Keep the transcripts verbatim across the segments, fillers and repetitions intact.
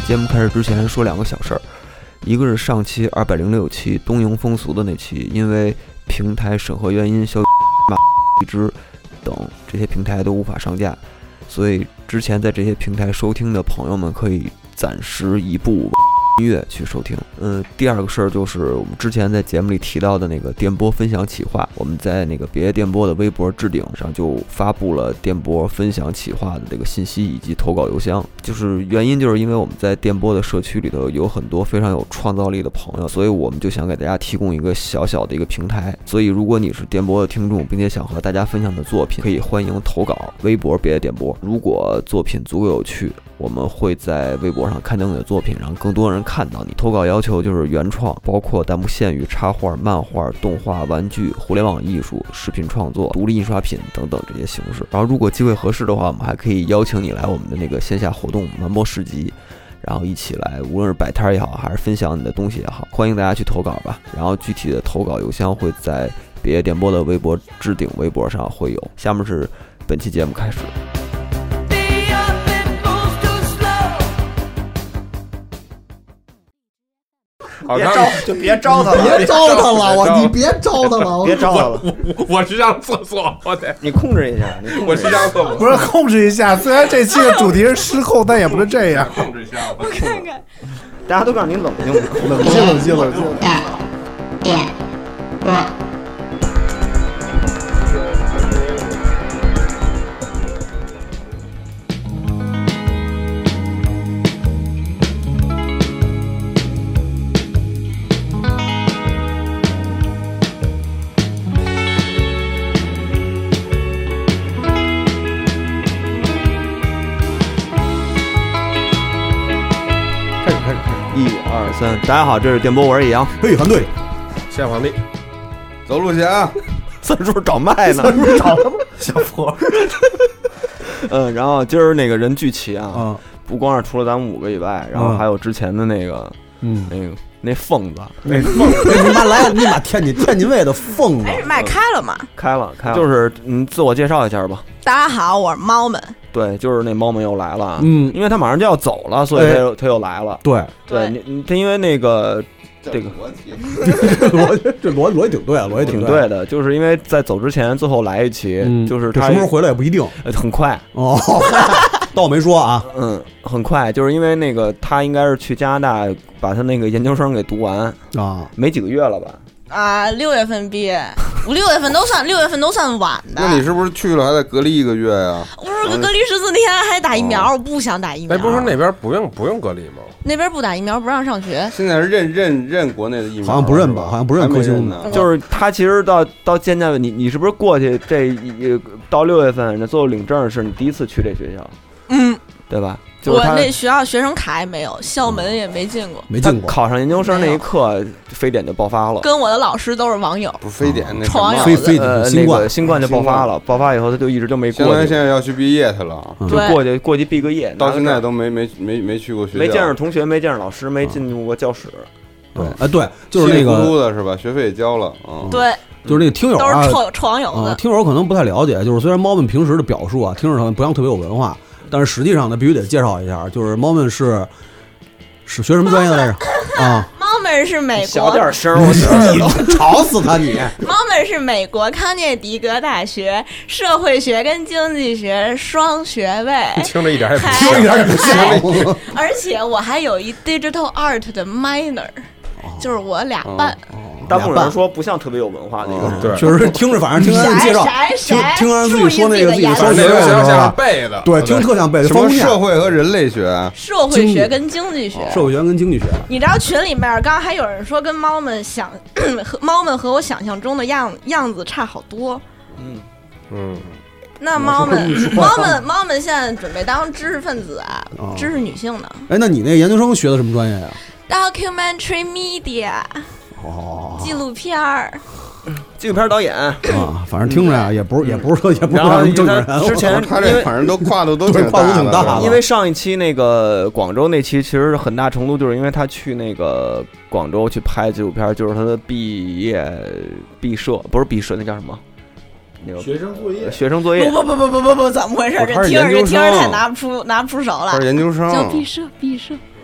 节目开始之前说两个小事儿，一个是上期二百零六期东瀛风俗的那期，因为平台审核原因，消马一只等这些平台都无法上架，所以之前在这些平台收听的朋友们可以暂时移步音乐去收听。嗯，第二个事儿就是我们之前在节目里提到的那个电波分享企划，我们在那个别业电波的微博置顶上就发布了电波分享企划的这个信息以及投稿邮箱。就是原因就是因为我们在电波的社区里头有很多非常有创造力的朋友，所以我们就想给大家提供一个小小的一个平台。所以如果你是电波的听众，并且想和大家分享的作品，可以欢迎投稿微博别业电波。如果作品足够有趣，我们会在微博上刊登你的作品，让更多人看到你。投稿要求就是原创，包括弹幕线语、插画、漫画、动画、玩具、互联网艺术、视频创作、独立印刷品等等这些形式。然后如果机会合适的话，我们还可以邀请你来我们的那个线下活动漫播市集，然后一起来，无论是摆摊也好，还是分享你的东西也好，欢迎大家去投稿吧。然后具体的投稿邮箱会在别业电波的微博置顶微博上会有。下面是本期节目开始。 别招，就别招他了， 别招他了，我你别招他了， 别招他了。 我我是上厕所，我得你控制一下，你我是上厕所， 不是控制一下。虽然这期的主题是失控，但也不是这样。 控制一下， 我看看， 大家都让你冷静， 冷静，冷静，冷静。 点播。 一二三，大家好，这是电波，我是野羊。 嘿，韩队， 下皇帝， 走路去啊！ 三叔找麦呢， 三叔找他吗？小佛。 嗯，然后今儿那个人聚齐啊， 嗯， 不光是除了咱们五个以外，然后还有之前的那个， 嗯， 那个那疯子， 那疯子，你妈来，你妈天津天津卫的疯子， 哎，麦开了吗？ 开了，开了，就是嗯，自我介绍一下吧。 大家好，我是猫们。 对，就是那猫们又来了， 嗯， 因为他马上就要走了，所以他又、哎、他又来了。 对， 对你你他因为那个这个逻辑，这逻逻辑挺对，逻辑挺对的，就是因为在走之前最后来一期， 嗯、 就是他什么时候回来也不一定， 呃、很快哦。倒没说啊， 嗯，很快，就是因为那个他应该是去加拿大把他那个研究生给读完啊， 没几个月了吧？ 啊，六月份毕业，五六月份都算六月份都算晚的。 那你是不是去了还得隔离一个月呀、啊？ 不是隔离十四天还打疫苗、哦，我不想打疫苗。 哎，不是说那边不用不用隔离吗？ 那边不打疫苗不让上学。 现在是认认认国内的疫苗， 好像不认吧？好像不认科兴的。 就是他其实到到现在，你你是不是过去这一到六月份，那最后领证是你第一次去这学校？ 嗯， 对吧？就是、 我那学校学生卡也没有，校门也没进过， 没进过。 考上研究生那一刻，非典就爆发了。 跟我的老师都是网友， 不是非典那臭网友非非典、 呃、 新冠、 那个新冠就爆发了。爆发以后，他就一直就没过去。 相当于现在要去毕业去了， 就过去过去毕个业， 到现在都没没没没去过学校， 没见着同学，没见着老师，没进入过教室。 对，哎、呃，对，就是那个稀里糊涂的是吧？学费也交了，嗯， 对。 就是那个听友啊，都是臭臭网友的、 啊。听友可能不太了解，就是虽然猫们平时的表述啊，听着他不像特别有文化。但是实际上呢，必须得介绍一下，就是猫们是是学什么专业的来着？啊， 猫们是美国， 小点声，我你吵死他你！ 猫们是美国康涅狄格大学社会学跟经济学双学位， 听着一点也不听一点也不像。 而且我还有一 digital art 的 minor，、哦、就是我俩半。 哦大部分人说不像特别有文化的一个人， 对，确实听着，反正听人介绍，听听人自己说那个自己说那个像像背的， 对，听特像背的。 什么社会和人类学？ 社会学跟经济学， 社会学跟经济学。 你知道群里面刚刚还有人说跟猫们想，和猫们和我想象中的样样子差好多。 嗯嗯。 那猫们，猫们，猫们现在准备当知识分子啊，哦、知识女性呢。 哎，那你那研究生学的什么专业呀 ？Documentary media。 哦， 纪录片儿， 纪录片导演啊，反正听着呀，也不是，也不是说，也不是什么正经人。 之前他这反正都跨度都挺跨度挺大的。 因为上一期那个广州那期，其实很大程度就是因为他去那个广州去拍纪录片，就是他的毕业毕设，不是毕设，那叫什么？那个学生作业。 学生作业。 不不不不不不不，怎么回事？这听着这听着太拿不出拿不出手了。 他是研究生。 叫毕设毕设。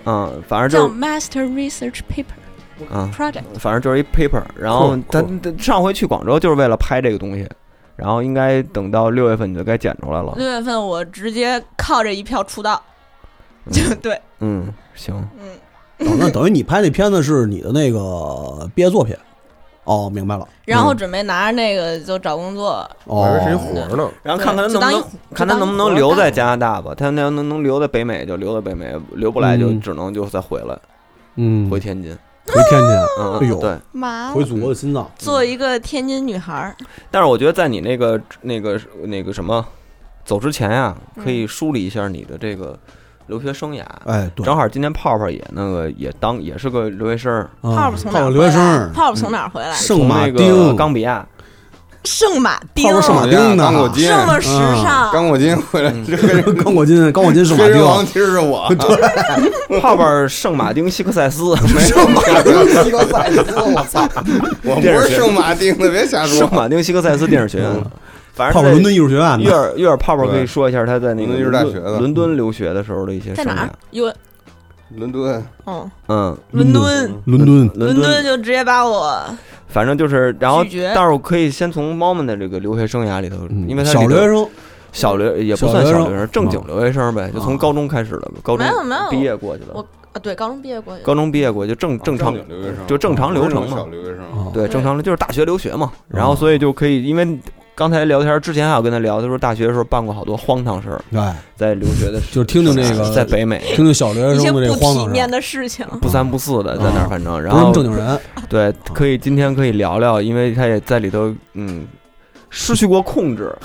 嗯，反正叫就 Master Research Paper 嗯 Project。 反正就是一 paper。然后他他上回去广州就是为了拍这个东西，然后应该等到六月份你就该剪出来了。 六月份我直接靠这一票出道，就对， 嗯，行， 嗯。 哦，那等于你拍那片子是你的那个毕业作品。哦，明白了。 然后准备拿着那个就找工作。 我以为是一哦， 活呢。 然后看看他能不能看他能不能留在加拿大吧。他那能能留在北美就留在北美，留不来就只能就再回来， 嗯， 回天津。 回天津， 嗯， 哎呦， 对， 妈， 回祖国的心脏。 做一个天津女孩。 但是我觉得在你那个那个那个什么走之前呀，可以梳理一下你的这个留学生涯。 哎，对， 正好今天泡泡也那个也当也是个留学生。 泡泡从哪儿留学生？ 泡泡从哪儿回来？ 圣马丁，冈比亚。 圣马丁， 泡泡圣马丁的， 刚果金， 这么时尚。 刚果金回来， 刚果金，刚果金圣马丁。 王其实是我。 对，泡泡圣马丁西克塞斯。 圣马丁西克塞斯，我操！我不是圣马丁的，别瞎说。 圣马丁西克塞斯电视学院。反正泡泡伦敦艺术学院， 约尔约尔泡泡可以说一下他在那个大学的伦敦留学的时候的一些在哪儿？有伦敦。 嗯嗯， 伦敦， 伦敦， 伦敦就直接把我， 反正就是，然后，但是我可以先从猫们的这个留学生涯里头，因为他小留学生， 小留也不算小留学生，正经留学生呗，就从高中开始了，高中没有没有毕业过去了。 我啊，对，高中毕业过去， 高中毕业过去就正正常留学生， 就正常流程嘛， 小留学生， 对，正常的就是大学留学嘛，然后所以就可以，因为。刚才聊天之前还有跟他聊，他说大学的时候办过好多荒唐事儿， 对， 在留学的时候就是听听这个， 在北美听听小留学生的这个荒唐不体面的事情， 不三不四的在那儿，反正然后不是正经人， 对，可以今天可以聊聊，因为他也在里头，嗯，失去过控制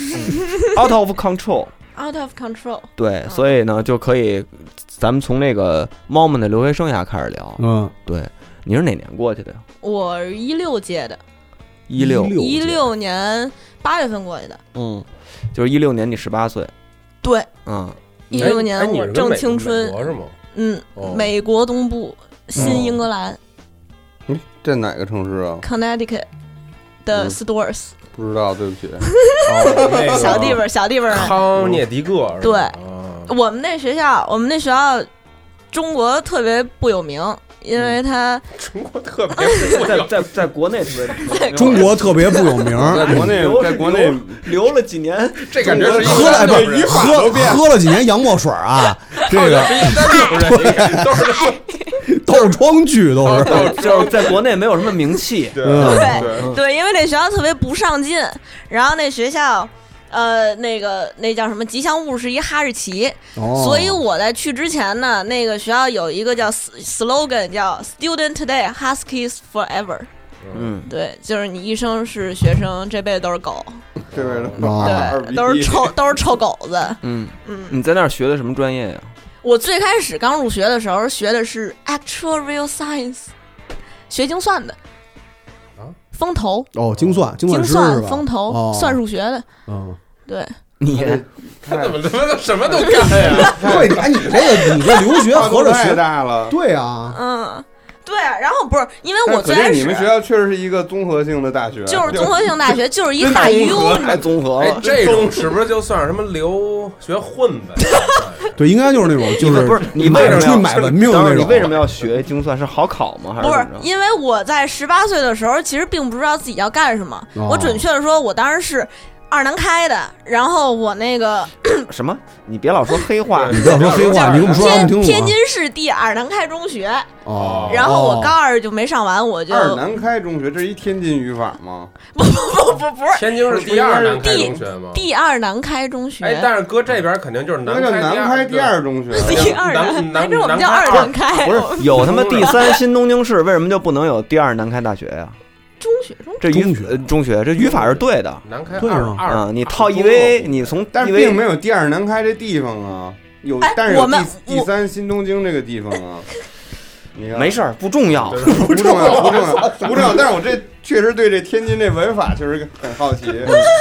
，out of control，out of control， 对，所以呢就可以，咱们从那个猫们的留学生涯开始聊， 嗯， 对，你是哪年过去的呀？ 我是一六届的。 一六一六年八月份过去的， 嗯，就是一六年你十八岁， 对， 嗯， 一六年我正青春， 是吗？ 嗯，美国东部新英格兰， 嗯，这哪个城市啊 ？Connecticut 的 Stores， 不知道，对不起， 小地方，小地方， 康涅狄克， 对，我们那学校，我们那学校中国特别不有名。因为他中国特别在在在国内特别， 中国特别不有名， 在国内在国内留了几年， 这感觉是喝了不喝喝了几年洋墨水啊，这个都是都是窗剧，都是就是在国内没有什么名气， 对对，因为那学校特别不上进，然后那学校。呃，那个那叫什么吉祥物是一哈士奇， 哦、 所以我在去之前呢，那个学校有一个叫 slogan 叫 Student Today Huskies Forever， 嗯， 对，就是你一生是学生，这辈子都是狗， 这辈子对，都是臭都是臭狗子， 嗯嗯，你在那儿学的什么专业呀？ 我最开始刚入学的时候学的是 Actual Real Science， 学精算的。风投哦，精算，精算师是吧？ 风投、哦、算数学的， 嗯， 对， 你他怎么他妈什么都干呀？ 对，哎，你这个你这留学合着太大了， 对啊， 嗯，对啊，然后不是因为我最开始你们学校确实是一个综合性的大学， 就是综合性大学，就是一大 U， 太综合了。 这种是不是就算是什么留学混子？ 对，应该就是那种，就是不是你为什么要买文凭的那种？ 你为什么要学精算？是好考吗？还是不是？因为我在十八岁的时候，其实并不知道自己要干什么。 哦、 我准确的说，我当时是二南开的，然后我那个什么？你别老说黑话， 你别老说黑话，你跟我们说， 天天津市第二南开中学。 哦。 然后我高二就没上完，我就二南开中学，这是一天津语法吗？ 不不不不不是， 天津是第二南开中学吗？ 第二南开中学。 哎，但是搁这边肯定就是南开南开第二中学。 第二南，反正我们叫二南开。 不是有他妈第三新东京市，为什么就不能有第二南开大学呀？ 中学中这语呃中学这语法是对的， 南开二二啊，你套 E V， 你从但是并没有第二南开这地方啊，有但是有第第三新东京这个地方啊。 没事儿，不重要， 不重要，不重要，不重要。但是我这确实对这天津这文法确实很好奇。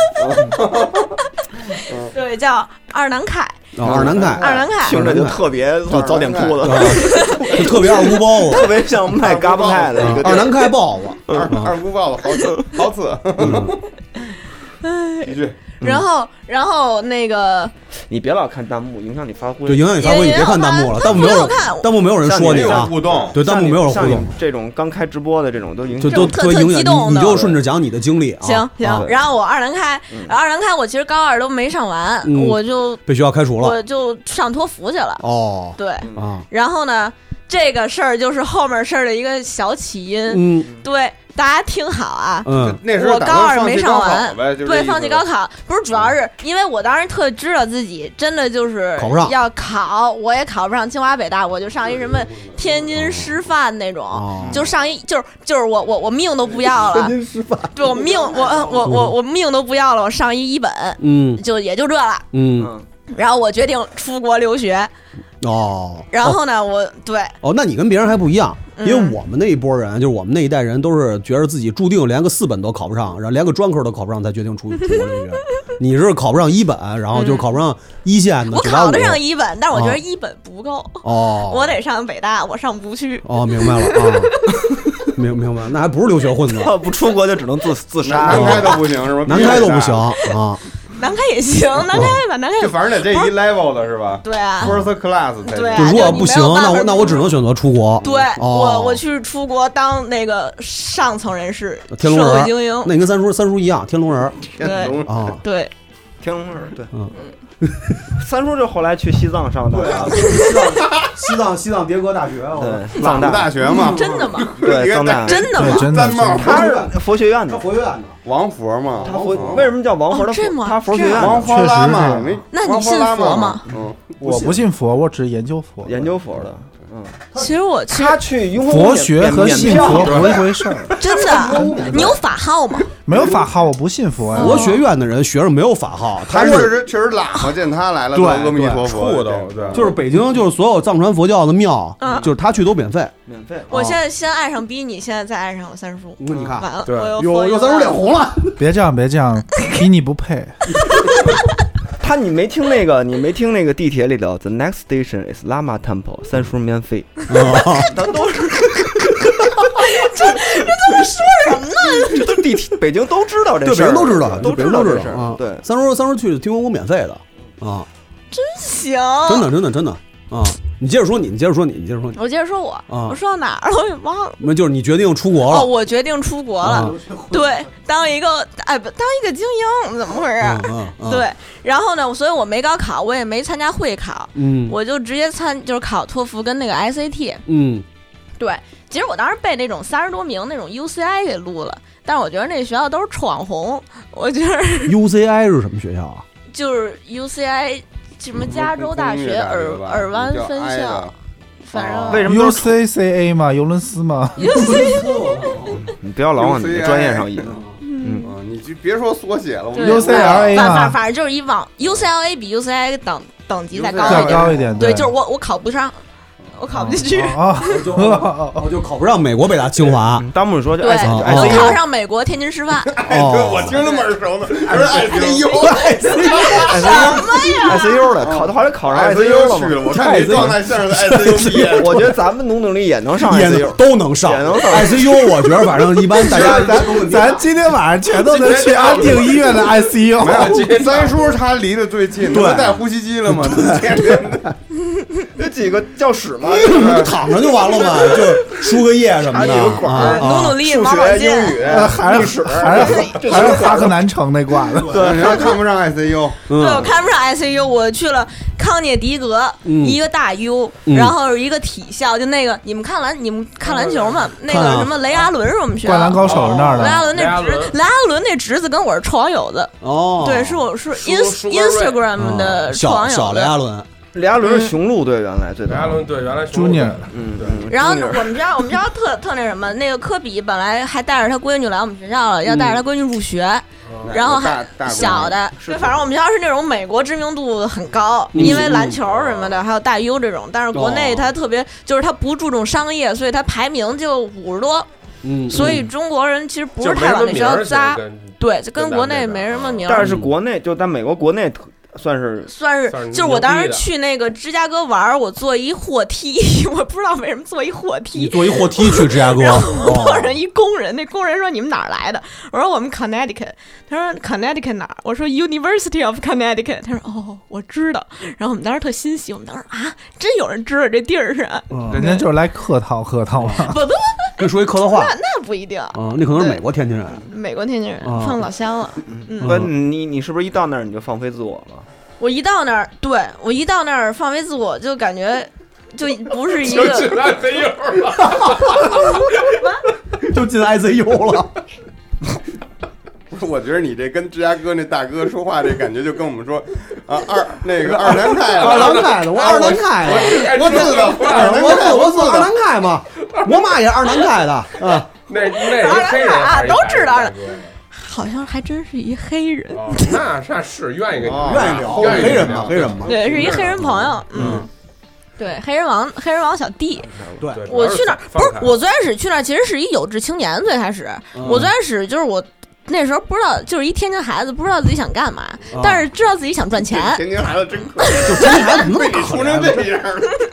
对，叫二南开。 哦、二南开， 二南开， 听着就特别早点铺子， 就特别二姑包子， 特别像卖嘎巴菜的一个二南开包子， 二二姑包子好吃，好吃。继续。 然后然后那个你别老看弹幕，影响你发挥。 对，影响你发挥，你别看弹幕了，弹幕没有人，弹幕没有人说你啊。 互动， 对，弹幕没有人互动。 这种刚开直播的这种都影响， 就都特特激动的，你就顺着讲你的经历啊。 行行，然后我二南开，二南开，我其实高二都没上完，我就被学校开除了， 我就上托福去了。 哦， 对啊， 然后呢？这个事儿就是后面事儿的一个小起因， 嗯， 对，大家听好啊， 嗯， 那时候我高二没上完， 对， 放弃高考，不是主要是因为我当时特知道自己真的就是考不上， 要考，我也考不上清华北大，我就上一什么天津师范那种， 哦、 就上一就是就是我我我命都不要了， 天津师范， 对我命我我我我命都不要了，我上一一本， 嗯， 就也就这了， 嗯， 然后我决定出国留学。 哦， 然后呢，我对哦，那你跟别人还不一样，因为我们那一波人，就是我们那一代人，都是觉得自己注定连个四本都考不上，然后连个专科都考不上，才决定出出国留学。你是考不上一本，然后就考不上一线的。 我考得上一本，但是我觉得一本不够。 哦， 我得上北大，我上不去。 哦，明白了啊，明明白，那还不是留学混子？ 不出国就只能自自杀。 南开都不行是吧？ 南开都不行啊。 南开也行，南开吧，南开就反正得这一 level 的是吧？ 对啊 ，first class 才对。 就如果不行，那我那我只能选择出国。 对，我我去出国当那个上层人士， 天龙人， 社会精英。 那你跟三叔三叔一样，天龙人。 对啊， 对， 天龙人，对， 嗯。 三叔就后来去西藏上的， 西藏西藏迭戈大学， 对， 藏大学嘛， 真的吗？ 对，藏大真的吗？ 真的， 他是佛学院的， 佛学院的王佛嘛， 他佛为什么叫王佛？他他佛学院王佛拉嘛，没？ 那你信佛吗？ 嗯， 我不信佛，我只研究佛， 研究佛的。嗯， 其实我他去佛学和信佛不是一回事儿。 真的，你有法号吗？ 没有法号，我不信佛呀。 佛学院的人学生没有法号， 他确实确实喇嘛见他来了， 对， 阿弥陀佛， 对， 就是北京就是所有藏传佛教的庙，就是他去都免费， 免费。 我现在先爱上比你，现在再爱上了三叔。 你看， 完了， 对， 有有三叔脸红了。 别这样，别这样，比你不配。 他你没听那个，你没听那个地铁里头 ，The next station is Lama Temple， 三叔免费。他都是， 这这都是说什么呢？ 这都地铁，北京都知道这事儿， 对，北京都知道， 都北京都知道啊。对， 三叔三叔去听公公免费的啊， 真行， 真的真的真的啊！你接着说你，你接着说你，你接着说你。 我接着说我，我说到哪儿了？我也忘了。 那就是你决定出国了。 哦，我决定出国了。对，当一个哎不，当一个精英，怎么回事？对，然后呢，所以我没高考，我也没参加会考， 嗯， 我就直接参就是考托福跟那个 I C T。 嗯， 对，其实我当时被那种三十多名那种 U C I 给录了，但是我觉得那学校都是臭网红，我觉得 U C I 是什么学校啊？ 就是 U C I。什么加州大学尔尔湾分校，反正为什么 U C C A 嘛，尤伦斯嘛 ？U C， 你不要老往你的专业上引。 嗯，你就别说缩写了 ，U C L A 嘛， 反反正就是一往 U C L A 比 U C I 等等级再高一点， 高一点， 对，就是我我考不上。我考不进去啊， 就我就考不上美国北大清华。 弹幕说就对，我考上美国天津师范。 哦，我听那么耳熟呢，还是 I C U， 什么呀 ？I C U 的，考后来考上 I C U 了去了。我看你状态像是 I C U 毕业。 我觉得咱们努努力也能上 I C U， 都能上， 也能上 I C U。我觉得反正一般大家咱咱今天晚上全都能去安定医院的 I C U。 没有，三叔他离得最近， 对， 带呼吸机了吗？ 这几个教室嘛， 躺着就完了嘛，就输个液什么的， 努努力， 数学、英语、 历史，还是还是哈克南城那挂的。 对，人家看不上 I C U， 对我看不上 I C U， 我去了康涅狄格，一个大 U， 然后一个体校，就那个你们看篮，你们看篮球吗？那个什么雷阿伦是我们学校， 灌篮高手那儿的。 雷阿伦那侄，雷阿伦那侄子跟我是臭网友的。 哦， 对，是我是 ins Instagram 的臭网友的。 小雷阿伦。 雷阿伦是雄鹿队原来最雷阿伦对原来朱尼尔， 嗯对。 然后我们学校我们学校特特那什么，那个科比本来还带着他闺女来我们学校了，要带着他闺女入学，然后还小的，对，反正我们学校是那种美国知名度很高，因为篮球什么的，还有大 U 这种，但是国内它特别就是它不注重商业，所以它排名就五十多。 嗯， 所以中国人其实不是太往那学校扎，对，就跟国内没什么名。 但是国内就在美国国内算是算是，就是我当时去那个芝加哥玩，我坐一货梯，我不知道为什么坐一货梯。 你坐一货梯去芝加哥， 碰上一工人，那工人说你们哪儿来的？我说我们 Connecticut， 他说 Connecticut 哪儿？我说 University of Connecticut， 他说哦我知道。然后我们当时特欣喜，我们当时啊真有人知道这地儿是、 嗯，人家就是来客套客套嘛。 不不不， 这属于客套话， 那那不一定啊、 嗯，那可能是美国天津人， 美国天津人、哦、放老乡了。嗯， 不，你你是不是一到那儿你就放飞自我了？ 我一到那儿，对我一到那儿放飞自我，就感觉就不是一个就进 I C U 了， 就进 I C U 了。 我觉得你这跟芝加哥那大哥说话这感觉，就跟我们说啊二那个二南开二南开的，我二南开的， 我知道， 我我我二南开嘛，我妈也二南开的，啊， 那那是黑人啊，都知道了。好像还真是一黑人， 哦、那那是愿意跟你、 哦、愿意聊黑人嘛，黑人嘛， 对，是一黑人朋友，嗯，嗯对，黑人王，黑人王小弟， 对， 我去那儿不是，我最开始去那儿其实是一有志青年，最开始、嗯、我最开始就是我那时候不知道，就是一天津孩子，不知道自己想干嘛，哦、但是知道自己想赚钱。 天津孩子真可怜， 就天津孩子怎么那么可怜成这样？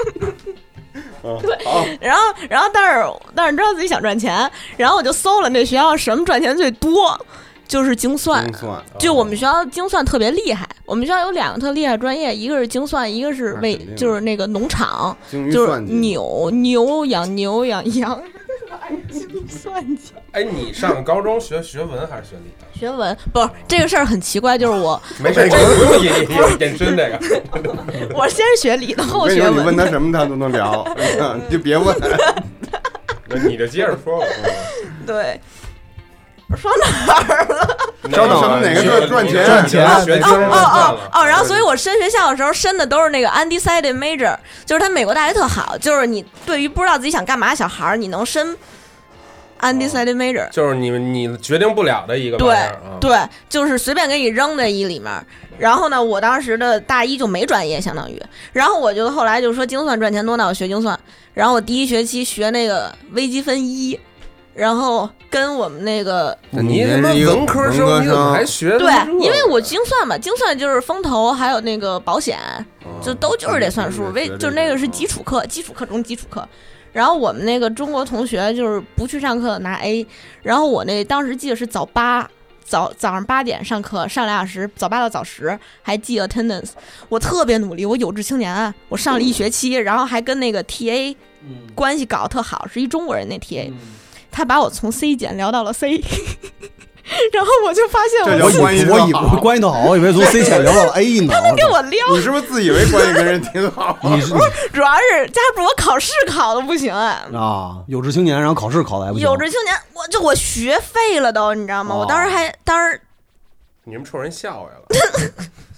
对，然后，然后，但是，但是知道自己想赚钱，然后我就搜了那学校什么赚钱最多。就是精算， 精算就我们学校精算特别厉害。我们学校有两个特厉害专业，一个是精算，一个是为就是那个农场，就是牛牛养牛养羊。精算机。 哎，你上高中学学文还是学理？ 学文不是这个事儿很奇怪，就是我没事，这个不用引引申这个。 我先学理的，后学文。 你问他什么他都能聊，你就别问。 你就接着说吧。 对。我说哪儿了？ 稍等，什么哪个赚钱？ 赚钱， 学哦哦哦哦！然后，所以我申学校的时候申的都是那个 undecided major， 就是他美国大学特好，就是你对于不知道自己想干嘛的小孩，你能申 undecided major， 就是你你决定不了的一个对对，就是随便给你扔在一里面。然后呢，我当时的大一就没专业，相当于，然后我就后来就说精算赚钱多，那我学精算。然后我第一学期学那个微积分一。然后跟我们那个， 你他妈文科生，你怎么还学？ 对，因为我精算嘛，精算就是风投，还有那个保险，就都就是得算数。为就是那个是基础课，基础课中基础课。然后我们那个中国同学就是不去上课拿 A， 然后我那当时记得是早八早早上八点上课，上俩小时，早八到早十，还记 attendance。我特别努力，我有志青年啊，我上了一学期，然后还跟那个 T A 关系搞得特好，是一中国人那 T A。他把我从 C 减聊到了 C， 然后我就发现我我以为我以为关系特好，我以为从 C 减聊到了 A 呢。 他能给我撩？ 你是不是自以为关系跟人挺好？ 你是不是？主要是加上我考试考的不行啊！ 啊，有志青年，然后考试考的还不行。 有志青年，我就我学废了都，你知道吗？哦、我当时还当时， 你们冲人笑话了。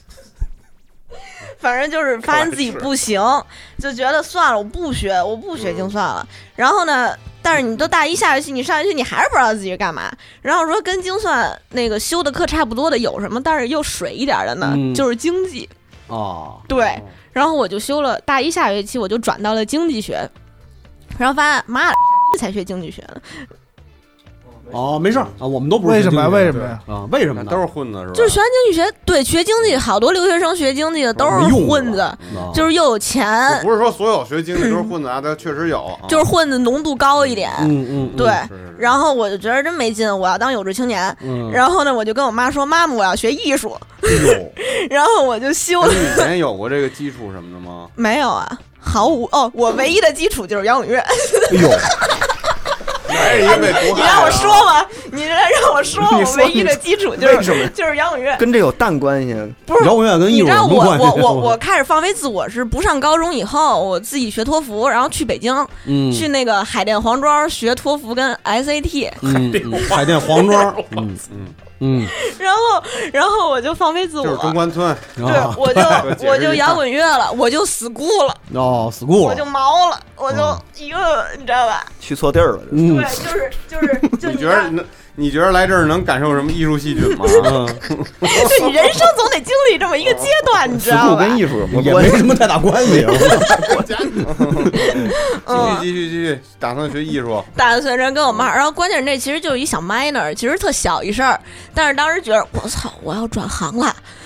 反正就是发现自己不行，就觉得算了，我不学，我不学精算了。嗯、然后呢，但是你都大一下学期，你上学期你还是不知道自己是干嘛。然后说跟精算那个修的课差不多的有什么，但是又水一点的呢，嗯、就是经济。 哦， 对。然后我就修了大一下学期，我就转到了经济学，然后发现妈的才学经济学呢。 哦，没事啊，我们都不是为什么？为什么呀？ 啊，为什么呢？ 都是混子是吧？ 就是学完经济学，对，学经济好多留学生学经济的都是混子，就是又有钱。 不是说所有学经济都是混子啊，他确实有， 就是混子浓度高一点。 嗯嗯， 对。然后我就觉得真没劲，我要当有志青年。然后呢，我就跟我妈说：“妈妈，我要学艺术。”然后我就修了。 你以前有过这个基础什么的吗？ 没有啊，毫无。哦，我唯一的基础就是摇滚乐。 哎呦。 哎、你, 你让我说吗？你让我说，我唯一的基础就是就是摇滚乐， 跟这有蛋关系？ 不是摇滚乐跟艺术有什么关系？ 我我我我开始放飞自我是不上高中以后，我自己学托福，然后去北京，嗯、去那个海淀黄庄学托福跟 S A T。 嗯，海淀黄庄，嗯嗯嗯。 然后然后我就放飞自我， 就是中关村， 对，我就我就摇滚乐了，我就 school 了， 哦 school， 我就毛了，我就一个，你知道吧？ 去错地儿了， 对，就是就是就你觉得能？你觉得来这儿能感受什么艺术细菌吗？ 就你人生总得经历这么一个阶段，你知道吧？ 跟艺术有什么也没什么太大关系。 继续继续继续，打算学艺术？ 打算着跟我妈，然后关键这其实就是一小 minor， 其实特小一事儿，但是当时觉得我操，我要转行了。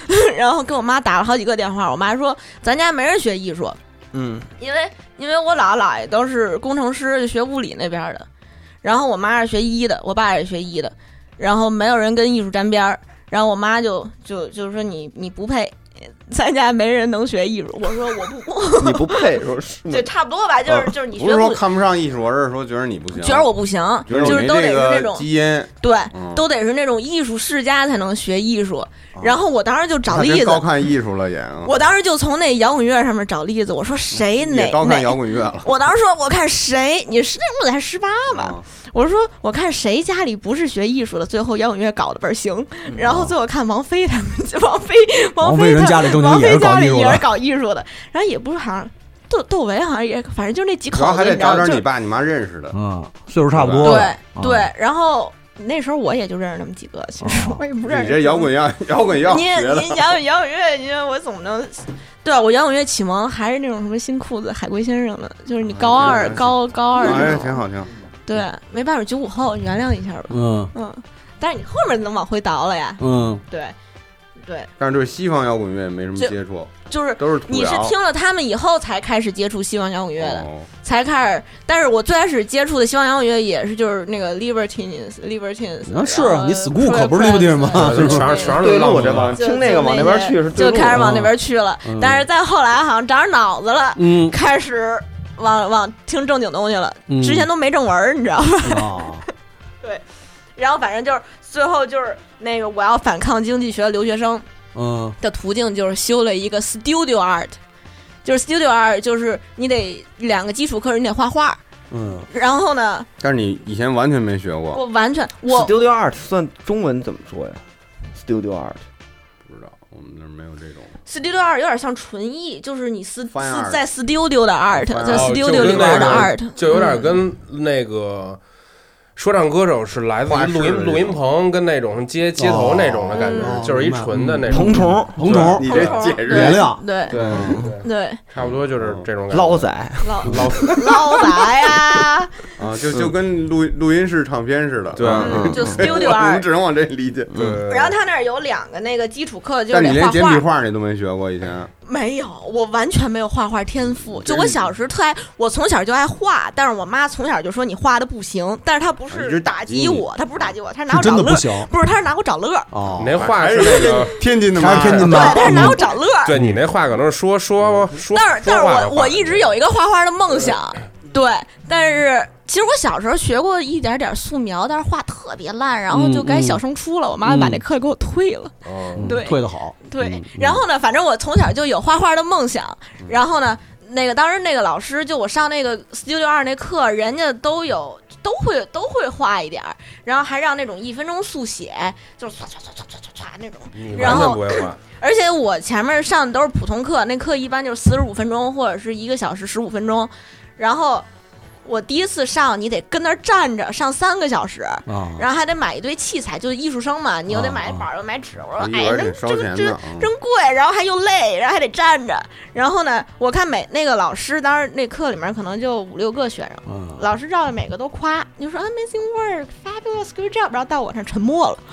然后给我妈打了好几个电话，我妈说咱家没人学艺术， 嗯， 因为因为我姥姥姥爷都是工程师，就学物理那边的，然后我妈是学医的，我爸也是学医的，然后没有人跟艺术沾边儿，然后我妈就就就说你你不配。咱家没人能学艺术，我说我不， 你不配，说是就差不多吧，就是就是你学不是说看不上艺术，而是说觉得你不行， 觉得我不行， 觉得就是都得是那种基因， 对， 嗯、 都得是那种艺术世家才能学艺术。然后我当时就找例子， 高看艺术了也。 我当时就从那摇滚乐上面找例子，我说谁哪高看摇滚乐了。 我当时说我看谁，你是那才十八吧？嗯我说我看谁家里不是学艺术的，最后摇滚乐搞得倍儿行。然后最后看王菲他们，王菲王菲人家里王菲家里也是搞艺术的，然后也不是好像窦窦唯好像也，反正就那几口子， 然后还得找点你爸你妈认识的， 嗯，岁数差不多。 对对，然后。那时候我也就认识那么几个，其实我也不认识。 你这摇滚乐，摇滚乐， 你你摇滚摇滚乐，你说我怎么能？对啊，我摇滚乐启蒙还是那种什么新裤子、海龟先生的，就是你高二、高高二。 哎，挺好，挺好。 对，没办法，九五后，原谅一下吧。 嗯嗯，但是你后面能往回倒了呀。 嗯， 对对。 但是对西方摇滚乐没什么接触， 就是都是你是听了他们以后才开始接触西方摇滚乐的， 哦、 才开始。但是我最开始接触的西方摇滚乐也是就是那个 Libertines，Libertines。 啊，是你 school 可不是 Libertines 吗？ 全是全是对路这帮，听那个往那边去是就开始往那边去了。 嗯、 但是再后来好像长脑子了， 嗯， 开始往往听正经东西了。 嗯、 之前都没正文，你知道吗？ 哦、 对，然后反正就是最后就是那个我要反抗经济学的留学生。 嗯的途径就是修了一个 studio art， 就是 studio art 就是你得两个基础课，你得画画。 嗯， 然后呢？ 但是你以前完全没学过。 我完全我 studio art 算中文怎么说呀 ？studio art 不知道，我们那儿没有这种。 studio art 有点像纯艺，就是你是是在 studio 的 art， 在 studio 里边的 art， 就有点跟那个。说唱歌手是来自于录音录音棚跟那种街街头那种的感觉， 哦、 就是一纯的那种蓬虫蓬虫， 你这解释原谅， 对对对， 差不多就是这种感觉。 捞仔捞捞捞仔呀！ 啊，就就跟录录音室唱片似的， 对， 嗯、就 studio art， 我们只能往这理解。 对， 然后他那儿有两个那个基础课，就是但你连简笔画画你都没学过以前。 没有，我完全没有画画天赋。就我小时候特爱，我从小就爱画，但是我妈从小就说你画的不行。但是她不是打击我，她不是打击我，她是拿我找乐。不是，她是拿我找乐。 哦， 你那画是那个天津的吗？天津的。对，她是拿我找乐。 对你那画可能是说说说。 但是但是我我一直有一个画画的梦想，对，但是。其实我小时候学过一点点素描，但是画特别烂，然后就该小升初了，嗯、我妈把那课给我退了。 哦、 嗯，对， 退得好。 对， 嗯、 然后呢，反正我从小就有画画的梦想，然后呢，那个当时那个老师就我上那个 Studio 二那课，人家都有都会都会画一点，然后还让那种一分钟速写，就是唰唰唰唰唰唰那种。然后不会画。 而且我前面上的都是普通课，那课一般就是四十五分钟或者是一个小时十五分钟，然后。我第一次上，你得跟那儿站着上三个小时， 啊、 然后还得买一堆器材，就是艺术生嘛，你又得买板儿，又买纸。我说，哎，这这这真贵，然后还又累，然后还得站着。然后呢，我看每那个老师，当时那课里面可能就五六个学生， 嗯、 老师照着每个都夸，你就说 amazing work, fabulous, good job， 然后到我这沉默了。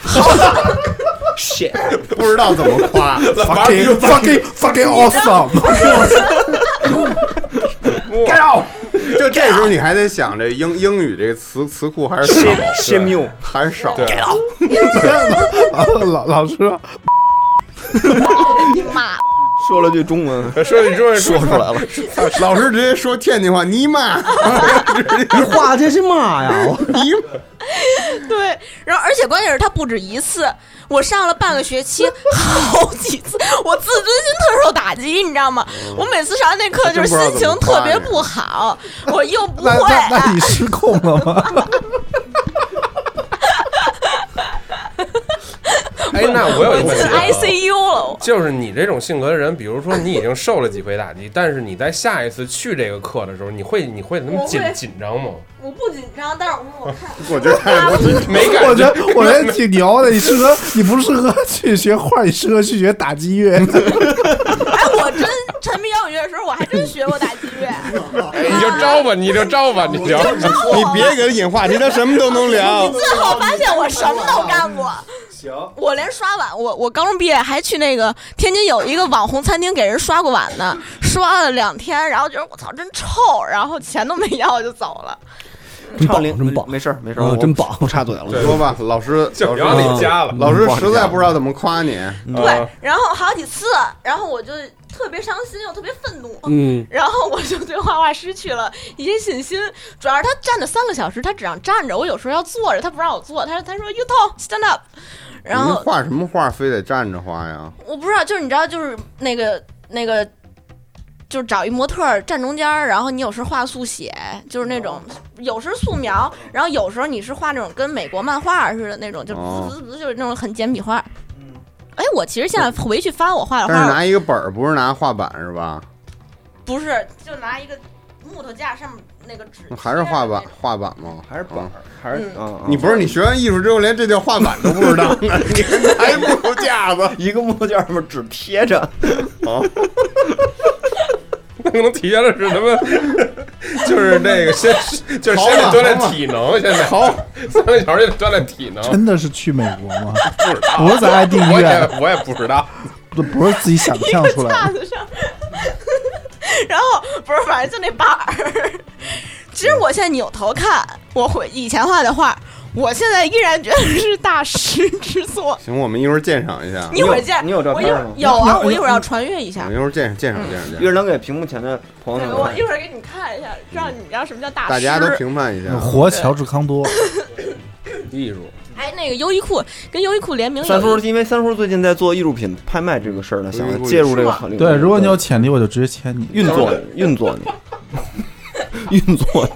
shit， 不知道怎么夸 ，fucking fucking fucking awesome。 Get out！ 就这时候你还得想这英英语这个词词库还是少， 先用还是少。 Get out！ 老老师， 你妈！ 说了句中文， 说句中文说出来了。 老师直接说天津话，你妈！ 你画这是嘛呀？ 你对，然后而且关键是他不止一次，我上了半个学期，好几次，我自尊心特受打击，你知道吗？我每次上那课就是心情特别不好，我又不会。 那, 那, 那你失控了吗？ 哎，那我有一个问题、啊， I C U 了。 就是你这种性格的人，比如说你已经受了几回打击，但是你在下一次去这个课的时候，你会你会那么紧紧张吗？ 我不紧张，但是我看， 我觉得太紧张， 没感觉。 我觉得我觉得挺牛的，你适合，你不适合去学画，你适合去学打击乐。 哎，我真沉迷摇滚乐的时候，我还真学过打击乐。 哎，你就招吧，你就招吧，你就你别给他引话题，他什么都能聊。 你最后发现我什么都干过。 行， 我连刷碗，我我高中毕业还去那个天津有一个网红餐厅给人刷过碗呢，刷了两天，然后觉得我操真臭，然后钱都没要就走了。 真棒，真棒， 没事儿没事儿、 嗯，真棒！我插嘴了， 说吧，老师， 就让你加了， 老师实在不知道怎么夸你。 对，然后好几次，然后我就特别伤心又特别愤怒， 嗯， 然后我就对画画失去了一些信心。主要是他站着三个小时，他只让站着，我有时候要坐着，他不让我坐，他说他说 you tall stand up。然后画什么画非得站着画呀？ 我不知道，就是你知道，就是那个那个。就是找一模特站中间，然后你有时候画速写，就是那种有时素描，然后有时候你是画那种跟美国漫画似的那种，就滋滋滋，就是那种很简笔画。哎，我其实现在回去翻我画的画， 但是拿一个本儿，不是拿画板是吧？ 不是，就拿一个木头架上面那个纸， 还是画板画板吗？ 还是板儿？还是嗯？ 你不是你学完艺术之后连这叫画板都不知道呢？你拿一木头架子， 一个木头架上面纸贴着啊。 可能体现的是什么？就是那个先，就是先得锻炼体能。现在好， 三个小时得锻炼体能。 真的是去美国吗？ 不知道， 不是在爱丁我院， 也我也不知道， 不不是自己想象出来的。 然后不是，反正就那板儿。其实我现在扭头看，我会以前画的画。我现在依然觉得是大师之作。 行，我们一会儿鉴赏一下。 一会儿鉴， 你有照片吗？ 有啊，我一会儿要传阅一下。 我一会儿鉴赏鉴赏鉴赏。 一会儿能给屏幕前的朋友们， 我一会儿给你看一下，让你知道什么叫大师。 大家都评判一下。 活乔治康多， 艺术。 哎，那个优衣库跟优衣库联名。 三叔因为三叔最近在做艺术品拍卖这个事儿呢，想介入这个行业。 对，如果你有潜力，我就直接签你， 运作运作你，运作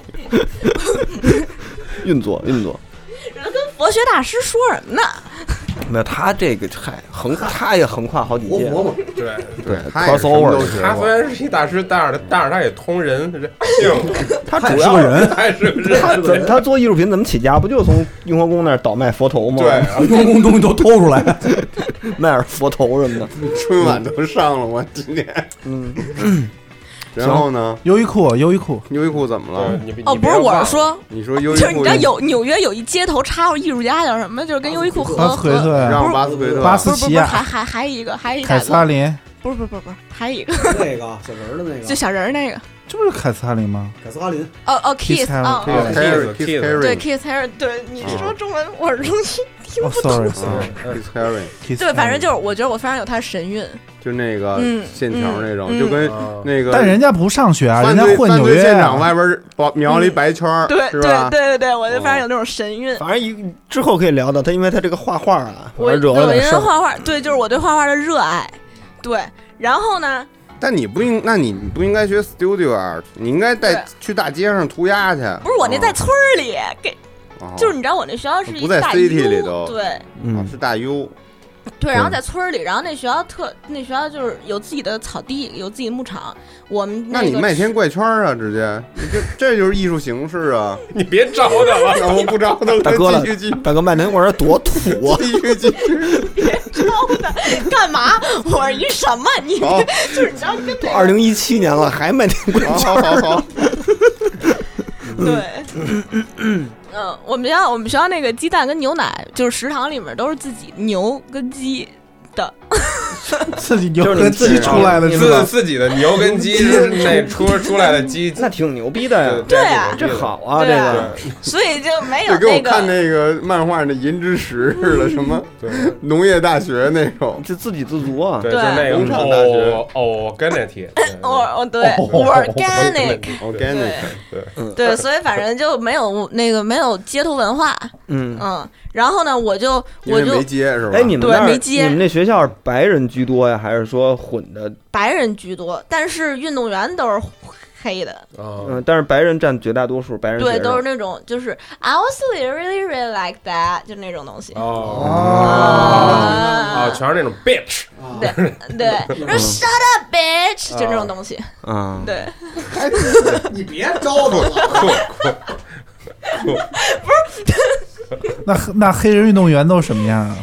运作运作。 跟佛学大师说什么呢？ 没有，他这个嗨横，他也横跨好几届。 对对 ，crossover。 他虽然是一大师，但是但是他也通人性， 他主要是个人， 他是个人。 他怎他做艺术品怎么起家？不就从雍和宫那儿倒卖佛头吗？ 对， 雍和宫终于都偷出来， 卖点佛头什么的。 春晚都上了，我今年。 嗯。 然后呢？ 优衣库，优衣库， 优衣库怎么了？ 哦，不是，我是说， 你说优衣库， 就是你知道有纽约有一街头插画艺术家叫什么？就是跟优衣库合巴斯奎特， 让巴斯奎特， 巴斯奇亚， 还还还一个，还一个凯斯哈林， 不是不是不是不是，还一个那个小人的那个， 就小人那个， 这不是凯斯哈林吗？ 凯斯哈林， 哦哦 ，Kiss 啊 ，Kiss Harry， 对 Kiss Harry，对，你说中文我是中心听不懂。 Sorry，Kiss Harry， 对，反正就是我觉得我非常有他神韵。 就那个线条那种，就跟那个， 但人家不上学啊，人家混纽约现场外边描了一白圈， 对是吧？ 对对对，我就非常有那种神韵。 反正一之后可以聊到他，因为他这个画画啊， 我惹了点事儿。 画画，对，就是我对画画的热爱。对，然后呢？ 但你不应，那你不应该学 studio art， 你应该带去大街上涂鸦去。 不是我那在村里给，就是你知道我那学校是一不在 city 里头， 对， 嗯，是大 U。 对，然后在村里，然后那学校特那学校就是有自己的草地，有自己的牧场。我们那你麦田怪圈啊，直接，你这这就是艺术形式啊！ 你别招他了， 我不招他了。 大哥了，大哥麦田怪圈多土啊！ 继续继续， 别招他，干嘛？我是一什么？你就是你知道跟都二零一七年了，还麦田怪圈？ 好好好。 对，嗯，我们学校我们学校那个鸡蛋跟牛奶，就是食堂里面都是自己牛跟鸡的， 自己牛跟鸡出来的， 自自己的牛跟鸡那出出来的鸡， 那挺牛逼的呀。 对啊， 这好啊，这个， 所以就没有那个。给我看那个漫画那银之石似的，什么农业大学那种， 就自给自足啊。 对，就那个农场大学哦，organic， 哦哦对 ，organic，organic， 对对，所以反正就没有那个没有街头文化，嗯嗯，然后呢，我就我就没接是吧？ 哎，你们对没接， 你们那学校是白人居多呀，还是说混的？ 白人居多，但是运动员都是黑的。 嗯，但是白人占绝大多数，白人对都是那种就是 I was really really like that 就那种东西。 哦哦，全是那种 bitch。 对对 ，shut up bitch 就那种东西。 嗯， 对。 你别招他了。 不是。 那那黑人运动员都什么样啊？ 黑人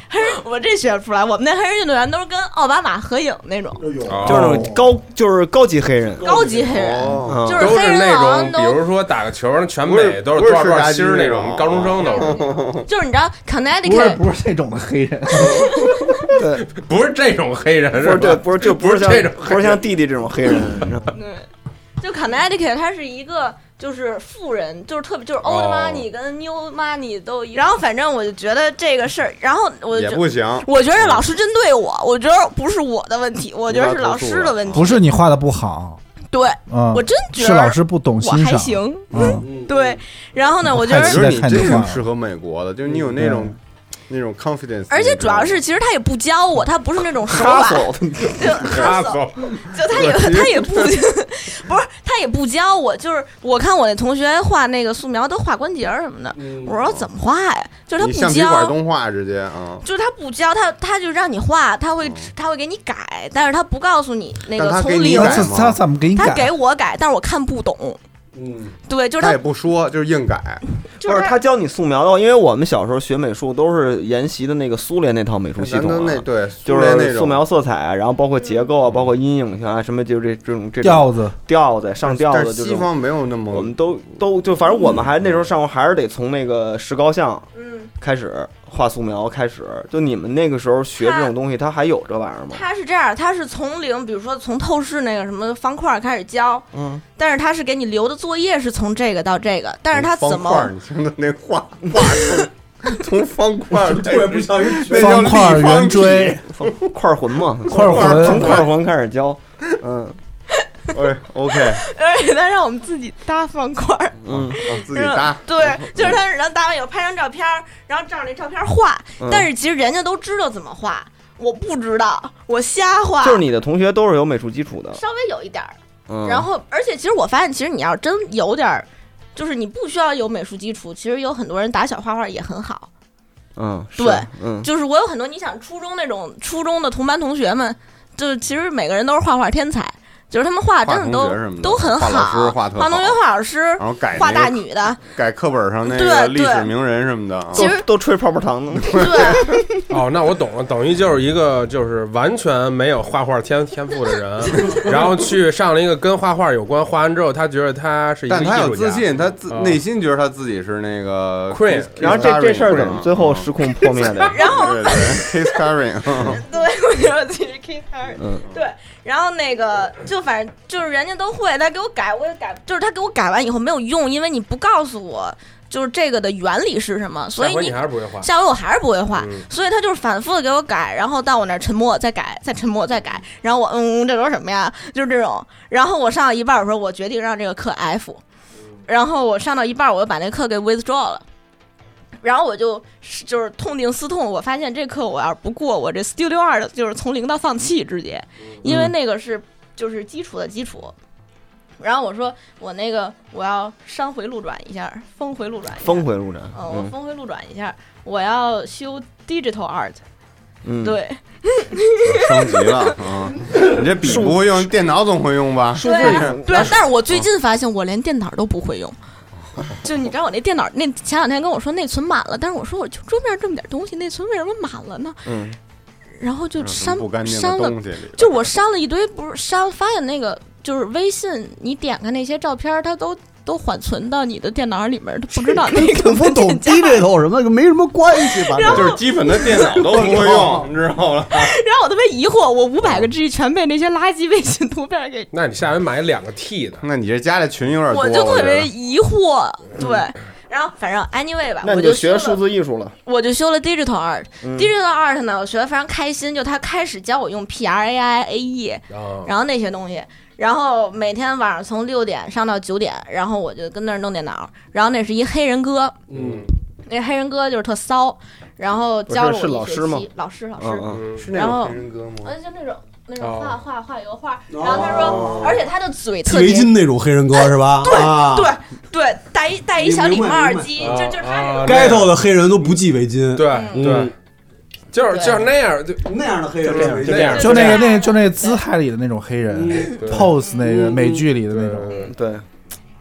我这学不出来。我们那黑人运动员都是跟奥巴马合影那种， 就是那种高，就是高级黑人， 高级黑人， 哦、 就是都是那种， 比如说打个球，全美都是多少多少星那种，高中生都是。 就是你知道 ，Connecticut 不是这种的黑人， 对， 不是这种黑人， 不是这不是这不是像这种， 不是像弟弟这种黑人， 对，就 Connecticut 它是一个。就是富人，就是特别就是 old money 跟 new money 都一样。然后反正我就觉得这个事儿，然后我就也不行。 我觉得老师针对我，我觉得不是我的问题，我觉得是老师的问题。 不是你画的不好， 对， 嗯、 我真觉得是老师不懂欣赏。 我还行， 嗯， 对。然后呢，我觉得你这挺适合美国的，就是你有那种。那种 confidence， 而且主要是，其实他也不教我，他不是那种手把，就哈手，就他也他也不，不是他也不教我，就是我看我那同学画那个素描都画关节什么的，嗯、我说怎么画呀？就是他不教， 橡皮管动画直接啊， 嗯、就是他不教他，他就让你画，他会他会给你改，但是他不告诉你那个从零， 他怎么给你改？ 他给我改，但是我看不懂。 嗯， 对，就是他也不说，就是硬改。 不是他教你素描的话，因为我们小时候学美术都是沿袭的那个苏联那套美术系统、啊， 那对， 就是素描色彩，然后包括结构啊，包括阴影啊，什么就这这种这种调子调子上调子， 西方没有那么， 我们都都就反正我们还那时候上过，还是得从那个石膏像嗯开始画素描开始。就你们那个时候学这种东西，它还有这玩意儿吗？ 它是这样，它是从零，比如说从透视那个什么方块开始教， 嗯， 但是它是给你留的作业是从这个到这个，但是它怎么？ 方块，你听的那画画从方块， 对，不像方块圆锥， 块魂嘛， 块魂， 从块魂开始教，嗯。 哎 ，OK， 而且他让我们自己搭方块， 嗯， 自己搭， 对，就是他，然后搭完以后拍张照片，然后照着那照片画， 嗯、 但是其实人家都知道怎么画，我不知道，我瞎画。 就是你的同学都是有美术基础的， 稍微有一点儿， 嗯， 然后而且其实我发现，其实你要真有点儿，就是你不需要有美术基础，其实有很多人打小画画也很好。 嗯， 对， 嗯， 就是我有很多，你想初中那种初中的同班同学们，就其实每个人都是画画天才。就是他们画真的都都很好， 画同学、画老师， 然后改画大女的， 改课本上那个历史名人什么的， 其实都吹泡泡糖呢。 对， 哦，那我懂了，等于就是一个就是完全没有画画天天赋的人，然后去上了一个跟画画有关，画完之后他觉得他是一个艺术家， 但他有自信，他自内心觉得他自己是那个 Queen， 然后这这事儿怎么最后失控破灭的？ 然后对对 ，Keith Haring， 对，我觉得我自己是 Keith Haring， 嗯， 对，然后那个就反正就是人家都会，他给我改，我也改，就是他给我改完以后没有用，因为你不告诉我就是这个的原理是什么，所以你还是不会画， 下回我还是不会画， 嗯、 所以他就是反复的给我改，然后到我那儿沉默再改，再沉默再改，然后我嗯这都是什么呀？就是这种，然后我上到一半的时候，我决定让这个课 F， 然后我上到一半我就把那课给 withdraw 了。然后我就就是痛定思痛，我发现这课我要是不过，我这 Studio 二就是从零到放弃直接，因为那个是就是基础的基础。然后我说我那个我要山回路转一下，峰回路转一下， 峰回路转， 嗯，我峰回路转一下，我要修 Digital Art， 嗯， 对， 升级了啊！你这笔不会用，电脑总会用吧？ 对啊，对啊，但是我最近发现我连电脑都不会用。就你知道我那电脑那前两天跟我说内存满了，但是我说我就桌面这么点东西，内存为什么满了呢？ 嗯， 然后就删不干净删了，就我删了一堆，不是删发现那个就是微信，你点开那些照片，它都都缓存到你的电脑里面，都不知道那个不懂低这头什么没什么关系吧？ 就是基本的电脑都不会用，你知道吗？ 然后我特别疑惑，我五百个 G 全被那些垃圾微信图片给…… 那你下回买两个 T 的， 那你这家里群有点多， 我就特别疑惑，对。然后反正 anyway 吧， 那你就学数字艺术了。 我就修了 digital art，digital、嗯、art 呢，我学得非常开心。就他开始教我用 P R A I A E，、哦、然后那些东西，然后每天晚上从六点上到九点，然后我就跟那儿弄电脑。然后那是一黑人哥， 嗯， 那黑人哥就是特骚，然后教了我一学期。 是老师吗？ 老师，老师， 嗯嗯、是那种黑人哥吗？ 嗯，就那种。那种画画画油画，然后他说，哦、而且他的嘴特别围巾那种黑人哥是吧？ 对、 啊、 对对，戴一戴一小礼帽耳机，就就是他这种。 该头的黑人都不系围巾， 对、 嗯、 对，就是就是那样，就那样的黑人， 就那样， 就那个那就那个姿态里的那种黑人 ，pose 那个美剧里的那种， 对。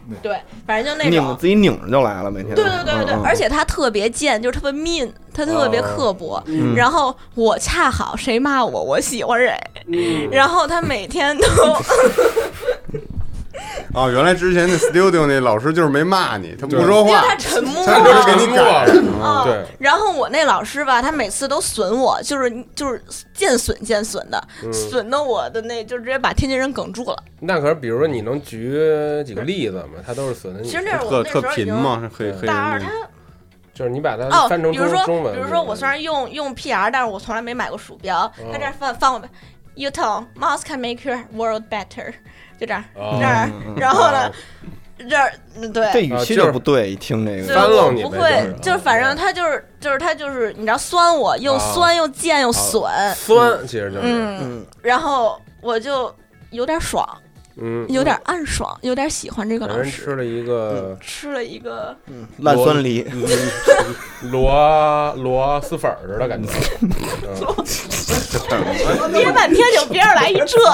对，反正就那种拧自己拧着就来了，每天。 对对对对对， 嗯嗯、 而且他特别贱，就是特别 mean， 他特别刻薄。 嗯、 然后我恰好谁骂我，我喜欢谁，嗯、然后他每天都。 哦，原来之前那 studio 那老师就是没骂你，他不说话， 他沉默， 他就是给你改。 嗯，对。然后我那老师吧，他每次都损我，就是就是见损见损的，嗯、损的我的那就直接把天津人梗住了。 那可是，比如说你能举几个例子吗？他都是损的你。 其实那是我特特贫嘛，是黑黑大二他。 就是你把它翻成中中文。 比如说我虽然用用 P R， 但是我从来没买过鼠标，他、哦、这放放我 ，Uton mouse can make your world better。就这样，这样，然后呢，这儿，对， 这语气就不对，一听这个， 翻漏你不会，就是反正他就是就是他就是你知道酸我，又酸又贱又损， 酸其实就是， 嗯，然后我就有点爽， 嗯， 有点暗爽，有点喜欢这个老师， 吃了一个吃了一个烂酸梨， 螺螺蛳粉似的感觉， 憋半天就憋出来一这。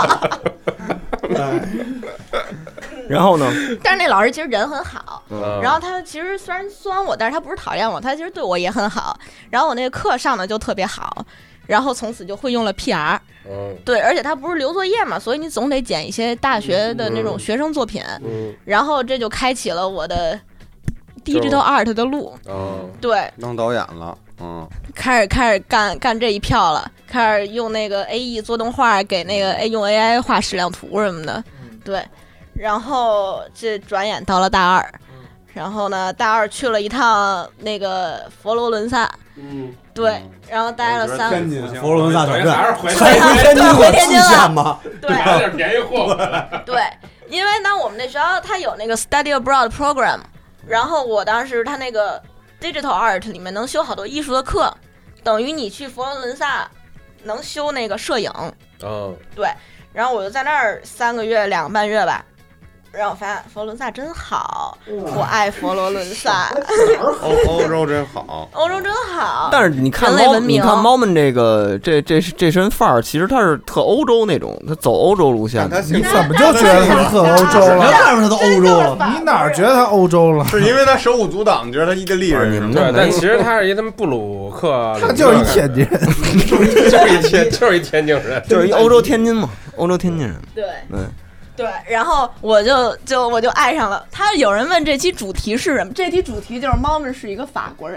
然后呢？ 但是那老师其实人很好， 嗯、 然后他其实虽然酸我，但是他不是讨厌我，他其实对我也很好。然后我那个课上的就特别好，然后从此就会用了 P R。 嗯， 对，而且他不是留作业嘛，所以你总得剪一些大学的那种学生作品。 嗯， 然后这就开启了我的 digital art 的路。 哦， 对， 当导演了。嗯， 开始开始干干这一票了，开始用那个 A E 做动画，给那个用 A I 画矢量图什么的，对。然后这转眼到了大二，然后呢，大二去了一趟那个佛罗伦萨， 嗯， 对，然后待了三天津佛罗伦萨小镇， 还是回天津回天津了吗？ 对， 买点便宜货回来。 对，因为呢，我们那学校它有那个 study abroad program， 然后我当时它那个 digital art 里面能修好多艺术的课，等于你去佛罗伦萨能修那个摄影。 哦， 对，然后我就在那儿三个月两个半月吧。让我发现佛罗伦萨真好，我爱佛罗伦萨。 欧欧洲真好， 欧洲真好。 但是你看猫，你看猫们这个这这这身范儿，其实它是特欧洲那种，它走欧洲路线。 你怎么就觉得它特欧洲了？ 看着它都欧洲了， 你哪儿觉得它欧洲了？ 是因为它手舞足蹈，你觉得它意大利人？ 你们对，但其实他是一他们布鲁克， 他就是一天津人， 就是一天就是一天津人， 就是一欧洲天津嘛，欧洲天津人。 对， 嗯。 对，然后我就就我就爱上了他。有人问这期主题是什么？这期主题就是猫们是一个法国人。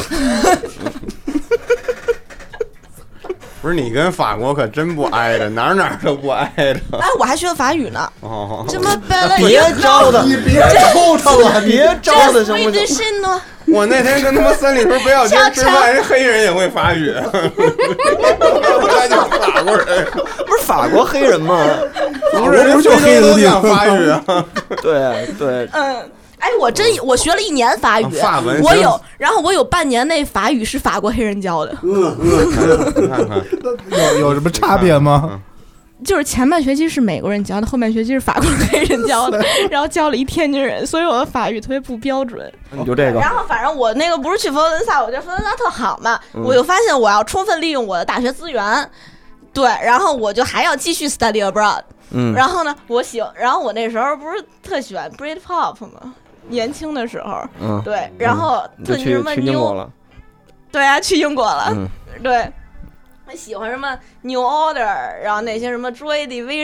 不是你跟法国可真不挨着，哪哪都不挨着。 哎，我还学法语呢。 哦， 这么笨了， 别招他，你别招他了，别招他行不行？ 我那天跟他妈三里屯北小街吃饭，人黑人也会法语，那就法国人， 不是法国黑人吗？ 不是，人就黑人都讲法语啊。 对对， 嗯。哎，我真我学了一年法语， 啊、法文我有，然后我有半年内法语是法国黑人教的。 嗯嗯，看看有有什么差别吗？ 就是前半学期是美国人教的，后半学期是法国黑人教的，然后教了一天津人，所以我的法语特别不标准。 你就这个。 然后反正我那个不是去佛罗伦萨，我觉得佛罗伦萨特好嘛，嗯、我就发现我要充分利用我的大学资源，对，然后我就还要继续 study abroad。 嗯。 然后呢，我喜，然后我那时候不是特喜欢 Britpop 吗？年轻的时候， 嗯， 对，然后就去去英国了， 对啊，去英国了， 嗯， 对，我喜欢什么 New Order， 然后那些什么 Joy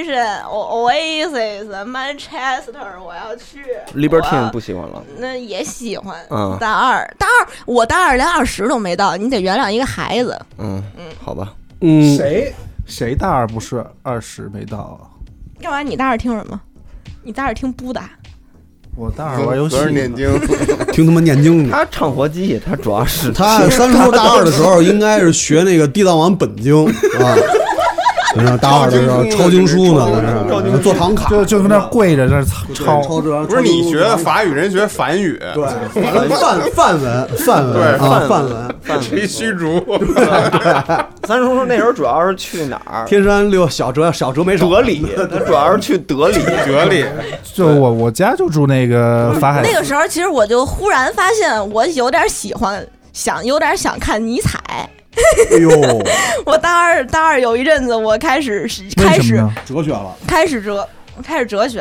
Division、Oasis、Manchester， 我要去 Libertine 不喜欢了， 那也喜欢， 嗯， 大二，大二，我大二连二十都没到，你得原谅一个孩子， 嗯嗯，好吧， 嗯， 谁谁大二不是二十没到啊？ 干嘛？你大二听什么？你大二听布达。 我大二玩游戏， 念经， 听他妈念经他唱活鸡，他主要是他三叔大二的时候应该是学那个地藏王本经啊。大二的时候抄经书呢，做唐卡， 就就跟那跪着那抄。 不是你学的法语，人学梵语， 对，梵梵文，梵文， 对， 梵文， 吹虚竹。 三叔说那时候主要是去哪儿？ 天山六小折小折没少。 德里，他主要是去德里， 德里。 就我我家就住那个法海。 那个时候，其实我就忽然发现，我有点喜欢，想有点想看尼采。 哎呦！ 我大二大二有一阵子，我开始开始哲学了， 开始哲开始哲学了。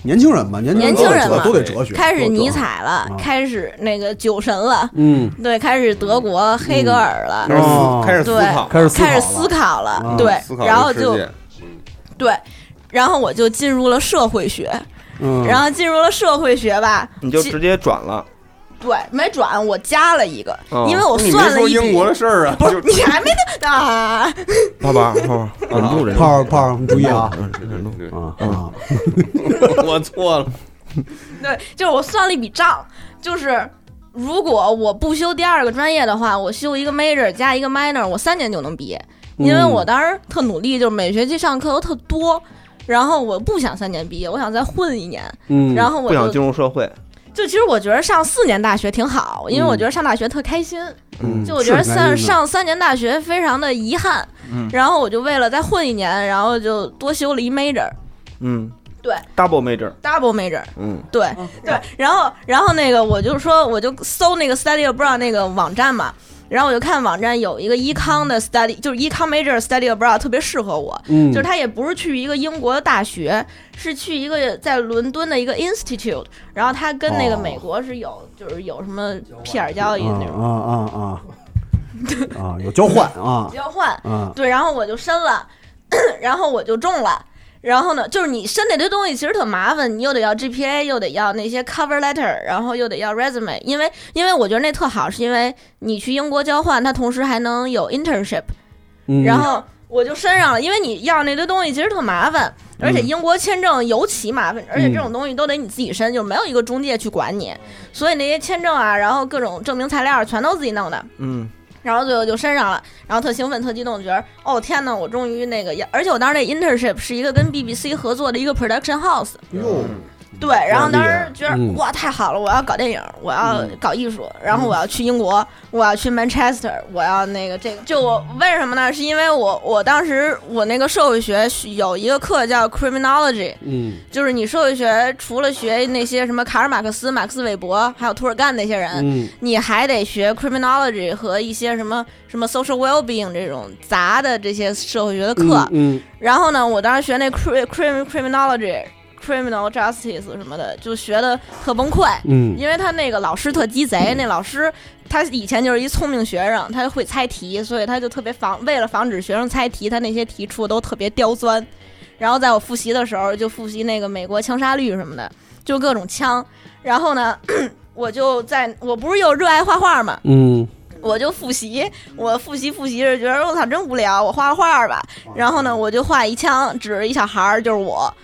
年轻人嘛，年年轻人嘛都得哲学， 开始尼采了， 啊、 开始那个酒神了， 嗯， 对，开始德国黑格尔了， 开始思开始思考， 开始开始思考了， 啊、 对，然后就嗯、 对，然后我就进入了社会学， 嗯， 然后进入了社会学吧， 你就直接转了。 对，没转，我加了一个， 哦、 因为我算了一笔。 你没说英国的事儿啊？ 不是，你还没听啊？ 泡泡，泡泡，忍住，忍住， 泡泡，你注意啊！ 忍住啊啊！ 我错了。 对，就是我算了一笔账，就是如果我不修第二个专业的话，我修一个 major 加一个 minor， 我三年就能毕业。因为我当时特努力，就是每学期上课都特多，然后我不想三年毕业，我想再混一年。 嗯， 然后我不想进入社会。 就其实我觉得上四年大学挺好，因为我觉得上大学特开心。 嗯， 就我觉得上上三年大学非常的遗憾。 嗯， 然后我就为了再混一年，然后就多修了一 major。 嗯， 对 ，double major。double major。 嗯， 对对，然后然后那个我就说我就搜那个 study abroad 那个网站嘛。然后我就看网站有一个 econ 的 study， 就是 econ major study abroad 特别适合我， 嗯， 就是他也不是去一个英国的大学，是去一个在伦敦的一个 institute， 然后他跟那个美国是有、哦、就是有什么屁眼交易那种， 啊啊啊啊，有交换啊， 交换， 啊， 对，然后我就申了，然后我就中了。然后呢，就是你申那堆东西其实特麻烦，你又得要 G P A， 又得要那些 cover letter， 然后又得要 resume， 因为因为我觉得那特好，是因为你去英国交换，它同时还能有 internship，、嗯、然后我就申上了，因为你要那堆东西其实特麻烦，而且英国签证尤其麻烦，而且这种东西都得你自己申，就没有一个中介去管你，所以那些签证啊，然后各种证明材料全都自己弄的， 嗯。 然后最后就申上了，然后特兴奋特激动，觉得哦天哪，我终于那个，而且我当时那 internship 是一个跟 B B C 合作的一个 production house， 哟， 对，然后当时觉得、 嗯、 哇太好了，我要搞电影，我要搞艺术，然后我要去英国，我要去 Manchester， 我要那个这个，就我为什么呢？是因为我我当时我那个社会学有一个课叫 criminology， 嗯， 就是你社会学除了学那些什么卡尔马克思、马克思韦伯还有涂尔干那些人， 嗯， 你还得学 criminology 和一些什么什么 social well-being 这种杂的这些社会学的课， 嗯，嗯然后呢，我当时学那 crim criminology。criminal justice 什么的，就学的特崩溃。 嗯， 因为他那个老师特鸡贼，那老师他以前就是一聪明学生，他会猜题，所以他就特别防，为了防止学生猜题，他那些题出的都特别刁钻。然后在我复习的时候，就复习那个美国枪杀率什么的，就各种枪。然后呢，我就在我不是又热爱画画嘛， 嗯。 我就复习，我复习复习着觉得我操真无聊，我画画吧。然后呢，我就画一枪，指着一小孩儿，就是我。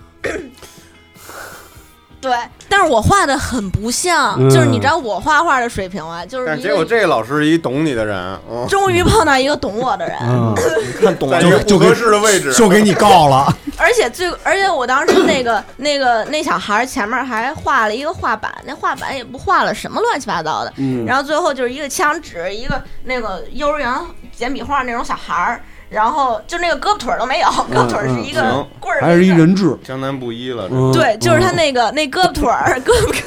对，但是我画的很不像，嗯、就是你知道我画画的水平啊，就是但结果这个老师一懂你的人， 嗯、终于碰到一个懂我的人， 嗯、 看懂了一个不合适的位置， 就给你告了。 而且最，而且我当时那个那个那小孩前面还画了一个画板，那画板也不画了什么乱七八糟的， 嗯、 然后最后就是一个枪指一个那个幼儿园简笔画那种小孩儿。然后就那个胳膊腿都没有，胳膊腿是一个棍儿、 嗯，还是一人质， 江南布衣了。 嗯、 对，就是他那个、嗯、那胳膊腿儿，胳膊，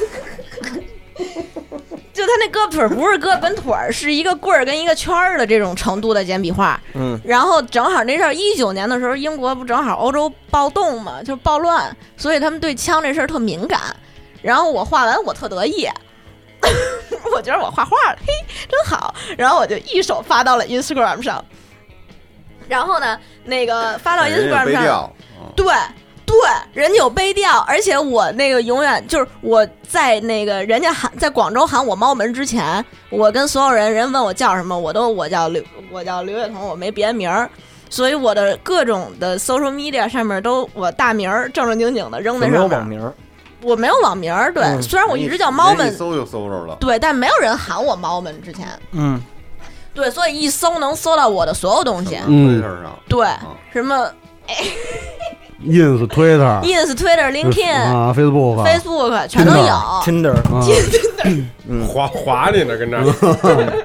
就他那胳膊腿儿不是胳膊跟腿儿，是一个棍儿跟一个圈儿的这种程度的简笔画。 嗯， 然后正好那阵儿一九年的时候，英国不正好欧洲暴动嘛，就是暴乱，所以他们对枪这事儿特敏感。然后我画完我特得意。我觉得我画画嘿真好，然后我就一手发到了 Instagram 上。然后呢，那个发到 Instagram 上，对对，人家有背调，而且我那个永远就是我在那个人家喊在广州喊我猫门之前，我跟所有人人问我叫什么，我都我叫刘我叫刘月彤，我没别的名儿，所以我的各种的 social media 上面都我大名儿正正经经的扔在上面。 没有网名， 我没有网名，对， 嗯、 虽然我一直叫猫门， 搜就搜着了， 对，但没有人喊我猫门之前， 嗯。 对，所以一搜能搜到我的所有东西。 嗯， 对，什么 ins、Twitter、 ins、Twitter、LinkedIn 啊、Facebook、 Facebook 全都有。 Tinder、 Tinder， 滑滑你呢，跟这儿。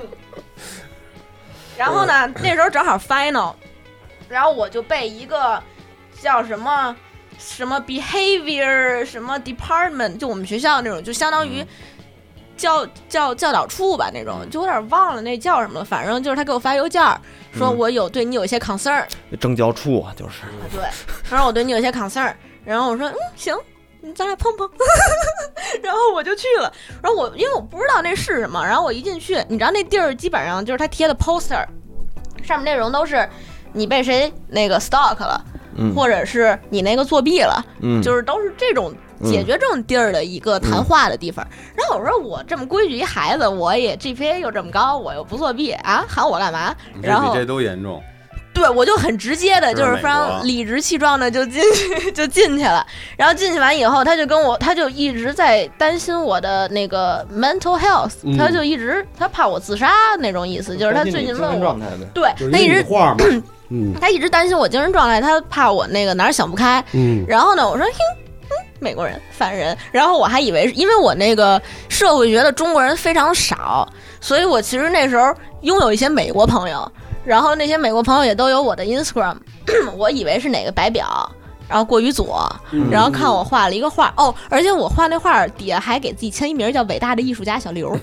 然后呢，那时候正好 final， 然后我就被一个叫什么什么 behavior 什么 department， 就我们学校那种，就相当于。教教教导处吧那种，就有点忘了那叫什么了，反正就是他给我发邮件说我有对你有一些 concern， 政教处啊就是、 啊、对，他说我对你有一些 concern， 然后我说嗯行，咱俩碰碰，然后我就去了。然后我因为我不知道那是什么，然后我一进去，你知道那地儿基本上就是他贴的 poster， 上面内容都是你被谁那个 stalk 了，嗯、或者是你那个作弊了，嗯，就是都是这种解决这种地儿的一个谈话的地方。嗯、然后我说我这么规矩一孩子，我也 G P A 又这么高，我又不作弊啊，喊我干嘛？然后这比这都严重。 对，我就很直接的，就是非常理直气壮的就进去就进去了。然后进去完以后，他就跟我，他就一直在担心我的那个 mental health，、嗯、他就一直他怕我自杀那种意思，就是他最近问我，对他一直嗯，他一直担心我精神状态，他怕我那个哪儿想不开。嗯，然后呢，我说嘿。嗯，美国人犯人，然后我还以为是因为我那个社会学的中国人非常少，所以我其实那时候拥有一些美国朋友。然后那些美国朋友也都有我的 Instagram， 我以为是哪个白表，然后过于左，然后看我画了一个画，哦，而且我画那画底下还给自己签一名叫伟大的艺术家小刘，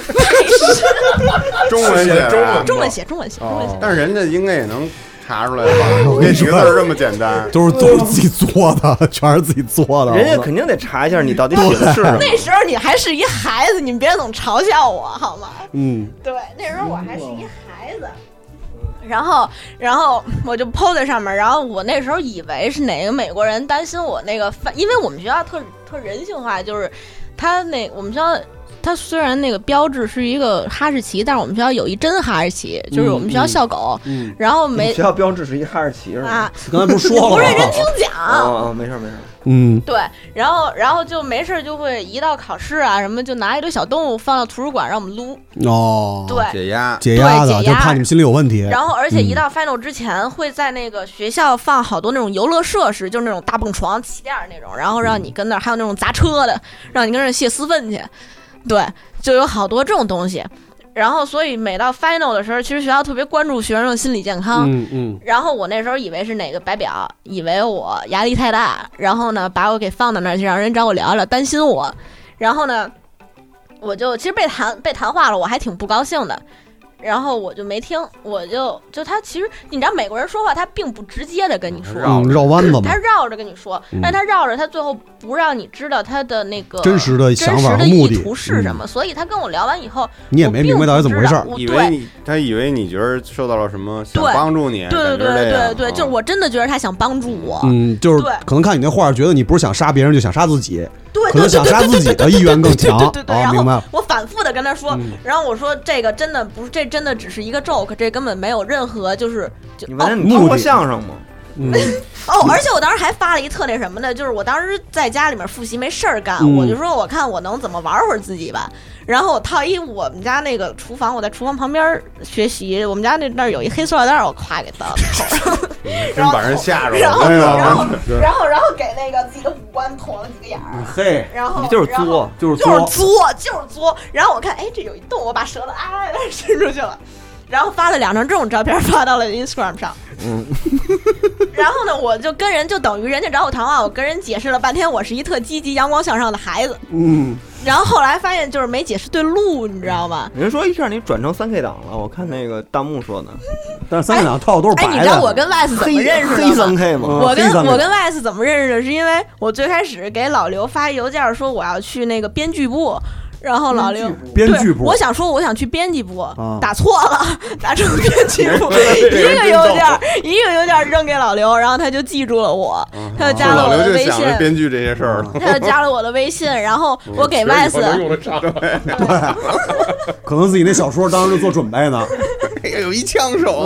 中文写中文中文写中文写中文写， 但是人家应该也能查出来吧？这几个字这么简单， 都是都是自己做的，全是自己做的。 人家肯定得查一下你到底写的是什么。 那时候你还是一孩子，你别总嘲笑我好吗？嗯，对，那时候我还是一孩子。然后，然后我就 po 在上面，然后我那时候以为是哪个美国人担心我那个犯，因为我们学校特特人性化，就是他那我们学校，他虽然那个标志是一个哈士奇，但是我们学校有一真哈士奇，就是我们学校校狗，嗯嗯、然后没学校标志是一哈士奇是吧？ 啊， 刚才不是说了吗？ 不认真听讲。 哦哦，没事没事。 嗯， 对，然后然后就没事就会一到考试啊什么，就拿一堆小动物放到图书馆让我们撸。 哦， 对， 解压解压的，就怕你们心里有问题。 然后而且一到 final 之前，会在那个学校放好多那种游乐设施，就是那种大蹦床、气垫那种，然后让你跟那儿，还有那种砸车的，让你跟那儿卸私愤去。对，就有好多这种东西。然后，所以每到 final 的时候，其实学校特别关注学生的心理健康。嗯嗯。然后我那时候以为是哪个白表，以为我压力太大，然后呢把我给放到那儿去，让人找我聊聊，担心我。然后呢，我就其实被谈被谈话了，我还挺不高兴的。然后我就没听，我就就他其实你知道美国人说话他并不直接的跟你说， 嗯、绕弯子嘛， 他绕着跟你说，嗯、但他绕着他最后不让你知道他的那个真实的想法和目的意图是什么，嗯、所以他跟我聊完以后， 你也没明白到底怎么回事， 以为你他以为你觉得受到了什么，想帮助你， 对对对对对对，就是我真的觉得他想帮助我， 嗯，就是可能看你那话，觉得你不是想杀别人，就想杀自己。 对， 可能想杀自己的意愿更强。 对对对，然后我反复的跟他说，然后我说这个真的不是，这真的只是一个 joke， 这根本没有任何就是就你们你听过相声吗？ 嗯， 哦，而且我当时还发了一特那什么的，就是我当时在家里面复习没事儿干， 嗯、 我就说我看我能怎么玩会儿自己吧。然后我套一我们家那个厨房，我在厨房旁边学习，我们家那那儿有一黑塑料袋，我咵给倒头上， 真把人吓着了。 然后然后然后然后然后给那个自己的五官捅了几个眼儿。 嘿， 然后你就是作， 就是作，就是作，就是作。然后我看，哎，这有一洞，我把舌头啊伸出去了。然后发了两张这种照片发到了 Instagram 上，嗯，然后呢，我就跟人就等于人家找我谈话，我跟人解释了半天，我是一特积极、阳光向上的孩子，嗯，然后后来发现就是没解释对路，你知道吗？ 人说一下你转成三 K 党了，我看那个弹幕说的， 但是三 K 党套的都是白的。 哎，你知道我跟 Wes 怎么认识的吗？ 黑三 K 吗？ 我跟我跟 Wes 怎么认识的？是因为我最开始给老刘发邮件说我要去那个编剧部。然后老刘编剧部， 我想说我想去编辑部，啊、打错了，打成编辑部，一个邮件一个邮件扔给老刘，然后他就记住了我，嗯、他就加了我的微信。 老刘就想着编剧这些事儿了， 他就加了我的微信，然后我给 Wes， 对，可能自己那小说当时就做准备呢， 有一枪手。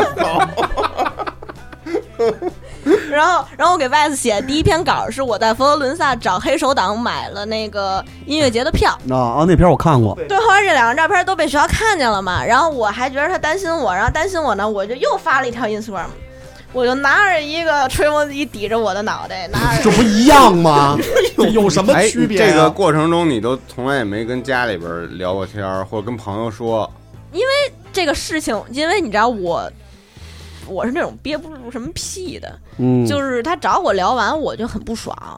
然后，然后我给 Wes 写第一篇稿是我在佛罗伦萨找黑手党买了那个音乐节的票。 啊啊，那篇我看过。 对，后来这两张照片都被学校看见了嘛，然后我还觉得他担心我，然后担心我呢，我就又发了一条 Instagram， 我就拿着一个吹风机抵着我的脑袋，拿着这不一样吗？有什么区别、啊哎？这个过程中你都从来也没跟家里边聊过天，或者跟朋友说？ 因为这个事情，因为你知道我。我是那种憋不住什么屁的，嗯，就是他找我聊完我就很不爽，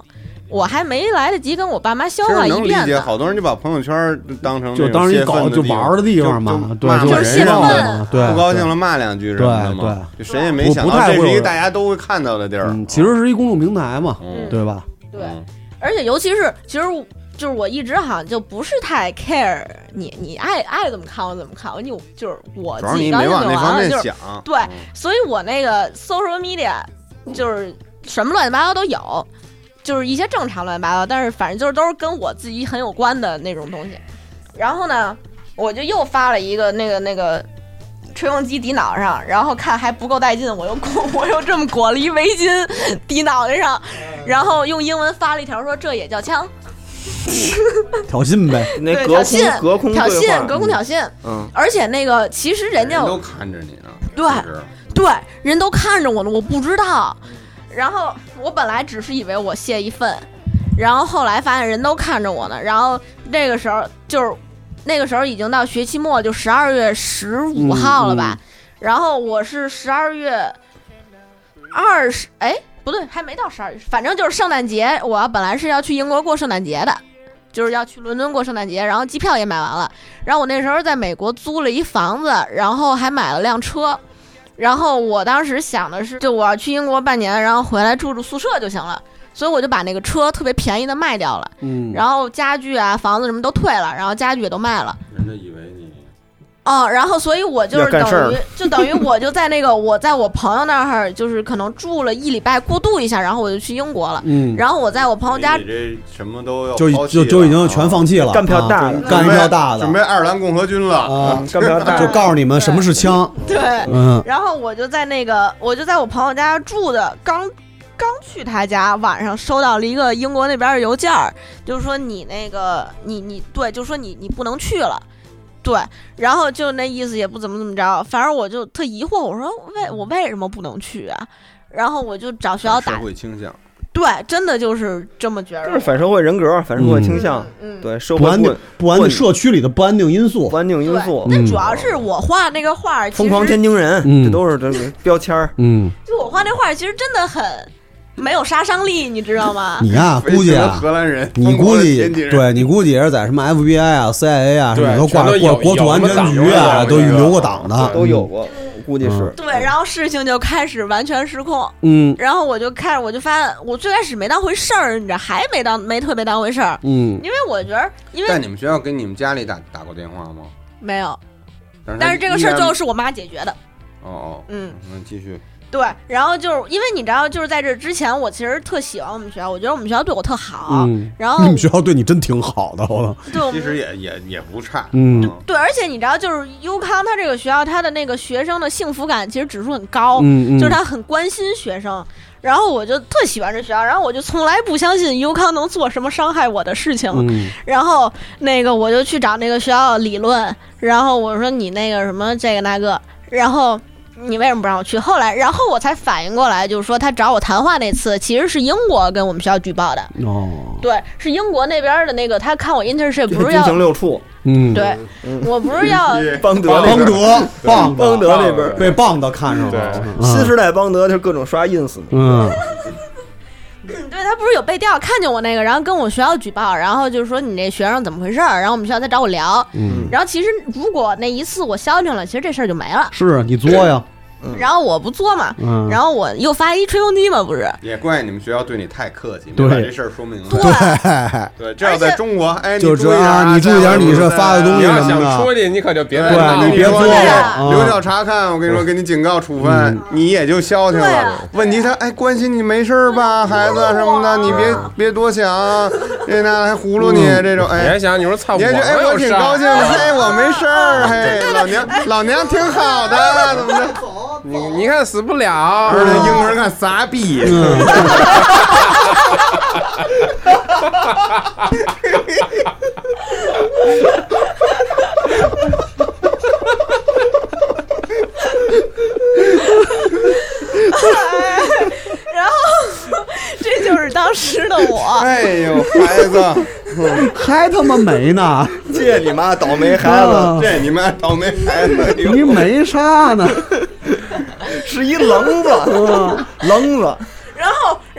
我还没来得及跟我爸妈消化一能理解， 遍呢。 好多人就把朋友圈当成就当成一搞就玩的地方嘛，对， 就是泄愤， 对， 不高兴了骂两句什么的嘛，对，谁也没想到这是一个大家都会看到的地儿， 其实是一公众平台嘛，对吧？ 对，而且尤其是其实就是我一直好像就不是太 care 你你爱爱怎么看我怎么看，我就就是我自己高兴就完了，就是对，所以我那个 social media 就是什么乱七八糟都有。就是一些正常乱七八糟，但是反正就是都是跟我自己很有关的那种东西。然后呢，我就又发了一个那个那个吹风机抵脑上，然后看还不够带劲，我又裹我又这么裹了一围巾抵脑袋上，然后用英文发了一条说这也叫枪， 挑衅呗， 那对挑衅隔空挑衅隔空挑衅， 嗯， 而且那个其实人家都看着你呢， 对对，人都看着我呢，我不知道。然后我本来只是以为我泄一愤，然后后来发现人都看着我呢。然后那个时候就是那个时候已经到学期末，就十二月十五号了吧。嗯嗯、然后我是十二月二十，哎，不对，还没到十二月，反正就是圣诞节。我本来是要去英国过圣诞节的，就是要去伦敦过圣诞节，然后机票也买完了。然后我那时候在美国租了一房子，然后还买了辆车。然后我当时想的是，就我要去英国半年，然后回来住住宿舍就行了，所以我就把那个车特别便宜的卖掉了，嗯，然后家具啊、房子什么都退了，然后家具也都卖了。 人家以为你哦，然后所以我就是等于就等于我就在那个我在我朋友那儿，就是可能住了一礼拜过渡一下，然后我就去英国了，嗯，然后我在我朋友家， 你这什么都要就就就已经全放弃了， 干票大的， 干一票大的， 准备爱尔兰共和军了啊，干票大，就告诉你们什么是枪， 对，嗯，然后我就在那个我就在我朋友家住的，刚刚去他家，晚上收到了一个英国那边的邮件，就是说你那个你你对，就说你你不能去了。对，然后就那意思也不怎么怎么着，反正我就特疑惑，我说为我为什么不能去啊？然后我就找学校打。 社会倾向。 对，真的就是这么觉得。 就是反社会人格、反社会倾向，嗯，对，社会不安定、不安定社区里的不安定因素， 不安定因素。 那主要是我画那个画， 疯狂天津人， 嗯、 这都是这个标签儿。 嗯， 就我画那画，其实真的很。没有杀伤力，你知道吗？ 你呀、啊，估计啊， 荷兰人， 你估计对你估计也是在什么 F B I 啊、C I A 啊，什么都挂过国土安全局啊，都留过档的， 都有过，估计是。 对，然后事情就开始完全失控。 嗯， 然后我就开始，我就发现，我最开始没当回事儿，你知道，还没当没特别当回事儿。 嗯， 因为我觉得，因为在你们学校给你们家里打打过电话吗？ 没有， 但是但是这个事儿最后是我妈解决的。 哦哦， 嗯， 那继续。 对，然后就是因为你知道，就是在这之前，我其实特喜欢我们学校，我觉得我们学校对我特好。 嗯， 然后你们学校对你真挺好的，我对， 其实也也也不差。 嗯， 对，而且你知道，就是优康他这个学校，他的那个学生的幸福感其实指数很高， 嗯嗯， 就是他很关心学生。然后我就特喜欢这学校，然后我就从来不相信优康能做什么伤害我的事情。 嗯， 然后那个我就去找那个学校理论，然后我说你那个什么这个那个，然后。你为什么不让我去？后来，然后我才反应过来，就是说他找我谈话那次，其实是英国跟我们学校举报的。 哦， 对，是英国那边的那个，他看我 internship 不是要军情六处， 嗯， 对， 嗯、 我不是要邦德， 邦德，邦邦德那边被邦德看上了。 新时代邦德就各种刷 ins 嘛。 嗯。 对，他不是有被调看见我那个，然后跟我学校举报，然后就是说你这学生怎么回事儿，然后我们学校再找我聊。 嗯， 然后其实如果那一次我消停了，其实这事儿就没了。 是你作呀。 嗯、 然后我不作嘛， 嗯、 然后我又发一吹风机嘛，不是？ 也怪你们学校对你太客气，没把这事儿说明了。 对对，这要在中国，哎， 就是啊， 你注意点，你是发的东西你要想出去，你可就别对，你别作了。 留校察看，我跟你说，给你警告处分，你也就消停了。问题他哎关心你没事吧，孩子什么的，你别别多想，这那还葫芦你这种，哎， 别想你说操， 你哎我挺高兴，嘿我没事儿，嘿老娘老娘挺好的，怎么着？ 你你看死不了， 而且婴儿看傻逼。嗯然后这就是当时的我。 哎呦，孩子， 嗯、还他妈没呢！ 这你妈倒霉孩子， 啊、 这你妈倒霉孩子， 你没啥呢。 是一棱子，嗯、棱子。 然后，然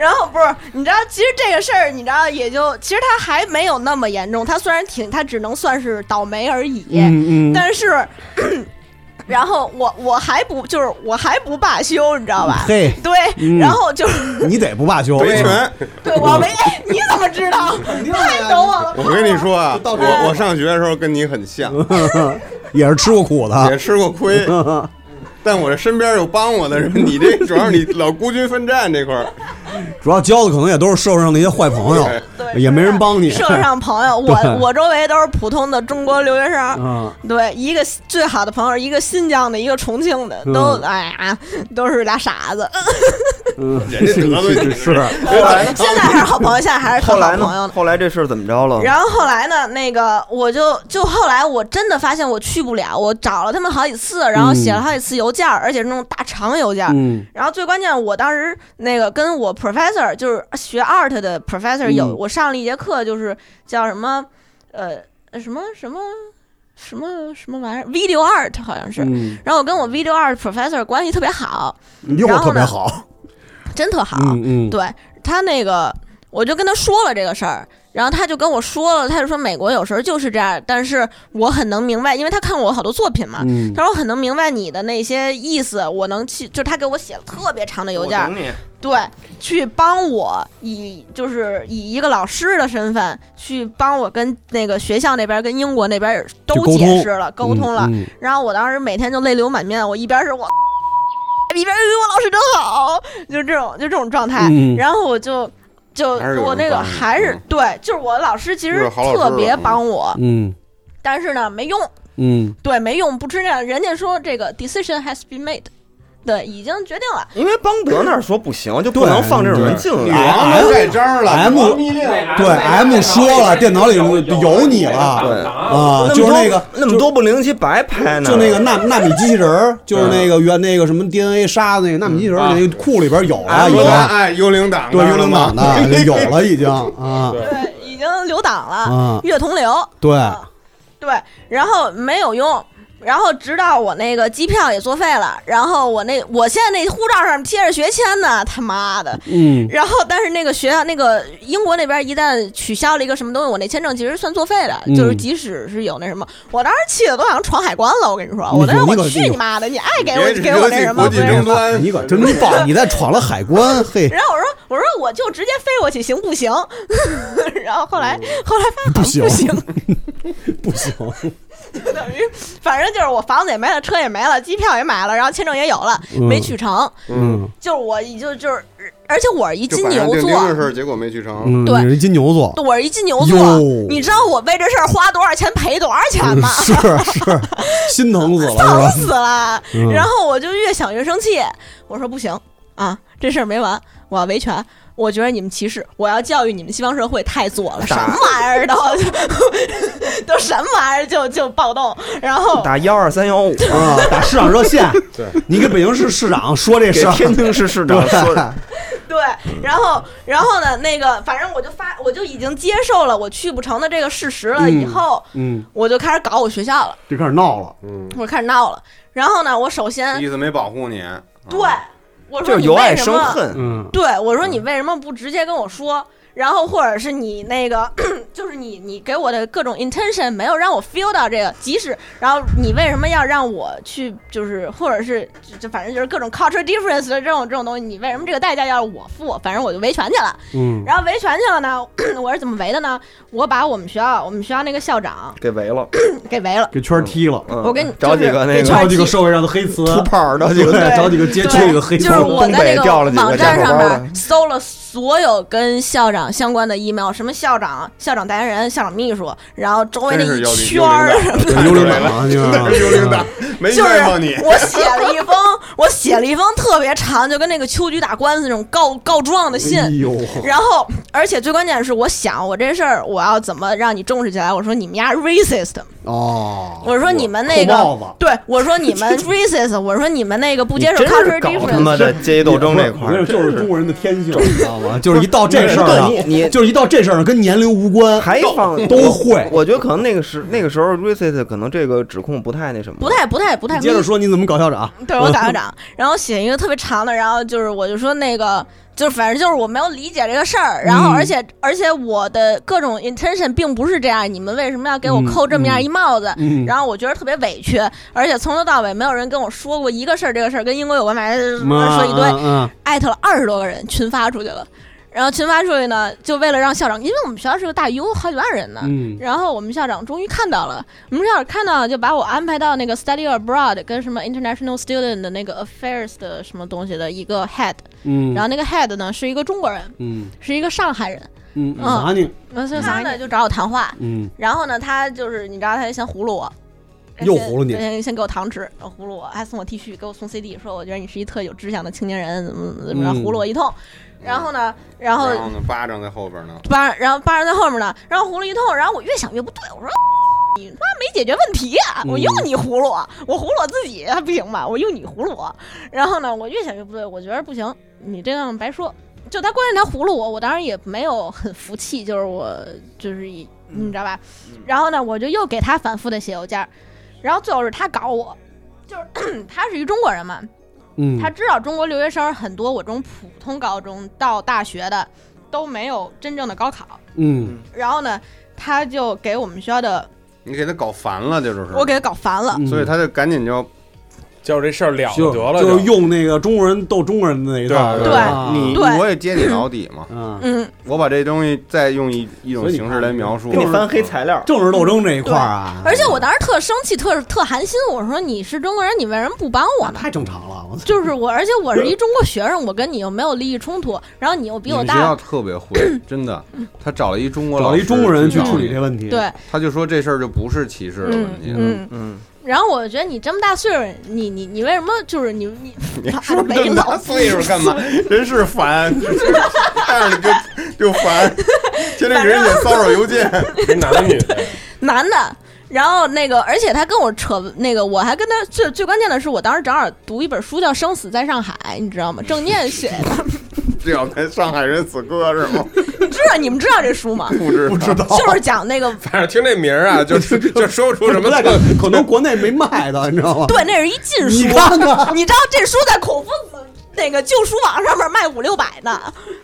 然后不是，你知道，其实这个事儿，你知道，也就其实他还没有那么严重，他虽然挺，他只能算是倒霉而已， 嗯嗯， 但是。然后我我还不就是我还不罢休，你知道吧？ 嘿， 对，嗯、然后就是你得不罢休， 维权。 对，我维，哎，你怎么知道？太懂我了。 我跟你说啊，我我上学的时候跟你很像， 也是吃过苦的， 也吃过亏。但我这身边有帮我的人，你这主要是你老孤军奋战这块儿， 主要交的可能也都是社会上那些坏朋友，也没人帮你。 社会上朋友，我我周围都是普通的中国留学生，嗯、对，一个最好的朋友，一个新疆的，一个重庆的，都、嗯、哎呀，都是俩傻子。 嗯，人家得罪是。 后来现在还是好朋友，现在还是好朋友呢。 后来这事儿怎么着了？ 然后后来呢，那个我就就后来我真的发现我去不了，我找了他们好几次，然后写了好几次邮件，嗯、而且是那种大长邮件。嗯。然后最关键，我当时那个跟我 professor 就是学 art 的 professor 有、嗯、我上了一节课，就是叫什么呃什么什么。什么什么玩意儿 ？video art 好像是，嗯、然后我跟我 video art professor 关系特别好， 又特别好， 真特好。 嗯嗯， 对他那个，我就跟他说了这个事儿，然后他就跟我说了，他就说美国有时候就是这样，但是我很能明白，因为他看过我好多作品嘛，嗯、他说我很能明白你的那些意思，我能去，就他给我写了特别长的邮件。对，去帮我以就是以一个老师的身份去帮我跟那个学校那边跟英国那边都解释了沟通了、嗯嗯、然后我当时每天就泪流满面，我一边是我一边我老师真好，就这种就这种状态、嗯、然后我就就我那个还是、嗯、对，就是我老师其实特别帮我， 嗯， 但是呢没用， 嗯， 对，没用，不是那样，人家说这个 decision has been made，对，已经决定了。 因为邦德那儿说不行，就不能放这种人进来。 M 盖章了 ，M 对 M 说了，电脑里有你了， 对啊，就是那个那么多部零零七白拍呢， 就那个纳纳米机器人，就是那个原那个什么 D N A 杀的那个纳米机器人，那个库里边有了，已经哎幽灵党对幽灵党的有了已经啊， 对，已经留档了，月同流， 对对，然后没有用。然后直到我那个机票也作废了，然后我那我现在那护照上贴着学签呢，他妈的， 嗯， 然后但是那个学校那个英国那边一旦取消了一个什么东西，我那签证其实算作废的，嗯、就是即使是有那什么，我当时气的都想闯海关了，我跟你说，我当时我去你妈的，你爱给我给我那什么， 你可真棒，你再闯了海关，嘿， 然后我说我说我就直接飞过去行不行？然后后来后来发现不行不行不行。 就等于，反正就是我房子也没了，车也没了，机票也买了，然后签证也有了，嗯、没去成。 嗯， 就是我就就是，而且我是一金牛座， 这事儿结果没去成。 嗯、 对， 你是金牛座， 我是一金牛座。你知道我为这事儿花多少钱，赔多少钱吗？ 是是，心疼死了， 疼死了。嗯、然后我就越想越生气，我说不行啊，这事儿没完，我要维权。我觉得你们歧视，我要教育你们西方社会太左了，什么玩意儿都都什么玩意儿就就暴动，然后打幺二三幺五啊，打市长热线，对，你给北京市市长说这事儿， 天津市市长说， 对，然后然后呢，那个反正我就发，我就已经接受了我去不成的这个事实了，以后， 嗯， 我就开始搞我学校了， 就开始闹了， 嗯， 我开始闹了，然后呢，我首先意思没保护你， 对。我说你由爱生恨， 嗯， 对，我说你为什么不直接跟我说？然后或者是你那个，就是你你给我的各种 intention 没有让我 feel 到这个，即使然后你为什么要让我去，就是或者是就反正就是各种 culture difference 的这种这种东西，你为什么这个代价要我付？反正我就维权去了， 嗯， 然后维权去了呢，我是怎么维的呢？我把我们学校我们学校那个校长给围了， 给围了， 给圈踢了。 嗯、 我给你找几个那个找几个社会上的黑词， 秃炮，找几个找几个街区里的黑词， 就是我在那个网站上面搜了所有跟校长相关的 email。什么校长、校长代言人、校长秘书，然后周围那一圈儿什么的， 幽灵党， 幽灵党，没就是我写了一封，我写了一封特别长，就跟那个秋菊打官司那种告告状的信。 哎、 然后，而且最关键是，我想我这事儿我要怎么让你重视起来？我说你们家 racist 哦， 我说你们那个对，我说你们 racist， 我说你们那个不接受 culture difference， 他妈的阶级斗争这块儿， 就是中国人的天性，你知道吗？就是一到这事儿上， 你就是一到这事儿上跟年龄无关， 还放都会。 我觉得可能那个时那个时候 racist 可能这个指控不太那什么， 不太不太也不太接着说你怎么搞校长？ 对我搞校长，然后写一个特别长的，然后就是我就说那个。就是反正就是我没有理解这个事儿，然后而且、嗯、而且我的各种 intention 并不是这样，你们为什么要给我扣这么样一帽子？嗯嗯、然后我觉得特别委屈，而且从头到尾没有人跟我说过一个事儿，这个事儿跟英国有关，反正说一堆， 嗯、 艾特了二十多个人，群发出去了。然后群发出去呢，就为了让校长，因为我们学校是个大有好几万人呢，嗯，然后我们校长终于看到了，我们校长看到了就把我安排到那个 study abroad 跟什么 international student 的那个 affairs 的什么东西的一个 head， 嗯，然后那个 head 呢是一个中国人，嗯，是一个上海人， 嗯嗯，啥呢？ 嗯，所以他呢就找我谈话，嗯，然后呢他就是你知道他就先葫芦我。 又葫芦你， 先先给我糖吃，然后葫芦我，还送我 T 恤，给我送 C D， 说我觉得你是一特有志向的青年人，怎么怎么着，葫芦我一通。然后呢，然后然后呢，巴掌在后边呢， 巴然后巴掌在后面呢，然后葫芦一通，然后我越想越不对，我说你妈没解决问题啊，我用你葫芦，我葫芦我自己还不行吧，我用你葫芦我。然后呢，我越想越不对，我觉得不行，你这样白说。就他关键他葫芦我，我当然也没有很服气，就是我就是你知道吧？然后呢，我就又给他反复的写邮件。然后最后是他搞我，就是他是一中国人嘛，嗯，他知道中国留学生很多，我这种普通高中到大学的都没有真正的高考，嗯，然后呢，他就给我们学校的， 你给他搞烦了，就是我给他搞烦了， 嗯、所以他就赶紧就。 就这事儿了得了， 就是用那个中国人斗中国人的那一套。 对， 对你我也揭你老底嘛。嗯，我把这东西再用一一种形式来描述， 给你翻黑材料， 政治斗争这一块啊。 而且我当时特生气，特特寒心，我说你是中国人，你为什么不帮我呢？ 太正常了， 就是我，而且我是一中国学生，我跟你又没有利益冲突，然后你又比我大。 学校特别会，真的，他找了一中国老师，找了一中国人去处理这问题。 对， 他就说这事儿就不是歧视的问题。 嗯嗯。然后我觉得你这么大岁数，你你你为什么就是你你你说这么大岁数干嘛？真是烦，看着就就烦，天天给人家骚扰邮件， 男的女的？ 男的。然后那个，而且他跟我扯那个，我还跟他最最关键的是，我当时正好读一本书叫《生死在上海》，你知道吗？郑念写的。 这要跟上海人死磕是吗？ 你知道你们知道这书吗？ 不知不知道， 就是讲那个， 反正听这名啊，就就说不出什么来， 可能国内没卖的，你知道吗？ 对，那是一禁书。 你看看， 你知道这书在孔夫子那个旧书网上面卖五六百呢。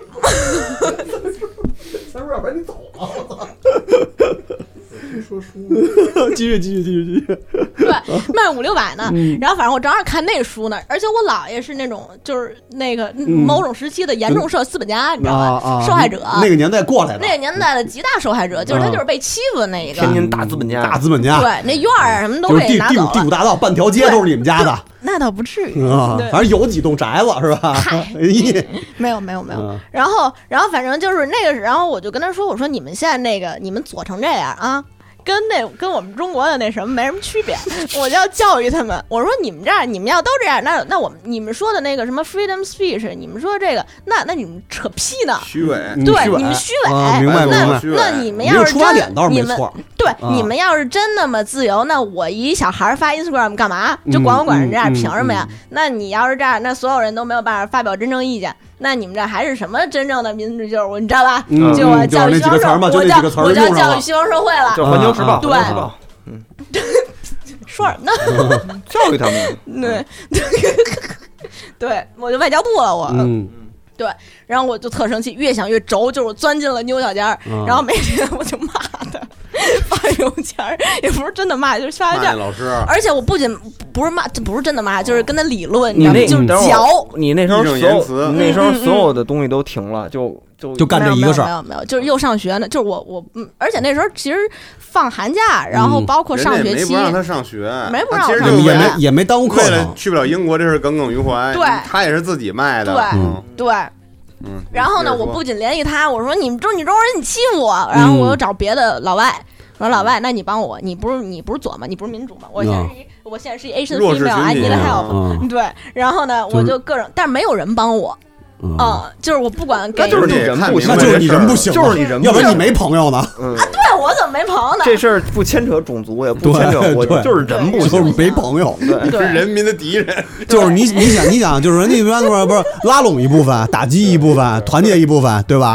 三叔，要不然你走了，我操！说书，继续继续继续继续。 对，卖五六百呢。嗯、然后反正我正好看那书呢，而且我姥爷是那种就是那个某种时期的严重社资本家，嗯、你知道吧？啊啊、受害者。 那个年代过来的。 那个年代的极大受害者，就是他就是被欺负的那一个。 天津大资本家， 大资本家。 对，那院儿什么都被拿走了。 第五大道半条街都是你们家的。 那倒不至于啊，反正有几栋宅子是吧？ 没有没有没有。然后然后反正就是那个，然后我就跟他说，我说你们现在那个你们左成这样啊。跟那跟我们中国的那什么没什么区别，我就要教育他们。我说你们这样，你们要都这样，那那我们你们说的那个什么 freedom speech， 你们说这个，那那你们扯屁呢？ 虚伪， 对，你们虚伪。 啊、明白明白。 那你们要是真， 你们对、啊、你们要是真那么自由，那我一小孩发 Instagram 干嘛？就管我管成这样，凭什么呀？那你要是这样，那所有人都没有办法发表真正意见。那你们这还是什么真正的民主？就是我，你知道吧？嗯、就我教育希望社，我叫我叫教育希望社会了， 叫环球时报。 对， 嗯， 说什么呢？ 教育他们。 对，对，我就外交部了，我。嗯。对，然后我就特生气，越想越轴，就是我钻进了牛角尖儿，嗯、然后每天我就骂他，发邮件也不是真的骂，就是发邮件。 老师， 而且我不仅不是骂，不是真的骂，就是跟他理论，你知道吗？就是嚼。 你那时候所有，那时候所有的东西都停了，就就就干这一个事儿。 没有没有，就是又上学呢，就是我我，嗯，而且那时候其实放寒假，然后包括上学期， 没不让他上学， 没不让他上学， 也没也没耽误课程， 为了去不了英国，这是耿耿于怀。 对， 他也是自己卖的。 对对。嗯，然后呢，我不仅联系他，我说你们中你中国人你欺负我，然后我又找别的老外，我说老外，那你帮我，你不是你不是左吗？你不是民主吗？我现在是一、嗯、我现在是一 Asian female，I need help、嗯。对，然后呢，我就各种，但是没有人帮我。嗯、呃，就是我不管给， 那就是你人不行， 那就是你人不行， 就是你人不行， 要不然你没朋友呢。 嗯、啊，对我怎么没朋友呢？ 这事儿不牵扯种族，也不牵扯国家，就是人不行， 就是没朋友， 对，是人民的敌人。 就是你，你想，你想，就是人家一般都是不是拉拢一部分，打击一部分，团结一部分，对吧？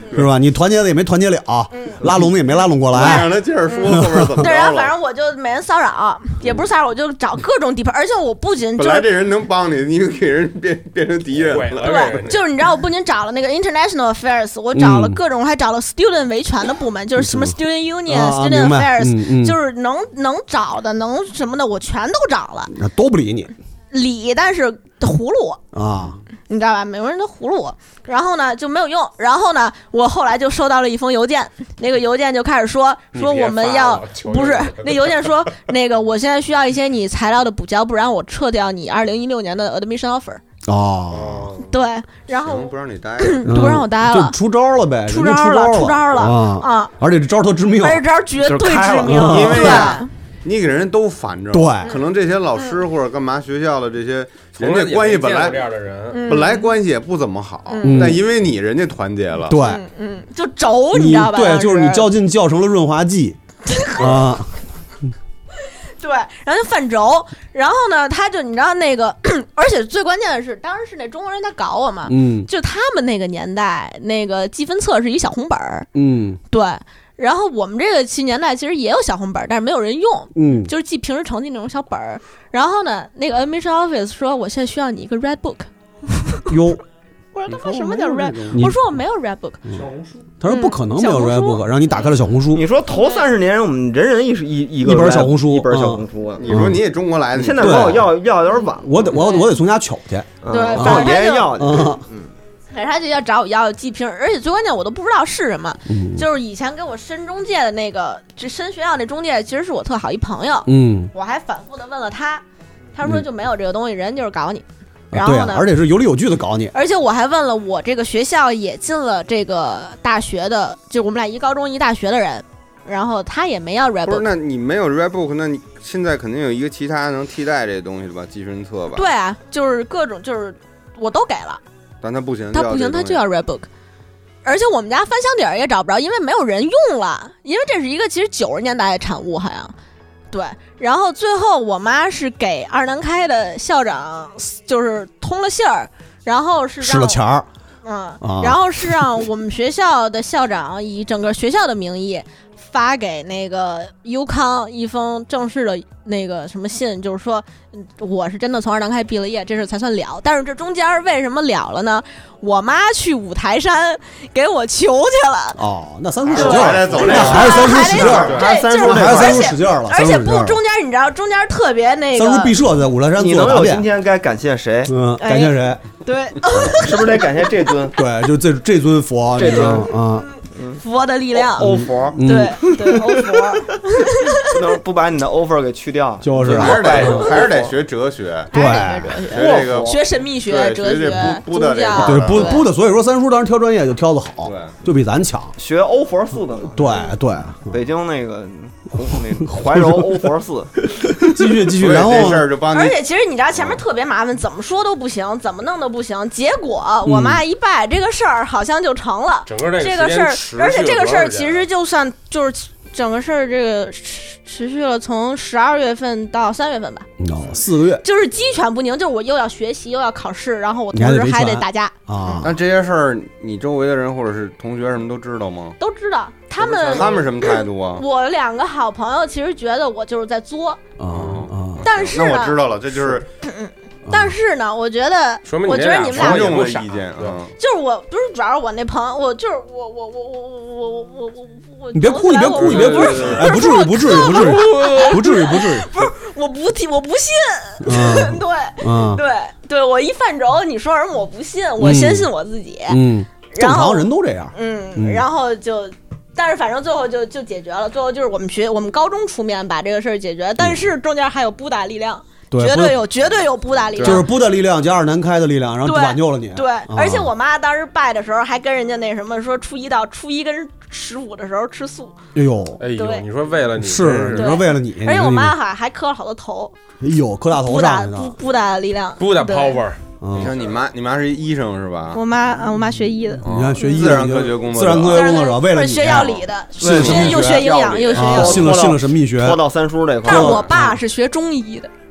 是吧？你团结的也没团结了，拉拢的也没拉拢过来。 让他接着说后边怎么着了。 对，然后反正我就没人骚扰，也不是骚扰，我就找各种地盘，而且我不仅就是本来这人能帮你，你给人变变成敌人了。 对，就是你知道，我不仅找了那个 International Affairs， 我找了各种，还找了 Student 维权的部门，就是什么 Student Union、Student Affairs， 就是能能找的，能什么的，我全都找了， 都不理你， 理，但是葫芦我啊。 你知道吧？每个人都葫芦我，然后呢就没有用。然后呢，我后来就收到了一封邮件，那个邮件就开始说说我们要不是那邮件说那个我现在需要一些你材料的补交，不然我撤掉你二零一六年的 admission offer。 哦， 对，然后不让你待， 不让我待了， 就出招了呗， 出招了，出招了啊！ 而且这招特致命， 而且这招绝对致命， 因为对。 你给人都烦着， 对， 可能这些老师或者干嘛学校的这些，人家关系本来本来关系也不怎么好，但因为你人家团结了， 对， 嗯，就轴，你知道吧？ 对，就是你较劲较成了润滑剂啊。 对，然后就犯轴，然后呢，他就你知道那个，而且最关键的是，当时是那中国人他搞我嘛， 嗯， 就他们那个年代，那个积分册是一小红本儿， 嗯， 对。然后我们这个七年代其实也有小红本，但是没有人用， 嗯， 就是记平时成绩那种小本儿。然后呢，那个 admission office 说我现在需要你一个 red book。 哟， 我说他妈什么叫 red？ 我说我没有 red book。 小红书。他说不可能没有 red book， 然后你打开了小红书。 你说头三十年我们人人一一一个一本小红书， 一本小红书啊。 你说你也中国来的， 现在管我要要有点晚， 我得我我得从家取去， 对， 找我爷爷要去。 嗯。反正他就要找我要记评，而且最关键我都不知道是什么，嗯、就是以前给我申中介的那个，这申学校那中介其实是我特好一朋友， 嗯， 我还反复的问了他，他说就没有这个东西，嗯、人就是搞你，然后呢、 啊，而且是有理有据的搞你， 而且我还问了我这个学校也进了这个大学的，就我们俩一高中一大学的人，然后他也没要 red book。 不是，那你没有 red book， 那你现在肯定有一个其他能替代这东西的吧？积分册吧？ 对啊，就是各种就是我都给了。 但他不行， 他不行，他就要 red book， 而且我们家翻箱底儿也找不着，因为没有人用了，因为这是一个其实九十年代的产物，好像对。然后最后我妈是给二南开的校长就是通了信儿，然后是使了钱儿， 嗯、啊，然后是让我们学校的校长以整个学校的名义发给那个优康一封正式的那个什么信，就是说我是真的从二南开毕了业，这事才算了。但是这中间为什么了了呢？我妈去五台山给我求去了。 哦，那三叔使劲儿， 那还是三叔使劲儿， 还是三叔还是三叔使劲儿了。 而且不中间你知道，中间特别那个三叔毕设在五台山做答辩。你能有今天该感谢谁？ 嗯，感谢谁？ 对， 是不是得感谢这尊？ 对，就这这尊佛， 这尊啊。 佛的力量， 欧佛， 对对，欧佛， 不能不把你的 offer 给去掉， 就是还是得还是得学哲学， 对， 学这个学神秘学、哲学、宗教， 对，不不的。所以说，三叔当时挑专业就挑的好，就比咱强， 学欧佛寺的， 对对， 北京那个那怀柔欧佛寺， 继续继续，然后这事儿就帮你。 而且其实你知道前面特别麻烦，怎么说都不行，怎么弄都不行。结果我妈一拜，这个事儿好像就成了。 整个这个事儿，而且这个事儿其实就算就是整个事儿，这个持续了从十二月份到三月份吧， 哦，四个月， 就是鸡犬不宁，就是我又要学习又要考试，然后我同时还得打架啊。 那这些事儿，你周围的人或者是同学什么都知道吗？ 都知道，他们他们什么态度啊？ 我两个好朋友其实觉得我就是在作啊啊， 但是那我知道了，这就是。 但是呢，我觉得，我觉得你们俩用的意见， 嗯，就是我不是主要是我那朋友，我就是我我我我我我我我我， 你别哭，你别哭，你别哭，哎，不至于，不至于，不至于，不至于，不至于， 不是，我不提，我不信，对，对对，我一犯轴，你说什么我不信，我先信我自己， 嗯，正常人都这样， 嗯，然后就。但是反正最后就就解决了，最后就是我们学我们高中出面把这个事儿解决，但是中间还有布达力量。 对， 绝对有，绝对有布达力量， 就是布达力量加二南开的力量，然后挽救了你。 对，啊、而且我妈当时拜的时候还跟人家那什么说，初一到初一跟十五的时候吃素。 哎呦， 哎呦，你说为了你是，你说为了你， 而且我妈还还磕了好多头。 哎呦，磕大头上布布达力量， 布达 power。 你说你妈，你妈是医生是吧？ 我妈啊，我妈学医的。 你看学医的， 自然科学工作者， 自然科学工作者，为了你学药理的， 信了神秘又学营养又学药理， 信了信了神秘学， 拖到三叔这块。 但是我爸是学中医的。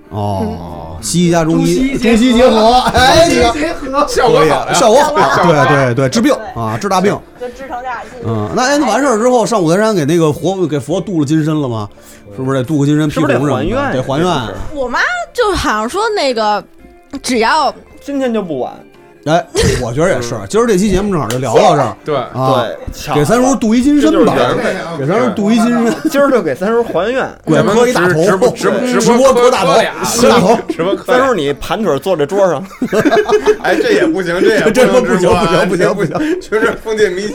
哦，西医加中医，中西结合，哎，你看结合效果好， 效果好，对对对，治病啊，治大病， 就治成这样。 嗯，那哎，完事儿之后上五台山给那个佛给佛镀了金身了吗？是不是得镀个金身？ 是不是得还愿？ 得还愿。 我妈就好像说那个，只要今天就不晚。 哎，我觉得也是。今儿这期节目正好就聊到这儿。 对啊， 对， 给三叔镀一金身吧，给三叔镀一金身。 今儿就给三叔还愿， 鬼磕一大头， 直播直直播磕大头，磕大头。 三叔你盘腿坐在桌上， 哎，这也不行，这也这不不行，不行，不行，不行， 就是封建迷信。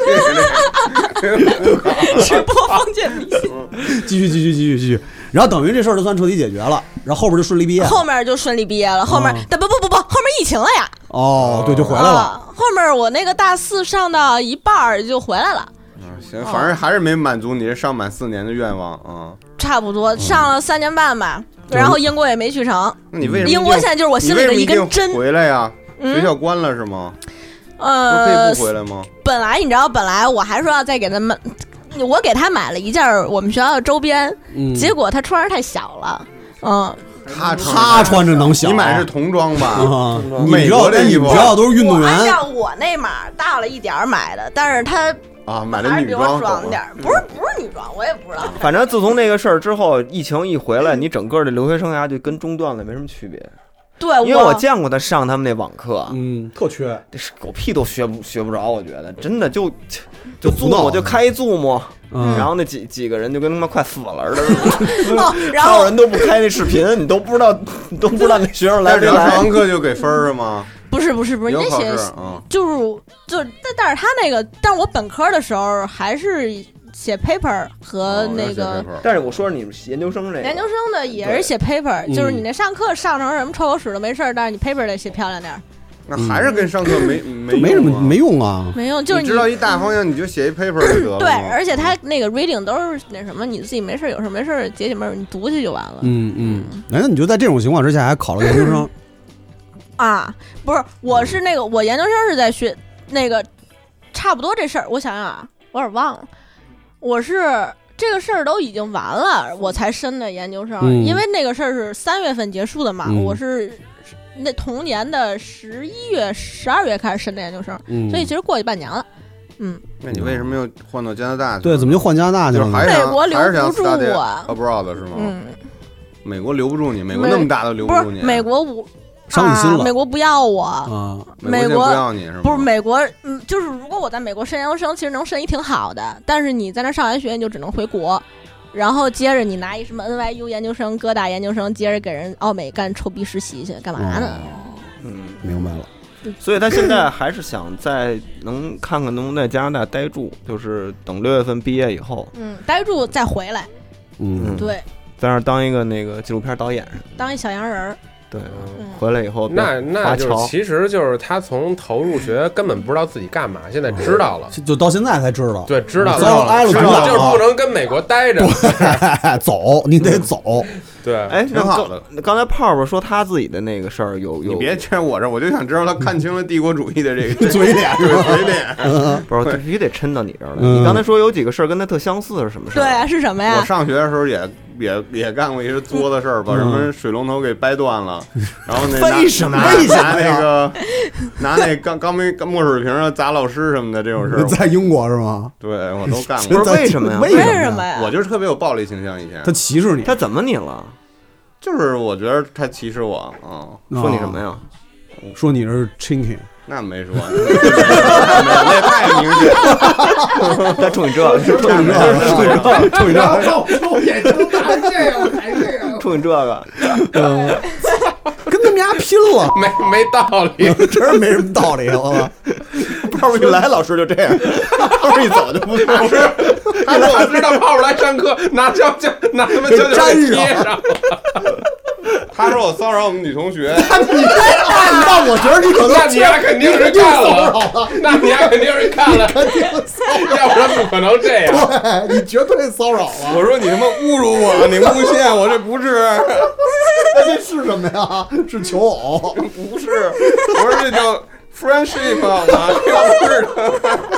直播封建迷信。 继续，继续，继续，继续。然后等于这事儿就算彻底解决了，然后后边就顺利毕业了。 后面就顺利毕业了，后面但不不不不，后面疫情了呀。 哦，对，就回来了。 啊、后面我那个大四上到一半就回来了。 嗯，行，反正还是没满足你这上满四年的愿望啊。嗯、 差不多上了三年半吧，嗯、然后英国也没去成。 那你为什么？ 英国现在就是我心里的一根针。 回来呀？学校关了是吗？ 呃， 可以不回来吗？ 本来你知道，本来我还说要再给他们。我给他买了一件我们学校的周边，嗯、结果他穿着太小了，嗯， 他他穿着能小， 你买是童装吧？ 啊、 美国的衣服， 你知道都是运动员。 按照我那码大了一点买的，但是他啊买的女装， 装点，不是不是女装，我也不知道。 反正自从那个事儿之后，疫情一回来，你整个的留学生涯就跟中断了，没什么区别。 对， 因为我见过他上他们那网课， 嗯，特缺， 狗屁都学不学不着，我觉得真的就就 Zoom 就开 Zoom，嗯，然后那几几个人就跟他妈快死了似的， 哦，然后人都不开那视频，你都不知道，你都不知道那学生来没来。 上完课就给分儿吗？ 不是不是不是，那些就是就但但是他那个，但是我本科的时候还是。写 paper 和那个， 哦、但是我说你们研究生这个， 研究生的也是写 paper，、嗯、就是你那上课上成什么臭狗屎都没事儿，但是你 paper 得写漂亮点儿。 那还是跟上课没、嗯、没没什么没用啊， 没用，就是你, 你知道一大方向，你就写一 paper 就得了。 对，而且他那个 reading 都是那什么，你自己没事有事没事解解闷，你读去就完了。 嗯嗯，哎，那你就在这种情况之下还考了研究生啊？不是，我是那个我研究生是在学那个差不多这事儿，我想想啊，我有点忘了。我是这个事儿都已经完了，我才申的研究生，嗯、因为那个事儿是三月份结束的嘛，嗯、我是那同年的十一月、十二月开始申的研究生，嗯、所以其实过去半年了。嗯， 那你为什么又换到加拿大去？ 对，怎么就换加拿大去了？ 美国留不住我 ，abroad 是吗？ 嗯， 美国留不住你，美国那么大都留不住你。 美国我。 伤你心了、 啊，美国不要我啊！ 美国不要你是吗？ 不是美国，嗯，就是如果我在美国申研究生，其实能申一挺好的，但是你在那上完学你就只能回国，然后接着你拿一什么 N Y U 研究生、哥大研究生，接着给人奥美干臭逼实习去，干嘛呢？ 嗯， 明白了。 所以他现在还是想再能看看能不能在加拿大待住，就是等六月份毕业以后， 嗯，待住再回来， 嗯， 对， 在那儿当一个那个纪录片导演， 当一小洋人儿。 对，回来以后那那就其实就是他从头入学根本不知道自己干嘛，现在知道了， 就到现在才知道。 对，知道了，挨了知道， 就是不能跟美国待着， 走，你得走。 对， 哎，挺好的。刚才泡泡说他自己的那个事儿，有有， 你别劝我这，我就想知道他看清了帝国主义的这个嘴脸， 嘴脸， 不是必须得抻到你这儿来。你刚才说有几个事儿跟他特相似是什么事儿？ 对啊，是什么呀？ 我上学的时候也也也干过一些作的事儿，把什么水龙头给掰断了，然后那为什么拿那个拿那钢钢杯墨水瓶上砸老师什么的这种事儿， 在英国是吗？ 对，我都干过。 不是为什么呀？ 为什么呀？ 我就是特别有暴力倾向，以前他歧视你， 他怎么你了？ 就是我觉得他歧视我啊， 嗯、说你什么呀？ 说你是 chinky， 那没说，那太明显了。 他冲你这， 冲你这，冲你这， 冲眼睛大这样，还这样， 冲你这个， 嗯，跟他们家拼了， 没没道理， 真是没什么道理，我操！ 泡泡一来，老师就这样；泡泡一走就不老师，他说我知道泡泡来上课，拿胶胶拿他妈胶胶给贴上。 他说我骚扰我们女同学， 那你那我觉得你可能那你还肯定是干了，那你还肯定是干了，要不然不可能这样。 对，你绝对骚扰了。 我说你他妈侮辱我，你诬陷我，这不是。 那这是什么呀？是求偶？ 不是，我说这叫 friendship 好吗？这不是的。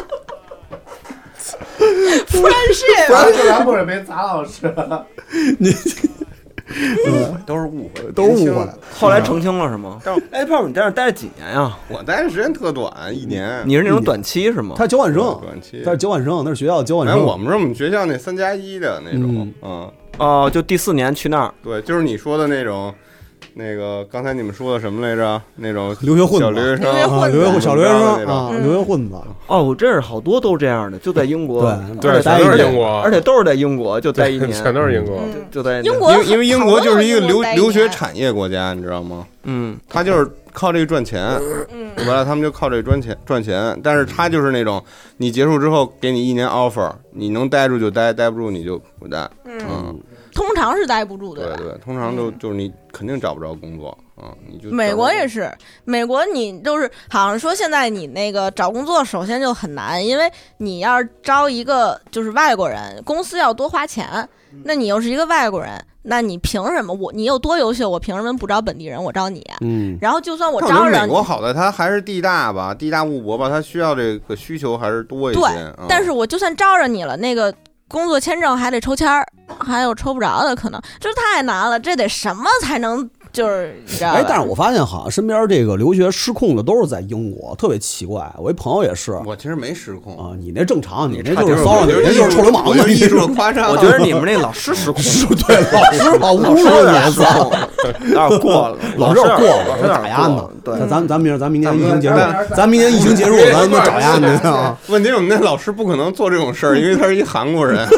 friendship， 咱这然不是没砸老师。 你都是误会， 都是误会。 后来澄清了是吗？哎，泡泡，你在那待了几年呀？ 我待的时间特短，一年。 你是那种短期是吗？ 他是交换生， 短期， 他是交换生，那是学校交换生。 哎，我们是我们学校那三加一的那种，嗯， 哦，就第四年去那儿。 对，就是你说的那种。那个刚才你们说的什么来着？那种留学混子， 小留学生， 啊、留学小留学生啊，留学混子。 哦，我这是好多都这样的，就在英国， 对对，全都是英国， 而且都是在英国，就待一年， 全都是英国， 就在英国， 因为英国就是一个留留学产业国家，你知道吗？ 嗯， 他就是靠这个赚钱，完了他们就靠这个赚钱赚钱，但是他就是那种你结束之后给你一年 offer， 你能待住就待，待不住你就滚蛋，嗯。 通常是待不住的， 对对，通常都就是你肯定找不着工作啊、嗯，你就美国也是，美国你就是好像说现在你那个找工作首先就很难，因为你要是招一个就是外国人，公司要多花钱，那你又是一个外国人，那你凭什么我你有多优秀，我凭什么不招本地人，我招你？嗯，然后就算我招着美国好在它还是地大吧，地大物博吧，它需要这个需求还是多一些。 对， 嗯、 但是我就算招着你了，那个。工作签证还得抽签儿，还有抽不着的可能，这太难了，这得什么才能就是你知道吧？ 哎，但是我发现好像身边这个留学失控的都是在英国，特别奇怪。我一朋友也是， 我其实没失控啊，你那正常，你那就是骚扰，你那就是臭流氓的艺术夸张。 我觉得你们那老师失控， 对，老师把侮辱你，操， 有点过了， 老师有点过了，老师打压呢。对，咱咱明咱明年疫情结束，咱明年疫情结束，咱们找压你啊。 问题我们那老师不可能做这种事儿，因为他是一韩国人。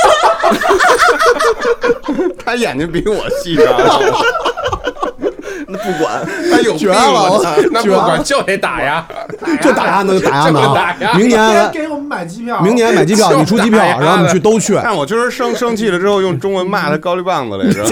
他眼睛比我细啊， 那不管， 他有绝了， 那不管就得打呀， 就打压，那就打压呢。明年给我们买机票， 明年买机票，你出机票，然后我们去都去。 但我就是生生气了之后，用中文骂他高丽棒子来着。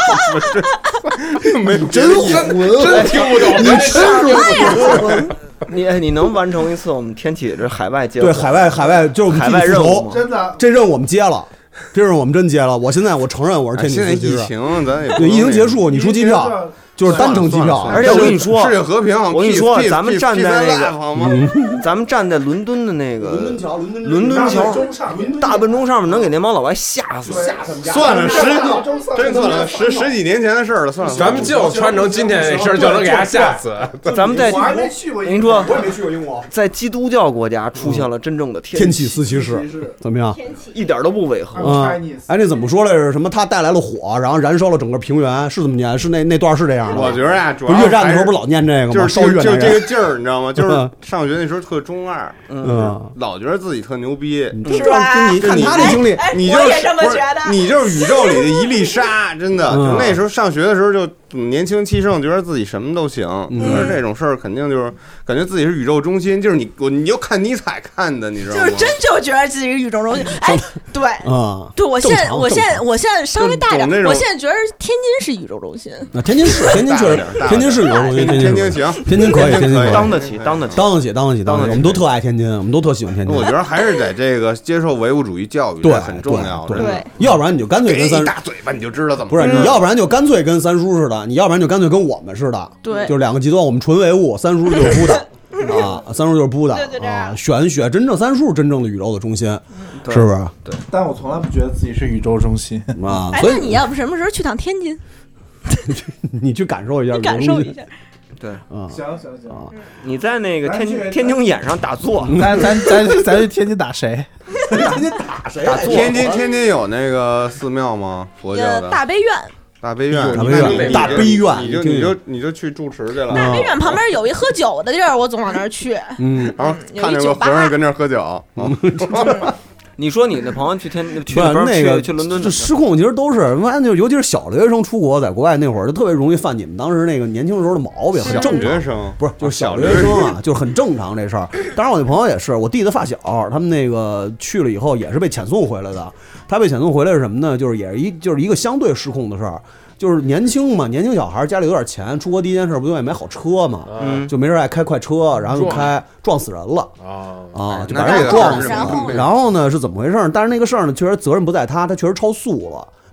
没真混， 真听不懂， 你真是混。 你你能完成一次我们天启这海外接对海外海外就是我们海外任务， 真的这任务我们接了，这任务我们真接了。我现在我承认我是天启司机。 现在疫情咱也对疫情结束，你出机票就是单程机票， 而且我跟你说， 世界和平， 我跟你说，咱们站在那个，咱们站在伦敦的那个伦敦桥，伦敦伦敦桥大笨钟上面，能给那帮老外吓死。 算了，十真算了，十十几年前的事了，算了。 咱们就穿成今天这事儿，就能给他吓死。 咱们在， 我还没去过， 我跟你说， 我也没去过英国。 在基督教国家出现了真正的天启司骑士，怎么样？ 一点都不违和。 嗯，哎，那怎么说来着？什么？他带来了火，然后燃烧了整个平原，是怎么念？是那那段是这样的？ 我觉得呀，主要越战的时候不是老念这个吗？ 就是烧越就这个劲儿，你知道吗？就是上学那时候特中二， 嗯， 老觉得自己特牛逼， 是吧？你看他这经历， 你就是不是你就是宇宙里的一粒沙，真的。就那时候上学的时候就年轻气盛，觉得自己什么都行。而这种事儿肯定就是感觉自己是宇宙中心，就是你我你就看尼采看的，你知道吗？ 就是真就觉得自己是宇宙中心。哎，对啊， 对我现在我现在我现在稍微大一点，我现在觉得天津是宇宙中心。 那天津市，天津确实，天津市宇宙中心， 天津行， 天津可以，天津可以， 当得起，当得起， 当得起，当得起，当得起。我们都特爱天津，我们都特喜欢天津。 我觉得还是得这个接受唯物主义教育， 对， 很重要。 对，要不然你就干脆跟三大嘴巴，你就知道怎么不是，你要不然就干脆跟三叔似的，你要不然就干脆跟我们似的， 对， 就是两个极端，我们纯唯物，三叔就是布的啊，三叔就是布的啊，玄学，真正三叔真正的宇宙的中心，是不是？ 对， 但我从来不觉得自己是宇宙中心啊。 所以你要不什么时候去趟天津？ 你去感受一下， 你感受一下。 对， 啊，行行行， 你在那个天天津眼上打坐， 咱咱咱咱去天津打谁？ 天津打谁？ 打坐。天津天津有那个寺庙吗？佛教的大悲院。 大悲院， 大悲院，大悲院， 你就你就你就去住持去了。 大悲院旁边有一喝酒的地儿，我总往那儿去。 嗯， 然后看见个和尚跟那儿喝酒。 你说你的朋友去天去那个去伦敦， 这失控其实都是，完就尤其是小留学生出国，在国外那会儿就特别容易犯你们当时那个年轻时候的毛病，很正常。 小学生不是就是小留学生啊，就是很正常这事儿。当然我那朋友也是，我弟的发小，他们那个去了以后也是被遣送回来的。他被遣送回来是什么呢？就是也是一就是一个相对失控的事儿。就是年轻嘛，年轻小孩家里有点钱，出国第一件事不就爱买好车嘛，嗯、就没事爱开快车，然后就开撞死人了啊啊，就把人给撞死了。然后呢是怎么回事？但是那个事儿呢，确实责任不在他，他确实超速了。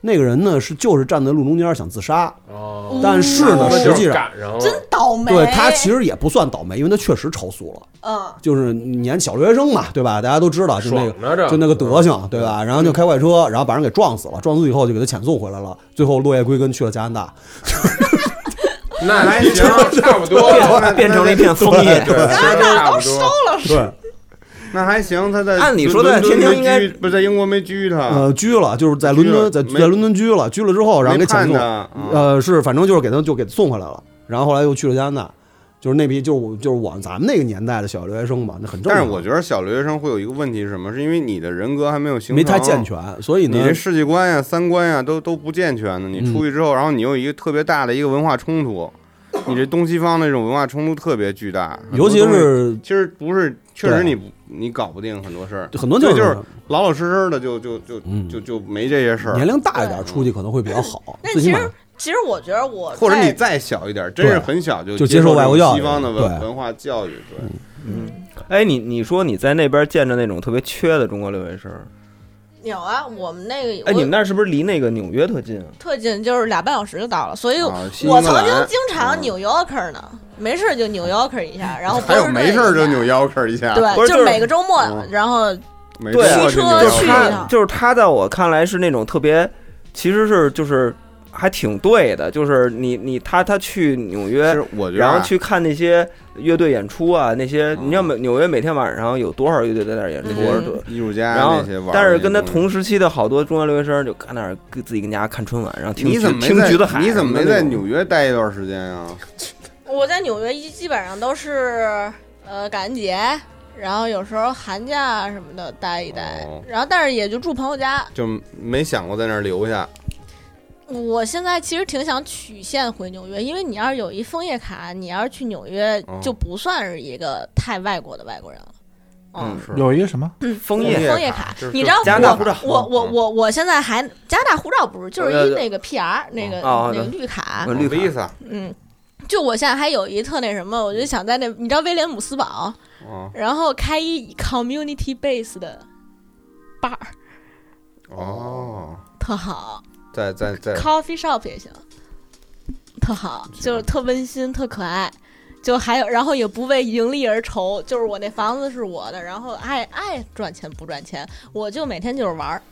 那个人呢是就是站在路中间想自杀， 哦， 但是呢实际上真倒霉， 对他其实也不算倒霉，因为他确实超速了， 嗯， 就是年小留学生嘛，对吧？大家都知道，就那个就那个德行，对吧？然后就开快车，然后把人给撞死了，撞死以后就给他遣送回来了，最后落叶归根去了加拿大。 那还行，差不多变成了一片枫叶， 对， 加拿大都收了， 对。 那还行，他在按理说在天津应该不在英国没拘他， 呃，拘了，就是在伦敦，在在伦敦拘了，拘了之后，然后给遣送，呃，是反正就是给他就给他送回来了，然后后来又去了加拿大，就是那批就是就是我咱们那个年代的小留学生嘛，那很正常。 但是我觉得小留学生会有一个问题是什么？是因为你的人格还没有形成， 没太健全，所以呢， 你这世界观呀、三观呀都都不健全的。你出去之后，然后你有一个特别大的一个文化冲突。你这东西方那种文化冲突特别巨大， 尤其是其实不是，确实你你搞不定很多事儿， 很多就是就是老老实实的就就就就就没这些事儿。 年龄大一点出去可能会比较好。 那其实其实我觉得我或者你再小一点，真是很小就就接受外国教育、 西方的文文化教育。对， 嗯，哎，你你说你在那边见着那种特别缺的中国留学生？ 有啊，我们那个哎，你们那是不是离那个纽约特近啊？ 特近，就是俩半小时就到了。所以我曾经经常纽 Yorker 呢，没事就纽 Yorker 一下，然后还有没事就纽 Yorker 一下， 对，就每个周末，然后对， 骑车去一趟。 就是他在我看来是那种特别，其实是就是还挺对的，就是你你他他去纽约，然后去看那些乐队演出啊，那些你知道纽约每天晚上有多少乐队在那儿演出， 艺术家， 然后但是跟他同时期的好多中国留学生就看那儿自己跟家看春晚，然后听你怎么听橘子海， 你怎么没在纽约待一段时间啊？ 我在纽约一基本上都是呃感恩节，然后有时候寒假什么的待一待，哦、然后但是也就住朋友家， 就没想过在那儿留下。 我现在其实挺想曲线回纽约，因为你要是有一枫叶卡，你要是去纽约就不算是一个太外国的外国人了。 嗯， 嗯有一个什么？ 嗯， 枫叶枫叶卡，你知道加拿大护照？ 我我我我现在还加拿大护照不是，就是一那个 P R 那个那个绿卡， 绿 visa。 嗯，就我现在还有一特那什么，我就想在那，你知道威廉姆斯堡，然后开一 community base 的 bar。 哦， 特好。 在在在 coffee shop 也行，特好，就是特温馨，特可爱，就还有，然后也不为盈利而愁，就是我那房子是我的，然后爱爱赚钱不赚钱，我就每天就是玩儿。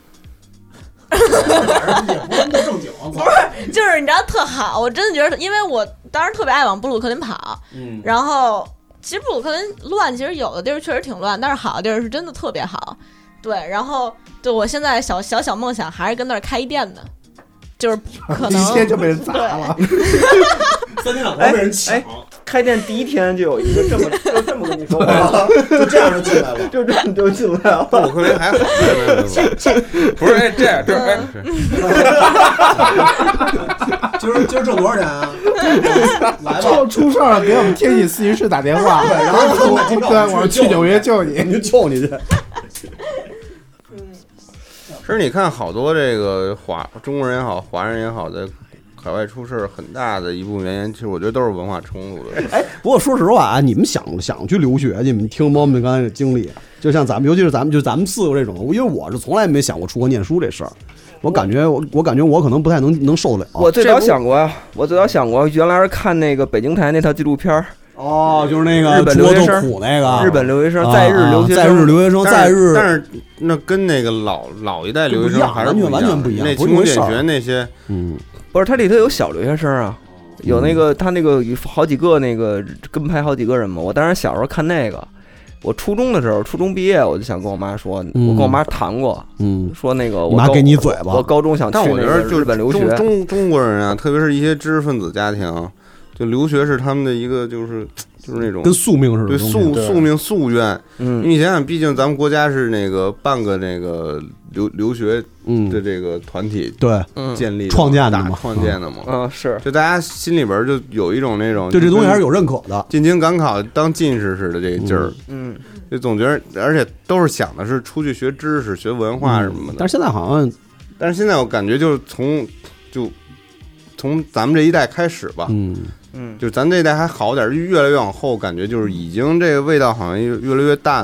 也不是正经， 不是，就是你知道特好，我真的觉得，因为我当时特别爱往布鲁克林跑，嗯，然后其实布鲁克林乱，其实有的地儿确实挺乱，但是好的地儿是真的特别好，对，然后对我现在小小小梦想还是跟那儿开一店的。就是可能一天就被人砸了， 三天两头被人抢。 开店第一天就有一个这么就这么跟你说话，就这样就进来了， 就这样就进来了。 布鲁克林还好， 不是这样，这哎， 今儿今儿挣多少钱啊？来吧，出事了，给我们天津司机室打电话，然后说对，我去纽约救你， 你救你去。 其实你看，好多这个华中国人也好，华人也好，在海外出事很大的一部分原因，其实我觉得都是文化冲突的。 哎，不过说实话啊，你们想想去留学，你们听猫们刚才的经历，就像咱们，尤其是咱们，就咱们四个这种，因为我是从来没想过出国念书这事儿，我感觉我我感觉我可能不太能能受得了。 我最早想过呀，我最早想过，原来是看那个北京台那套纪录片儿。 哦，就是那个日本留学生苦那个日本留学生在日留学生在日留学生在日， 但是那跟那个老老一代留学生还是完全完全不一样。 那勤工俭学那些， 嗯， 不是，它里头有小留学生啊，有那个他那个好几个那个跟拍好几个人嘛。我当时小时候看那个，我初中的时候，初中毕业我就想跟我妈说，我跟我妈谈过， 嗯， 说那个我妈给你嘴巴， 我高中想去那个日本留学。 中中中国人啊，特别是一些知识分子家庭，就留学是他们的一个就是就是那种跟宿命似的， 对宿宿命夙愿。 嗯， 你想想，毕竟咱们国家是那个半个那个留留学的这个团体对建立创建的嘛， 创建的嘛， 嗯，是， 就大家心里边就有一种那种对这东西还是有认可的， 进京赶考当进士似的这个劲儿， 嗯， 就总觉得，而且都是想的是出去学知识、学文化什么的。 但是现在好像， 但是现在我感觉就是从就从咱们这一代开始吧， 嗯。 嗯，就咱这一代还好点，越来越往后，感觉就是已经这个味道好像越越来越淡了。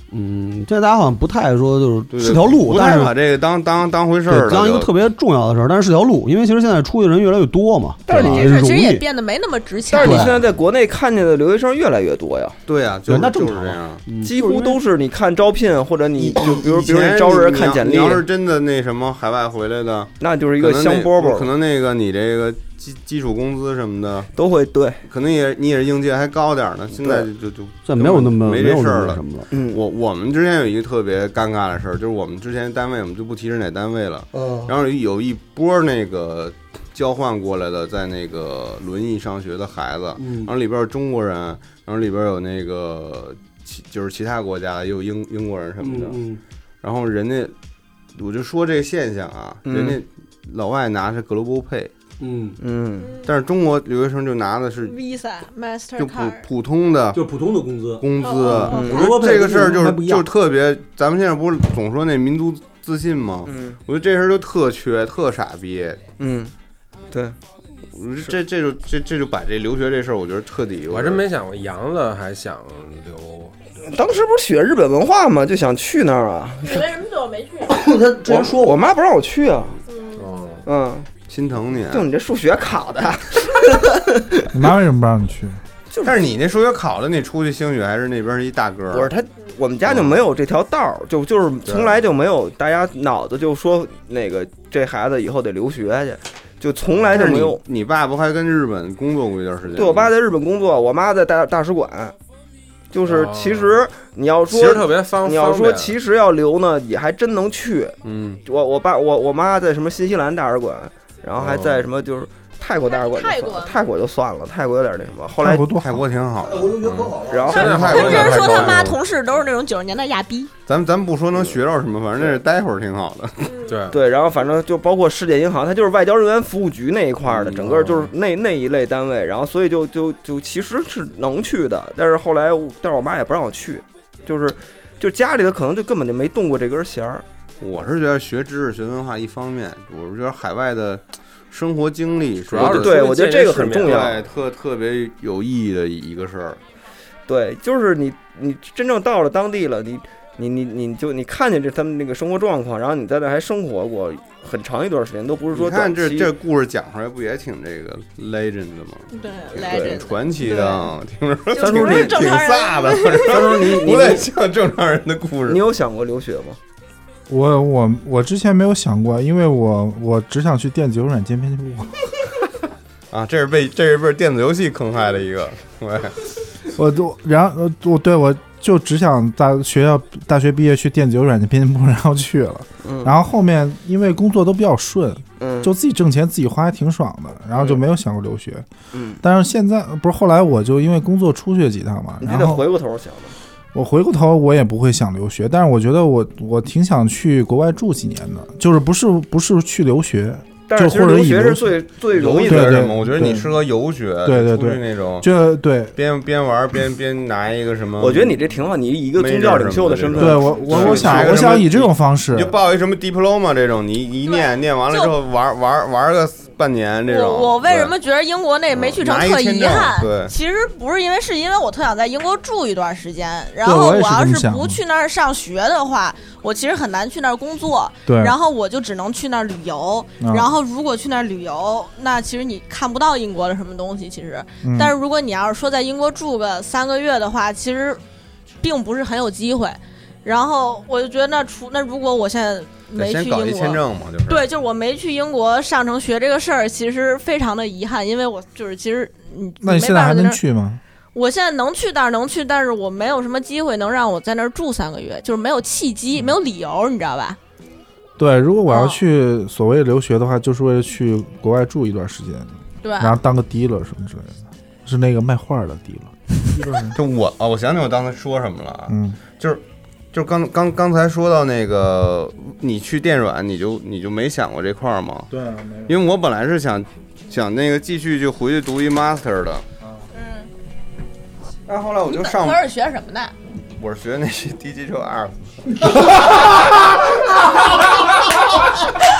嗯，现在大家好像不太说就是是条路， 不太把这个当当当回事儿， 当一个特别重要的事儿，但是是条路，因为其实现在出去的人越来越多嘛。 但是这事其实也变得没那么值钱。 但是你现在在国内看见的留学生越来越多呀。 对呀， 对，那正常这样， 几乎都是你看招聘或者你就比如比如你招人看简历， 你要是真的那什么海外回来的， 那就是一个香饽饽， 可能那个你这个基基础工资什么的都会对， 可能也你也是应届还高点呢，现在就就这没有那么没这事儿了。 嗯， 我我们之前有一个特别尴尬的事儿，就是我们之前单位我们就不提是哪单位了， 嗯， 然后有一波那个交换过来的，在那个轮椅上学的孩子， 嗯， 然后里边有中国人，然后里边有那个其就是其他国家也有英英国人什么的， 嗯， 然后人家我就说这个现象啊， 嗯、 人家老外拿着 Global Pay。 嗯嗯，但是中国留学生就拿的是 Visa、Mastercard， 就普普通的， 就普通的工资， 工资。 嗯， 这个事儿就是就特别，咱们现在不是总说那民族自信吗？ 嗯， 我觉得这事儿就特缺，特傻逼。 嗯，对， 这这就这这就把这留学这事儿，我觉得彻底。 我真没想过杨子还想留。 当时不是学日本文化吗？就想去那儿啊。 你为什么对我没去？ 他之前说我妈不让我去啊。 嗯嗯。 心疼你， 就你这数学考的， 你妈为什么不让你去？ 但是你那数学考的，你出去兴许还是那边一大哥。 不是他，我们家就没有这条道儿，就就是从来就没有大家脑子就说那个这孩子以后得留学去，就从来就没有。 你, 你爸不还跟日本工作过一段时间？ 对，我爸在日本工作，我妈在大大使馆。就是其实你要说， 其实特别方， 你要说其实要留呢，也还真能去。 嗯， 我我爸我我妈在什么新西兰大使馆。然后还在什么就是泰国大使馆， 泰国泰国就算了，泰国有点那什么。后来泰国挺好的， 然后他真是说他妈同事都是那种九十年代亚逼。 咱们咱们不说能学到什么，反正那是待会儿挺好的。 对对，然后反正就包括世界银行，它就是外交人员服务局那一块的，整个就是那那一类单位。然后所以就就就其实是能去的，但是后来但是我妈也不让我去，就是就家里的可能就根本就没动过这根弦儿。 我是觉得学知识学文化一方面，我是觉得海外的生活经历主要是对，我觉得这个很重要， 特特别有意义的一个事儿。 对，就是你你真正到了当地了，你你你你就你看见这他们那个生活状况，然后你在那还生活过很长一段时间，都不是说你看这这故事讲出来不也挺这个 legend 的吗？ 对 legend 传奇的，听着三叔你挺飒的， 三叔你不太像正常人的故事。 你有想过留学吗？ 我我我之前没有想过，因为我我只想去电子游软件编辑部。 啊，这是被这是被电子游戏坑害的一个。 我就然后我对我就只想大学校大学毕业去电子游软件编辑部，然后去了。 嗯、 然后后面因为工作都比较顺， 嗯， 就自己挣钱自己花还挺爽的，然后就没有想过留学。 嗯， 但是现在不是后来我就因为工作出去几趟嘛， 你得回过头想的。 我回过头我也不会想留学，但是我觉得我我挺想去国外住几年的，就是不是不是去留学， 但是其实留学是最最容易的什么？我觉得你适合游学， 对对对， 那种就对边边玩边边拿一个什么？ 我觉得你这挺好，你以一个宗教领袖的身份， 对我我我想我想以这种方式， 你就报一什么 diploma 这种，你一念念完了之后玩玩玩个半年这种。 我我为什么觉得英国那没去成特遗憾？ 对， 其实不是因为，是因为我特想在英国住一段时间，然后我要是不去那儿上学的话，我其实很难去那儿工作， 对， 然后我就只能去那儿旅游，然后如果去那儿旅游，那其实你看不到英国的什么东西，其实， 嗯、 但是如果你要是说在英国住个三个月的话，其实并不是很有机会。然后我就觉得那除那如果我现在没去英国， 签证嘛，就是对，就是我没去英国上成学这个事儿，其实非常的遗憾，因为我就是其实你那你现在还能去吗？ 我现在能去，但是能去，但是我没有什么机会能让我在那儿住三个月，就是没有契机，没有理由，你知道吧？ 对，如果我要去所谓留学的话，就是为了去国外住一段时间， 对， 然后当个 dealer 什么之类的，是那个卖画的 dealer。 就我啊，我想起我当时说什么了， 嗯， 就是。就是刚刚刚才说到那个，你去电软，你就你就没想过这块儿吗？ 对， 因为我本来是想想那个继续就回去读一 master 的， 嗯， 但后来我就上。 你是学什么的？ 我是学那些 digital art。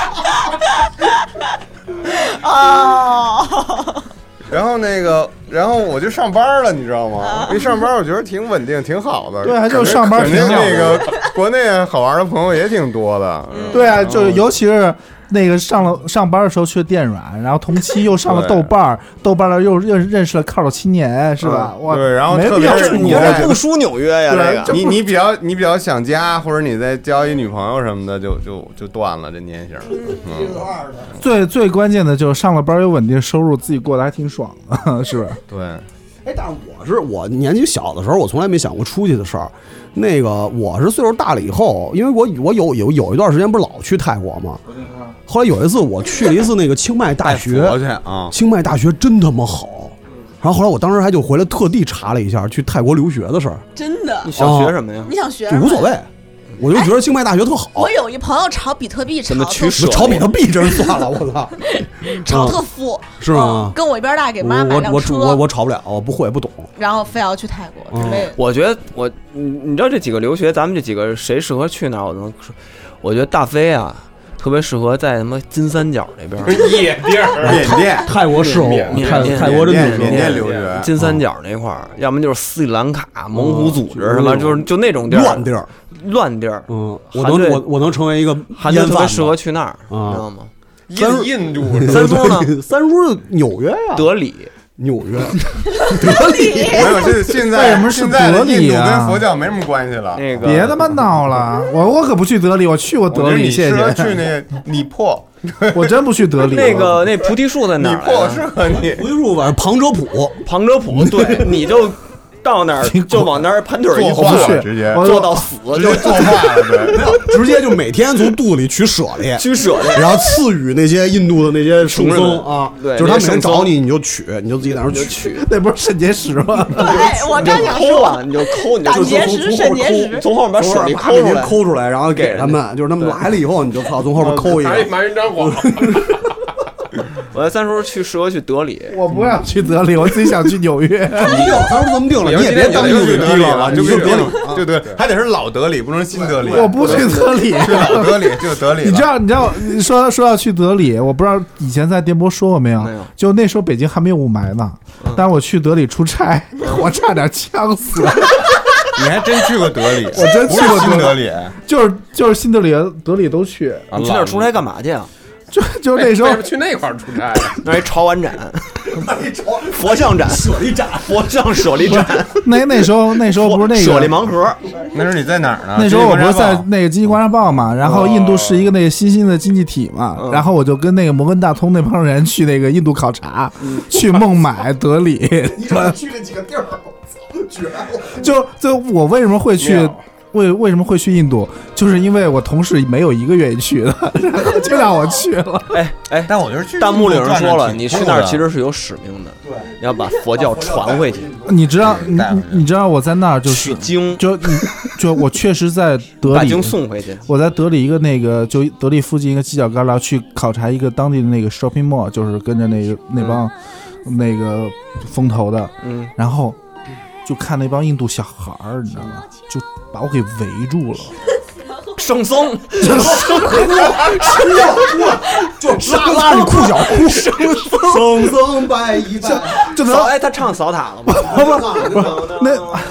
哦。 然后那个，然后我就上上班了，你知道吗？一上班我觉得挺稳定，挺好的。 对，就上班挺好。 那个国内好玩的朋友也挺多的。 对啊，就尤其是。那个上了上班的时候去了电软，然后同期又上了豆瓣，豆瓣了又认认识了靠了青年，是吧？ 嗯、对，然后特别是你不输纽约呀，这个你你比较你比较想家，或者你在交一女朋友什么的，就就就断了这年型。嗯， 最最关键的就是上了班有稳定收入，自己过得还挺爽的，是吧？ 对。 哎，但是我是我年纪小的时候，我从来没想过出去的事儿。那个我是岁数大了以后，因为我我有有有一段时间不是老去泰国吗？后来有一次我去了一次那个清迈大学， 啊， 清迈大学真他妈好。然后后来我当时还就回来特地查了一下去泰国留学的事儿。 真的？ 你想学什么呀？ 你想学？ 就无所谓。我就觉得清迈大学特好。 我有一朋友炒比特币， 怎么取舍？ 炒比特币真算了，我操！ 炒特富是吗？ 跟我一边大，给妈买辆车。 我我我炒不了，我不会不懂。 然后非要去泰国之类的。 我觉得我，你你知道这几个留学，咱们这几个谁适合去哪儿？我能说，我觉得大飞啊。特别适合在什么金三角那边夜店、缅甸、 泰国适合，泰泰国真的缅甸留学， 金三角那块儿，要么就是斯里兰卡、猛虎组织什么，就是就那种地儿， 乱地儿， 乱地儿。 嗯，我能我我能成为一个韩队特别适合去那儿，你知道吗？ 印印度， 三叔呢？ 三叔纽约呀， 德里。 纽约， 德里没有，这现在为什么是德里啊？跟佛教没什么关系了。 那个别他妈闹了，我我可不去德里，我去过德里，谢谢。 去那尼泊， 我真不去德里。 那个那菩提树在哪儿？ 尼泊适合你。 菩提树反正旁遮普， 旁遮普，对，你就。到那儿就往那儿盘腿一坐， 直接坐到死， 直接作画了，对， 没有，直接就每天从肚子里取舍利， 取舍利， 然后赐予那些印度的那些圣僧啊， 对， 就是他每天找你，你就取，你就自己在那儿取， 那不是肾结石吗？ 哎，我刚想说啊，你就抠，你就结石、肾结石， 从后面把舍利抠出来， 抠出来，然后给他们，就是他们来了以后，你就靠从后面抠一个， 麻人张广。 我在三叔去适合去德里， 我不想去德里，我自己想去纽约。 你有三叔这么定了，你也别当就去德里了， 就去德里，就对，还得是老德里，不能新德里。 我不去德里， 去老德里就德里。 你知道，你知道，说说要去德里，我不知道以前在电波说过没有？ 没有。 就那时候北京还没有雾霾呢，但我去德里出差，我差点呛死。 你还真去过德里？ 我真去过新德里， 就是就是新德里、德里都去。 你去那儿出差干嘛去啊？ 就就那时候去那块儿出差， 那一潮玩展，佛像展、舍利展、佛像舍利展。 那那时候那时候不是那个舍利盲盒？ 那时候你在哪儿呢？ 那时候我不是在那个经济观察报嘛，然后印度是一个那个新兴的经济体嘛，然后我就跟那个摩根大通那帮人去那个印度考察，去孟买、德里。 你去了几个地儿？我操，绝了！ 就就我为什么会去？为为什么会去印度？就是因为我同事没有一个愿意去的，然后就让我去了。 哎哎， 但我觉得去弹幕里有人说了，你去那儿其实是有使命的，对，你要把佛教传回去。 你知道，你你知道我在那儿就是取经， 就就我确实在德里把经送回去。 我在德里一个那个就德里附近一个犄角旮旯去考察一个当地的那个 shopping mall， 就是跟着那个那帮、嗯、那个风投的，嗯，然后就看那帮印度小孩儿，你知道吗？就把我给围住了。 圣僧， 圣僧，就拉拉你裤脚裤，圣僧，圣僧拜一拜， 就能哎，他唱扫塔了吗？ 不不不，那。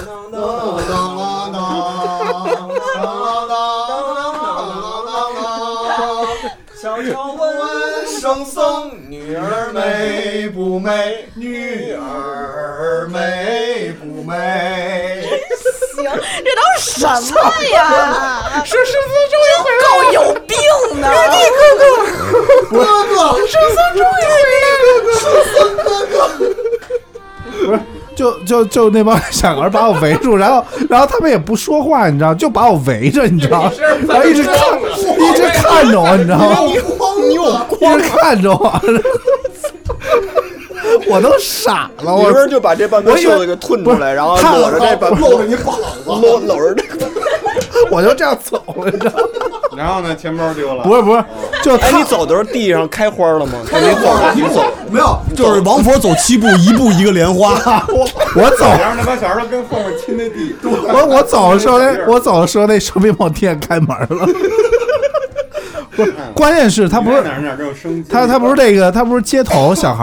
悄悄问问圣僧，女儿美不美？女儿美不美？ 行，这都是什么呀？是圣僧终于回来，够有病的！哥哥， 哥哥， 圣僧终于回来了， 圣僧哥哥。 不是，就就就那帮小孩把我围住，然后然后他们也不说话，你知道，就把我围着，你知道，然后一直看，一直看着我，你知道吗？ 你有光， 一直看着我。我都傻了，我一会儿就把这半个袖子给吞出来，然后裸着这半露着你膀子， 搂搂着这个， 我就这样走了，你知道吗？ 然后呢，钱包丢了。 不是不是，就哎，你走的时候地上开花了吗？ 开花，你走没有？就是王佛走七步，一步一个莲花。 我我走， 然后那帮小孩都跟后面亲那地。 我我走的时候，那我走的时候，那手表店开门了。不是，关键是他不是他他不是那个他不是街头小孩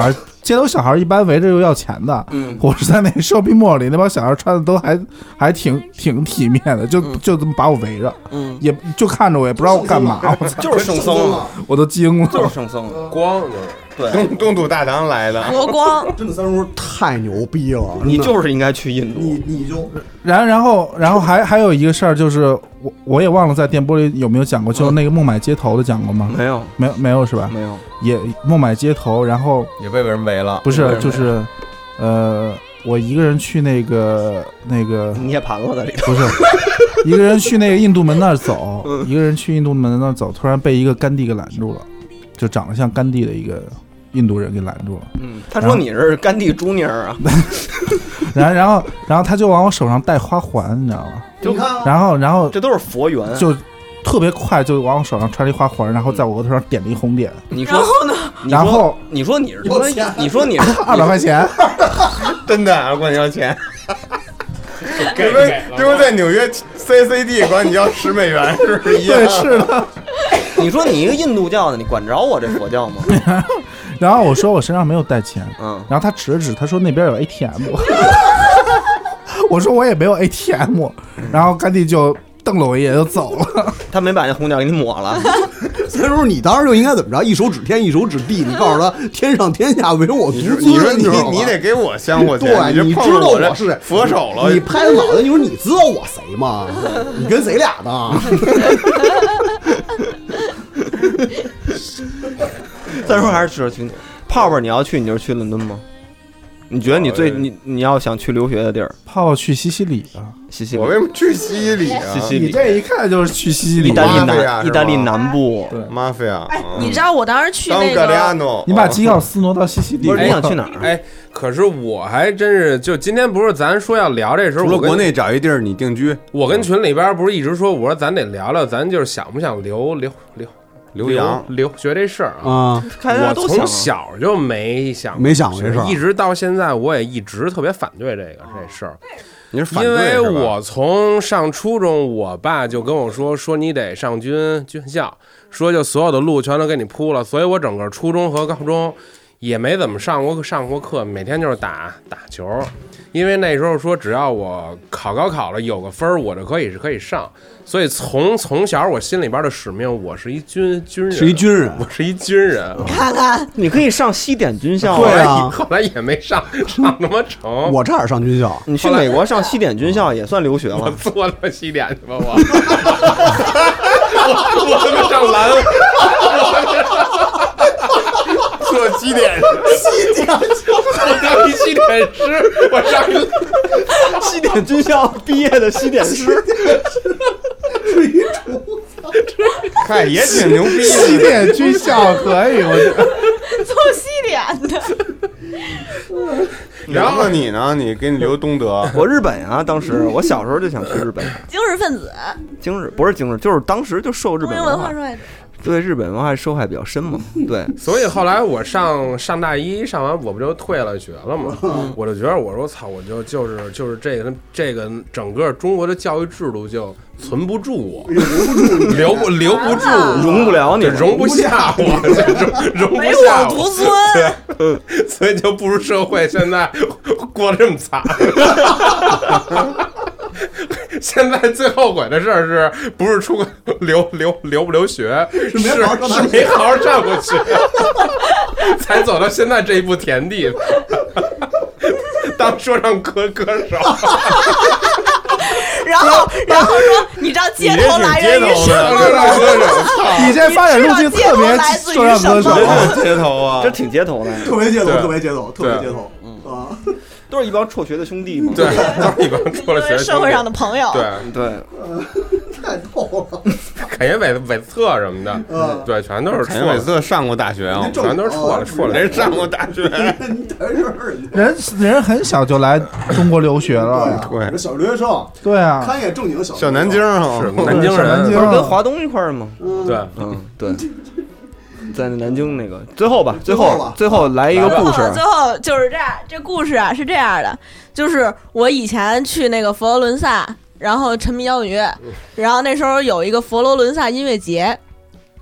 街头小孩一般围着又要钱的，嗯，我是在那 shopping mall 里，那帮小孩穿的都还还挺挺体面的，就、嗯、就这么把我围着，嗯，也就看着我，也不知道我干嘛，我操， 就是圣僧了， 我都惊了， 就是圣僧， 光就是。 对，东东土大唐来的佛光， 真的三叔太牛逼了！ 你就是应该去印度， 你你就然然后然后还还有一个事儿，就是我我也忘了在电波里有没有讲过，就是那个孟买街头的讲过吗？ 没有， 没有没有是吧？ 没有， 也孟买街头，然后也被人围了， 不是就是呃，我一个人去那个那个涅槃了在里头， 不是一个人去那个印度门那儿走，嗯、一个人去印度门那儿走，突然被一个甘地给拦住了。就长得像甘地的一个印度人给拦住了。 嗯，他说你是甘地朱尼尔啊。 然后，然后，然后他就往我手上戴花环，你知道吗？ 就看， 然后，然后这都是佛缘， 就特别快，就往我手上穿了一花环，然后在我额头上点了一红点。 你说然后呢？ 然后你说你是有钱，你说你是二百块钱， 真的啊，管你要钱。就跟就跟在纽约 C C D 管你要十美元是不是一样？ 对，是的。 你说你一个印度教的，你管着我这佛教吗？ 然后我说我身上没有带钱， 嗯， 然后他指了指，他说那边有 A T M， 我说我也没有 A T M， 然后甘地就瞪了我一眼就走了。 他没把那红点给你抹了。 那时候你当时就应该怎么着？一手指天，一手指地，你告诉他天上天下唯我独尊。 你说你你得给我香火钱， 对，你知道我是佛手了。 你拍他脑袋，你说你知道我谁吗？你跟谁俩的？ 再说还是去去泡泡，你要去你就是去伦敦吗？你觉得你最你你要想去留学的地儿？ 泡泡去西西里啊， 西西里。 我为什么去西西里啊？ 西西里， 你这一看就是去西西里。 意大利南，意大利南部。 对， 马菲亚。 哎，你知道我当时去那个， 你把基奥斯挪到西西里， 不是你想去哪儿？ 哎，可是我还真是，就今天不是咱说要聊这时候， 除了国内找一地儿你定居， 我跟群里边不是一直说，我说咱得聊聊，咱就是想不想留留留。 留洋留学这事儿啊， 我从小就没想没想过这事儿， 一直到现在我也一直特别反对这个这事儿。 你是反对？ 因为我从上初中，我爸就跟我说，说你得上军军校，说就所有的路全都给你铺了，所以我整个初中和高中也没怎么上过上过课，每天就是打打球。因为那时候说，只要我考高考了有个分儿，我就可以是可以上。所以从从小我心里边的使命，我是一军军人， 是一军人， 我是一军人。 你看看， 你可以上西点军校， 对啊， 后来也没上上那么成。 我差点上军校， 你去美国上西点军校也算留学了。 我做了西点去吧，我我我他妈上蓝， 做西点， 西点， 我当一西点师，我上一西点军校毕业的西点师， 是一厨子， 看也挺牛逼的。 西点军校可以，我觉得做西点的。 然后你呢？你给你留东德， 我日本啊！当时我小时候就想去日本。 精神分子， 精神不是精神，就是当时就受日本文化受害者。 对日本文化受害比较深嘛，对， 所以后来我上上大一上完我不就退了学了嘛，我就觉得我说操，我就就是就是这个这个整个中国的教育制度就存不住我，留不留不住， 容不了你， 容不下我，容容不下我， 独尊， 对，所以就步入社会，现在过得这么惨。现在最后悔的事儿是不是出留留留不留学，是是没好好上过学，才走到现在这一步田地，当说唱歌歌手。 然后，然后说，你知道街头来源于什么吗？ 你这发展路径特别说唱歌手， 街头啊， 这挺街头的， 特别街头，特别街头，特别街头， 嗯啊。都是一帮辍学的兄弟嘛， 对，都是一帮辍了学的社会上的朋友， 对对， 呃、太逗了， 凯言韦韦策什么的，嗯，对，全都是凯言韦策上过大学啊， 全都是辍了，辍了， 人上过大学， 人人很小就来中国留学了， 对， 小留学生， 对啊， 看一眼正经的小小南京啊， 是南京人， 不是跟华东一块儿吗？ 对， 嗯，对。在南京那个最后吧，最后最后来一个故事。 最后就是这样，这故事啊是这样的，就是我以前去那个佛罗伦萨，然后沉迷摇滚乐，然后那时候有一个佛罗伦萨音乐节，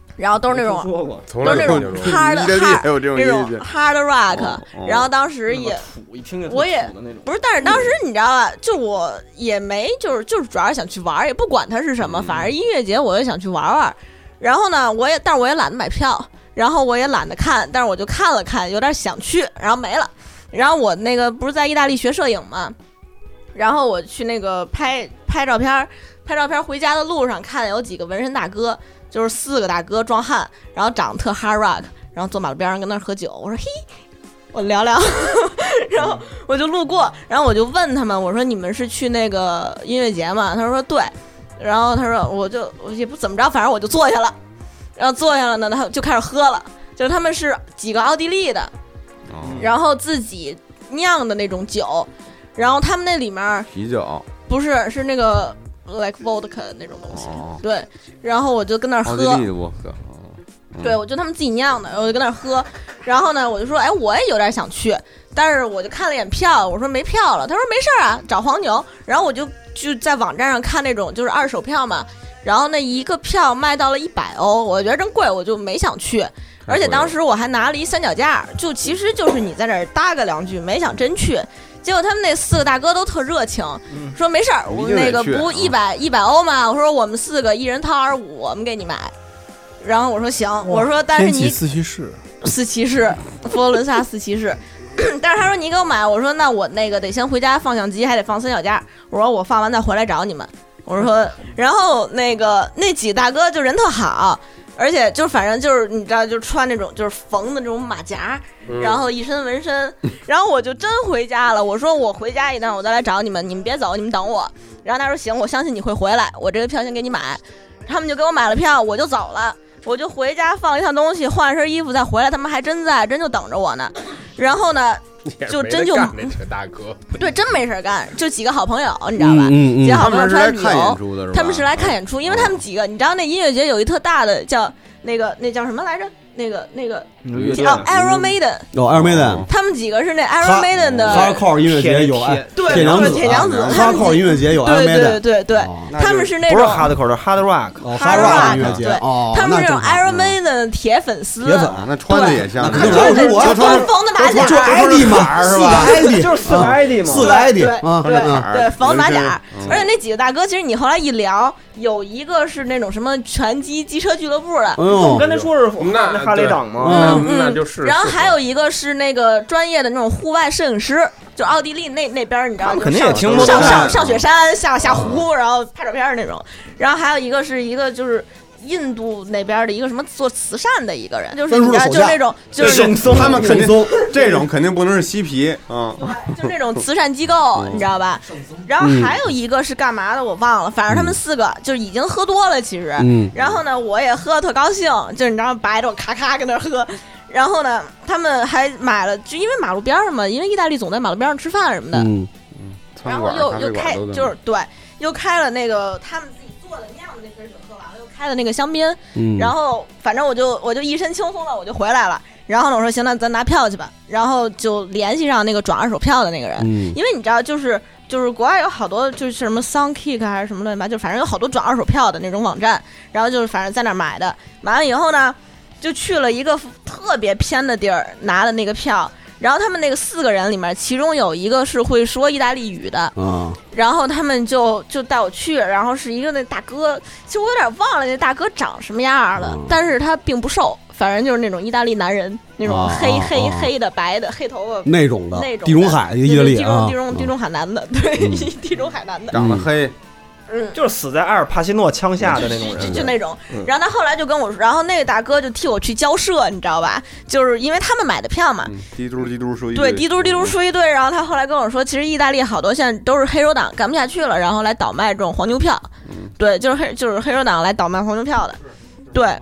然后都是那种都是那种 hard hard 这种 hard rock，、哦哦、然后当时也我也不是，但是当时你知道吧，就我也没就是就是主要是想去玩，也不管它是什么，反正音乐节我也想去玩玩。然后呢，我也但是我也懒得买票，然后我也懒得看，但是我就看了看，有点想去，然后没了。然后我那个不是在意大利学摄影嘛，然后我去那个拍拍照片，拍照片回家的路上看有几个纹身大哥。就是四个大哥壮汉，然后长得特 hard rock， 然后坐马路边上跟那儿喝酒。我说嘿，我聊聊，然后我就路过，然后我就问他们，我说你们是去那个音乐节吗？他说对，然后他说我就我也不怎么着，反正我就坐下了，然后坐下了呢，他就开始喝了，就是他们是几个奥地利的，然后自己酿的那种酒，然后他们那里面啤酒不是是那个。like vodka 那种东西，哦、对，然后我就跟那儿喝， 奥地利的 vodka，、 嗯、对，我就他们自己酿的，我就跟那儿喝，然后呢，我就说，哎，我也有点想去，但是我就看了一眼票，我说没票了，他说没事啊，找黄牛，然后我就就在网站上看那种就是二手票嘛，然后那一个票卖到了一百欧，我觉得真贵，我就没想去，而且当时我还拿了一三脚架，就其实就是你在这儿搭个两句，没想真去。结果他们那四个大哥都特热情，嗯、说没事儿，我那个不一百一百欧嘛，我说我们四个一人掏二十五，我们给你买。然后我说行，我说但是你四骑士， 四骑士，佛罗伦萨四骑士，但是他说你给我买，我说那我那个得先回家放相机，还得放三脚架，我说我放完再回来找你们。我说，然后那个那几大哥就人特好。而且就反正就是你知道，就穿那种就是缝的那种马甲，然后一身纹身，然后我就真回家了。我说我回家一趟，我再来找你们，你们别走，你们等我。然后他说行，我相信你会回来，我这个票先给你买。他们就给我买了票，我就走了，我就回家放一趟东西，换身衣服再回来，他们还真在，真就等着我呢。然后呢，就真就那这大哥对，真没事干，就几个好朋友，你知道吧？ 嗯嗯、 几个好朋友穿旅游， 他们是来看演出，因为他们几个，你知道那音乐节有一特大的叫那个那叫什么来着？那个那个哦 ，Iron Maiden 哦 ，Iron Maiden， 他们几个是那 Iron Maiden 的 Hardcore 音乐节有对铁娘子， 铁娘子 Hardcore 音乐节有 Iron Maiden， 对对对，他们是那种不是 Hardcore 的 Hard Rock，Hard Rock 音乐节， 哦，他们是那种 Iron Maiden 的铁粉丝， 铁粉， 那穿的也像， 穿的就缝的马甲， 就 I D 嘛，四个 I D， 就是四个 I D 嘛， 四个 I D， 对对，缝马甲，而且那几个大哥，其实你后来一聊，有一个是那种什么拳击机车俱乐部的， 我跟他说是那哈雷党吗？ 嗯嗯， 那就是。 然后还有一个是那个专业的那种户外摄影师，就奥地利那那边，你知道， 肯定也听过上上上雪山、下下湖，然后拍照片那种。然后还有一个是一个就是印度那边的一个什么做慈善的一个人，就是你知道，就那种就是他们肯定这种肯定不能是嬉皮啊， 就那种慈善机构，你知道吧？然后还有一个是干嘛的我忘了，反正他们四个就是已经喝多了，其实。然后呢，我也喝得特高兴，就是你知道白着我咔咔跟那喝。然后呢，他们还买了，就因为马路边上嘛，因为意大利总在马路边上吃饭什么的。 嗯嗯。 然后又又开，就是对，又开了那个他们自己做的酿的那瓶酒喝完了，又开了那个香槟。嗯。然后反正我就我就一身轻松的我就回来了。然后呢，我说行，那咱拿票去吧。然后就联系上那个转二手票的那个人，嗯、因为你知道，就是就是国外有好多就是什么 Soundkick 还是什么乱七八糟，就反正有好多转二手票的那种网站。然后就是反正在那儿买的，买了以后呢。就去了一个特别偏的地儿拿的那个票，然后他们那个四个人里面，其中有一个是会说意大利语的，嗯，然后他们就就带我去，然后是一个那大哥，其实我有点忘了那大哥长什么样了，嗯、但是他并不瘦，反正就是那种意大利男人，那种黑、啊、黑黑的白的黑头发那种的， 那种地中海意大利地中地中地中海男的，对，嗯、地中海男的， 长得黑。 嗯， 就是死在阿尔帕西诺枪下的那种人， 就就那种。然后他后来就跟我说，然后那个大哥就替我去交涉，你知道吧？就是因为他们买的票嘛， 滴嘟滴嘟说一对，滴嘟滴嘟说一堆。然后他后来跟我说，其实意大利好多现在都是黑手党干不下去了，然后来倒卖这种黄牛票。对，就是黑就是黑手党来倒卖黄牛票的。对。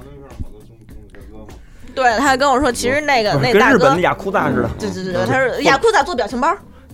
对，他还跟我说，其实那个那大哥跟日本的雅库扎似的。 对对对，他是雅库扎做表情包。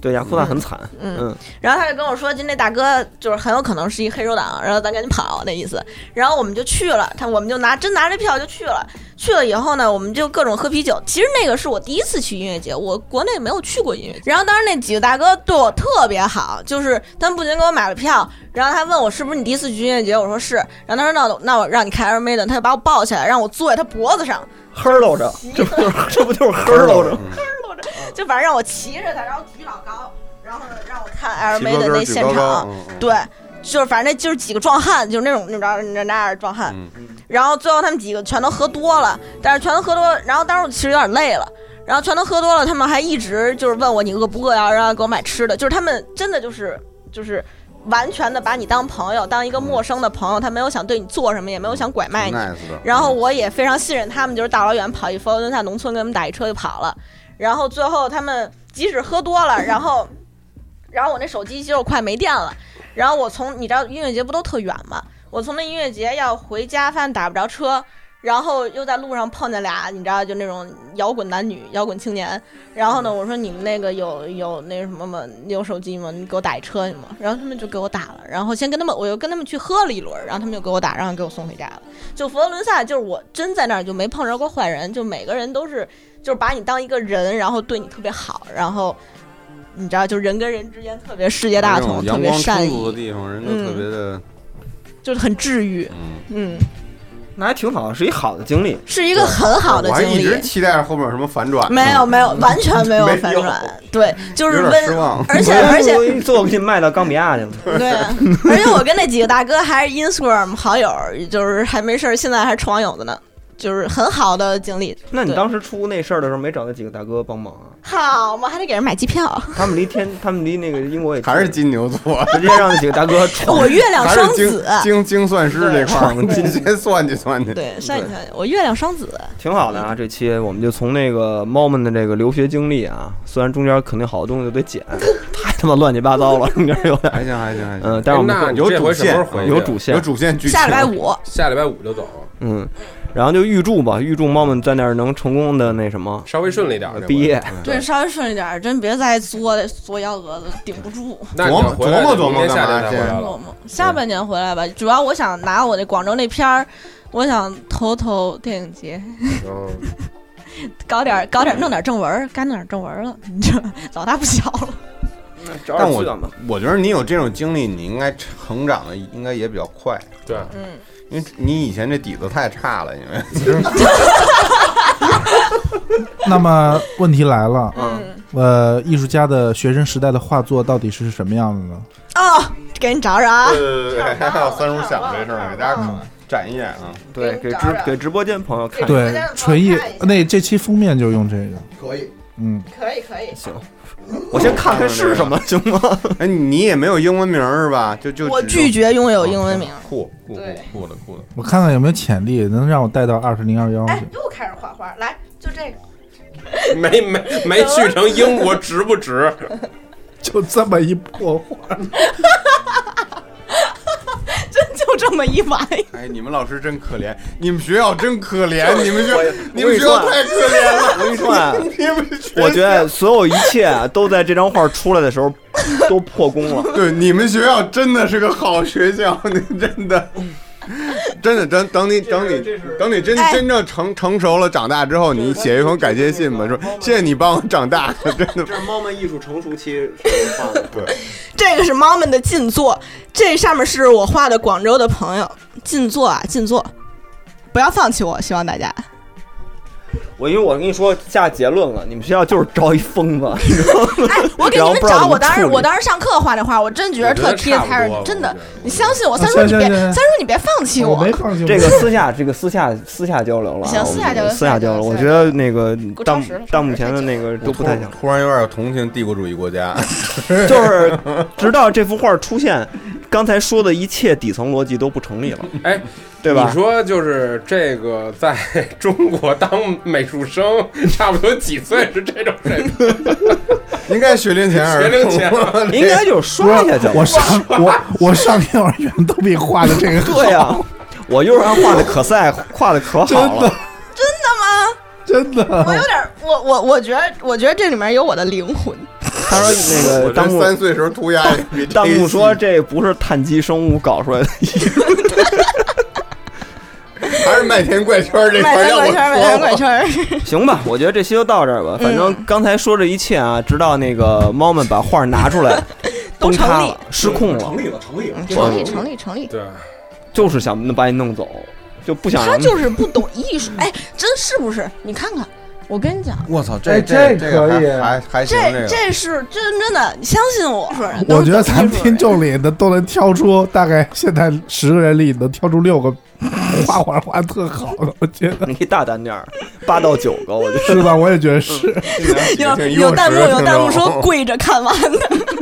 对，雅库萨很惨。 嗯嗯。然后他就跟我说，就那大哥就是很有可能是一黑手党，然后咱赶紧跑那意思。然后我们就去了，他我们就拿真拿着票就去了。去了以后呢，我们就各种喝啤酒。其实那个是我第一次去音乐节，我国内没有去过音乐节。然后当时那几个大哥对我特别好，就是他们不仅给我买了票，然后他问我是不是你第一次去音乐节，我说是。然后他说那我那我让你看 Iron Maiden， 他就把我抱起来，让我坐在他脖子上， 呵搂着，这不就是这不就是呵搂着，呵搂着，就反正让我骑着他，然后举老高，然后呢让我看 Iron Maiden 那现场，对。就是反正那就是几个壮汉，就是那种那种那样的壮汉，嗯、然后最后他们几个全都喝多了，但是全都喝多了，然后当时我其实有点累了，然后全都喝多了，他们还一直就是问我你饿不饿呀，然后给我买吃的，就是他们真的就是就是完全的把你当朋友，当一个陌生的朋友，他没有想对你做什么，也没有想拐卖你，嗯、然后我也非常信任他们，就是大老远跑一佛罗伦萨农村，给他们打一车就跑了，然后最后他们即使喝多了，然后然后我那手机其实我快没电了。然后我从你知道音乐节不都特远吗？我从那音乐节要回家，发现打不着车，然后又在路上碰见俩，你知道就那种摇滚男女、摇滚青年。然后呢，我说你们那个有有那什么吗？有手机吗？你给我打一车去吗？然后他们就给我打了。然后先跟他们，我又跟他们去喝了一轮，然后他们就给我打，然后给我送回家了。就佛罗伦萨，就是我真在那儿就没碰着过坏人，就每个人都是就是把你当一个人，然后对你特别好，然后。你知道，就人跟人之间特别世界大同，特别善意的地方，人都特别的、嗯， 就是很治愈。嗯嗯， 那还挺好，是一好的经历， 是一个很好的经历。 我还一直期待着后面有什么反转， 没有没有，完全没有反转。对，就是温，而且而且做不进卖到冈比亚去了。 对，而且我跟那几个大哥还是 Instagram 好友，就是还没事，现在还是处网友的呢。就是很好的经历。 那你当时出那事儿的时候，没找那几个大哥帮忙啊？ 好嘛，还得给人买机票。 他们离天，他们离那个英国也还是金牛座， 直接让那几个大哥闯。 我月亮双子， 精精算师这块儿，直接算计算计。 对，算计算计。我月亮双子， 挺好的啊。这期我们就从那个猫们的这个留学经历啊，虽然中间肯定好多东西都得剪，太他妈乱七八糟了，中间有点还行还行还行。 嗯，但是我们有主线， 有主线， 有主线剧情。 下礼拜五， 下礼拜五就走。 嗯。然后就预祝吧，预祝猫们在那儿能成功的那什么， 稍微顺利点毕业。 对，稍微顺利点，真别再作作幺蛾子，顶不住。 琢磨琢磨琢磨干嘛？ 琢磨下半年回来吧。主要我想拿我那广州那片儿，我想投投电影节，搞点搞点弄点正文，该弄点正文了。你这老大不小了。 但我我觉得你有这种经历，你应该成长的应该也比较快。 对， 嗯。 因为你以前这底子太差了，因为那么问题来了，嗯，呃，艺术家的学生时代的画作到底是什么样的呢？ 哦，给你找找啊！ 对对对，还有三叔想这事儿，给大家看展一眼啊。 对，给直给直播间朋友看。 对，纯艺那这期封面就用这个， 可以， 嗯， 可以可以， 行。我先看看是什么，行吗？ 哎，你也没有英文名是吧？就就我拒绝拥有英文名。 酷酷酷的酷的。 我看看有没有潜力能让我带到二十零二幺去。 哎，又开始画画，来，就这个。 没没没去成英国，值不值？ 就这么一破画。 真就这么一玩意。 哎，你们老师真可怜，你们学校真可怜，你们学你们学校太可怜了。 我跟你说啊，我觉得所有一切都在这张画出来的时候都破功了。 对，你们学校真的是个好学校，你真的。真的，等等你等你等你真真正成成熟了，长大之后，你写一封感谢信吧，说谢谢你帮我长大。真的， 这是猫们艺术成熟期画的。 对， 这个是猫们的进作，这上面是我画的广州的朋友进作啊，进作，不要放弃我，希望大家。 我因为我跟你说下结论了，你们学校就是招一疯子。 哎，我给你们找，我当时我当时上课画这画，我真觉得特贴才是真的。你相信我，三叔你别，三叔你别放弃我。 我没放弃。 这个私下，这个私下私下交流了。 行，私下交流， 私下交流。我觉得那个到到目前的那个都不太想。 突然有点同情帝国主义国家， 就是直到这幅画出现，刚才说的一切底层逻辑都不成立了。 哎。 对吧？ 你说就是这个，在中国当美术生，差不多几岁是这种水平？ 应该学龄前儿， 学龄前应该就刷下去了。 我上我我上幼儿园都比画的这个好。 对呀、啊，我幼儿园画的可赛，画的可好了。 真的？ 真的吗？ 真的。 我有点，我我我觉得，我觉得这里面有我的灵魂。 他说那个弹幕三岁时候涂鸦， 弹幕说这不是碳基生物搞出来的。 还是麦田怪圈这块让我说，麦田怪圈。 行吧，我觉得这期就到这儿吧。反正刚才说这一切啊，直到那个猫们把画拿出来， 都成立， 失控了， 成立了，成立了， 成立，成立，成立。 对， 就是想把你弄走，就不想。 他就是不懂艺术，哎，真是不是？你看看。我跟你讲， 我操，这这这可以， 还还行， 这这是真真的，你相信我。 我觉得咱们听众里的都能挑出，大概现在十个人里能挑出六个画画画特好的，我觉得。 你可以大胆点儿，八到九个，我觉得是吧？我也觉得是。 有有弹幕有弹幕说跪着看完的。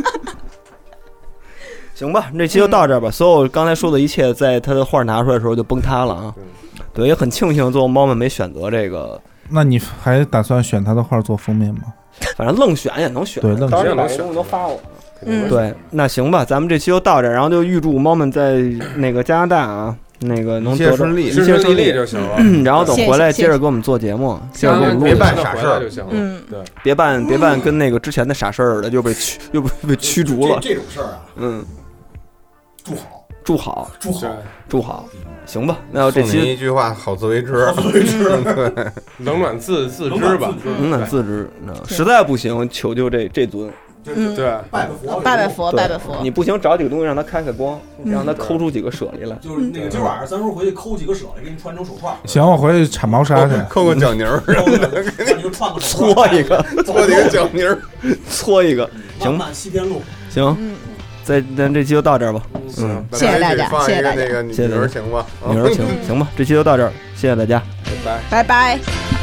行吧，这期就到这儿吧。所有刚才说的一切，在他的画拿出来的时候就崩塌了啊。对，也很庆幸最后猫们没选择这个。 那你还打算选他的画做封面吗？ 反正愣选也能选， 对，愣选也能选，都发我。嗯，对，那行吧，咱们这期就到这儿，然后就预祝猫们在那个加拿大啊，那个能得顺利， 一切顺利就行了。 然后等回来接着给我们做节目，接着给我们录。 别办傻事儿就行了。 嗯， 对， 别办别办跟那个之前的傻事儿的，又被驱又被被驱逐了。 这种事儿啊， 嗯， 住好， 住好， 住好， 住好。行吧，那这期一句话，好自为之， 好自为之， 对， 冷暖自自知吧， 冷暖自知。实在不行，求求这这尊， 嗯， 对， 拜拜佛， 拜拜佛，拜拜佛。 你不行，找几个东西让他开开光，让他抠出几个舍利来。 就是那个今晚上咱说回去抠几个舍利，给你穿成手串。 行，我回去铲毛沙去， 抠个脚泥儿， 你就串个搓一个， 搓几个脚泥儿， 搓一个。行， 西天路。 行。在咱这期就到这儿吧， 嗯， 谢谢大家，谢谢大家， 那个女儿情吧， 女儿情，行吧，这期就到这儿，谢谢大家， 拜拜， 拜拜。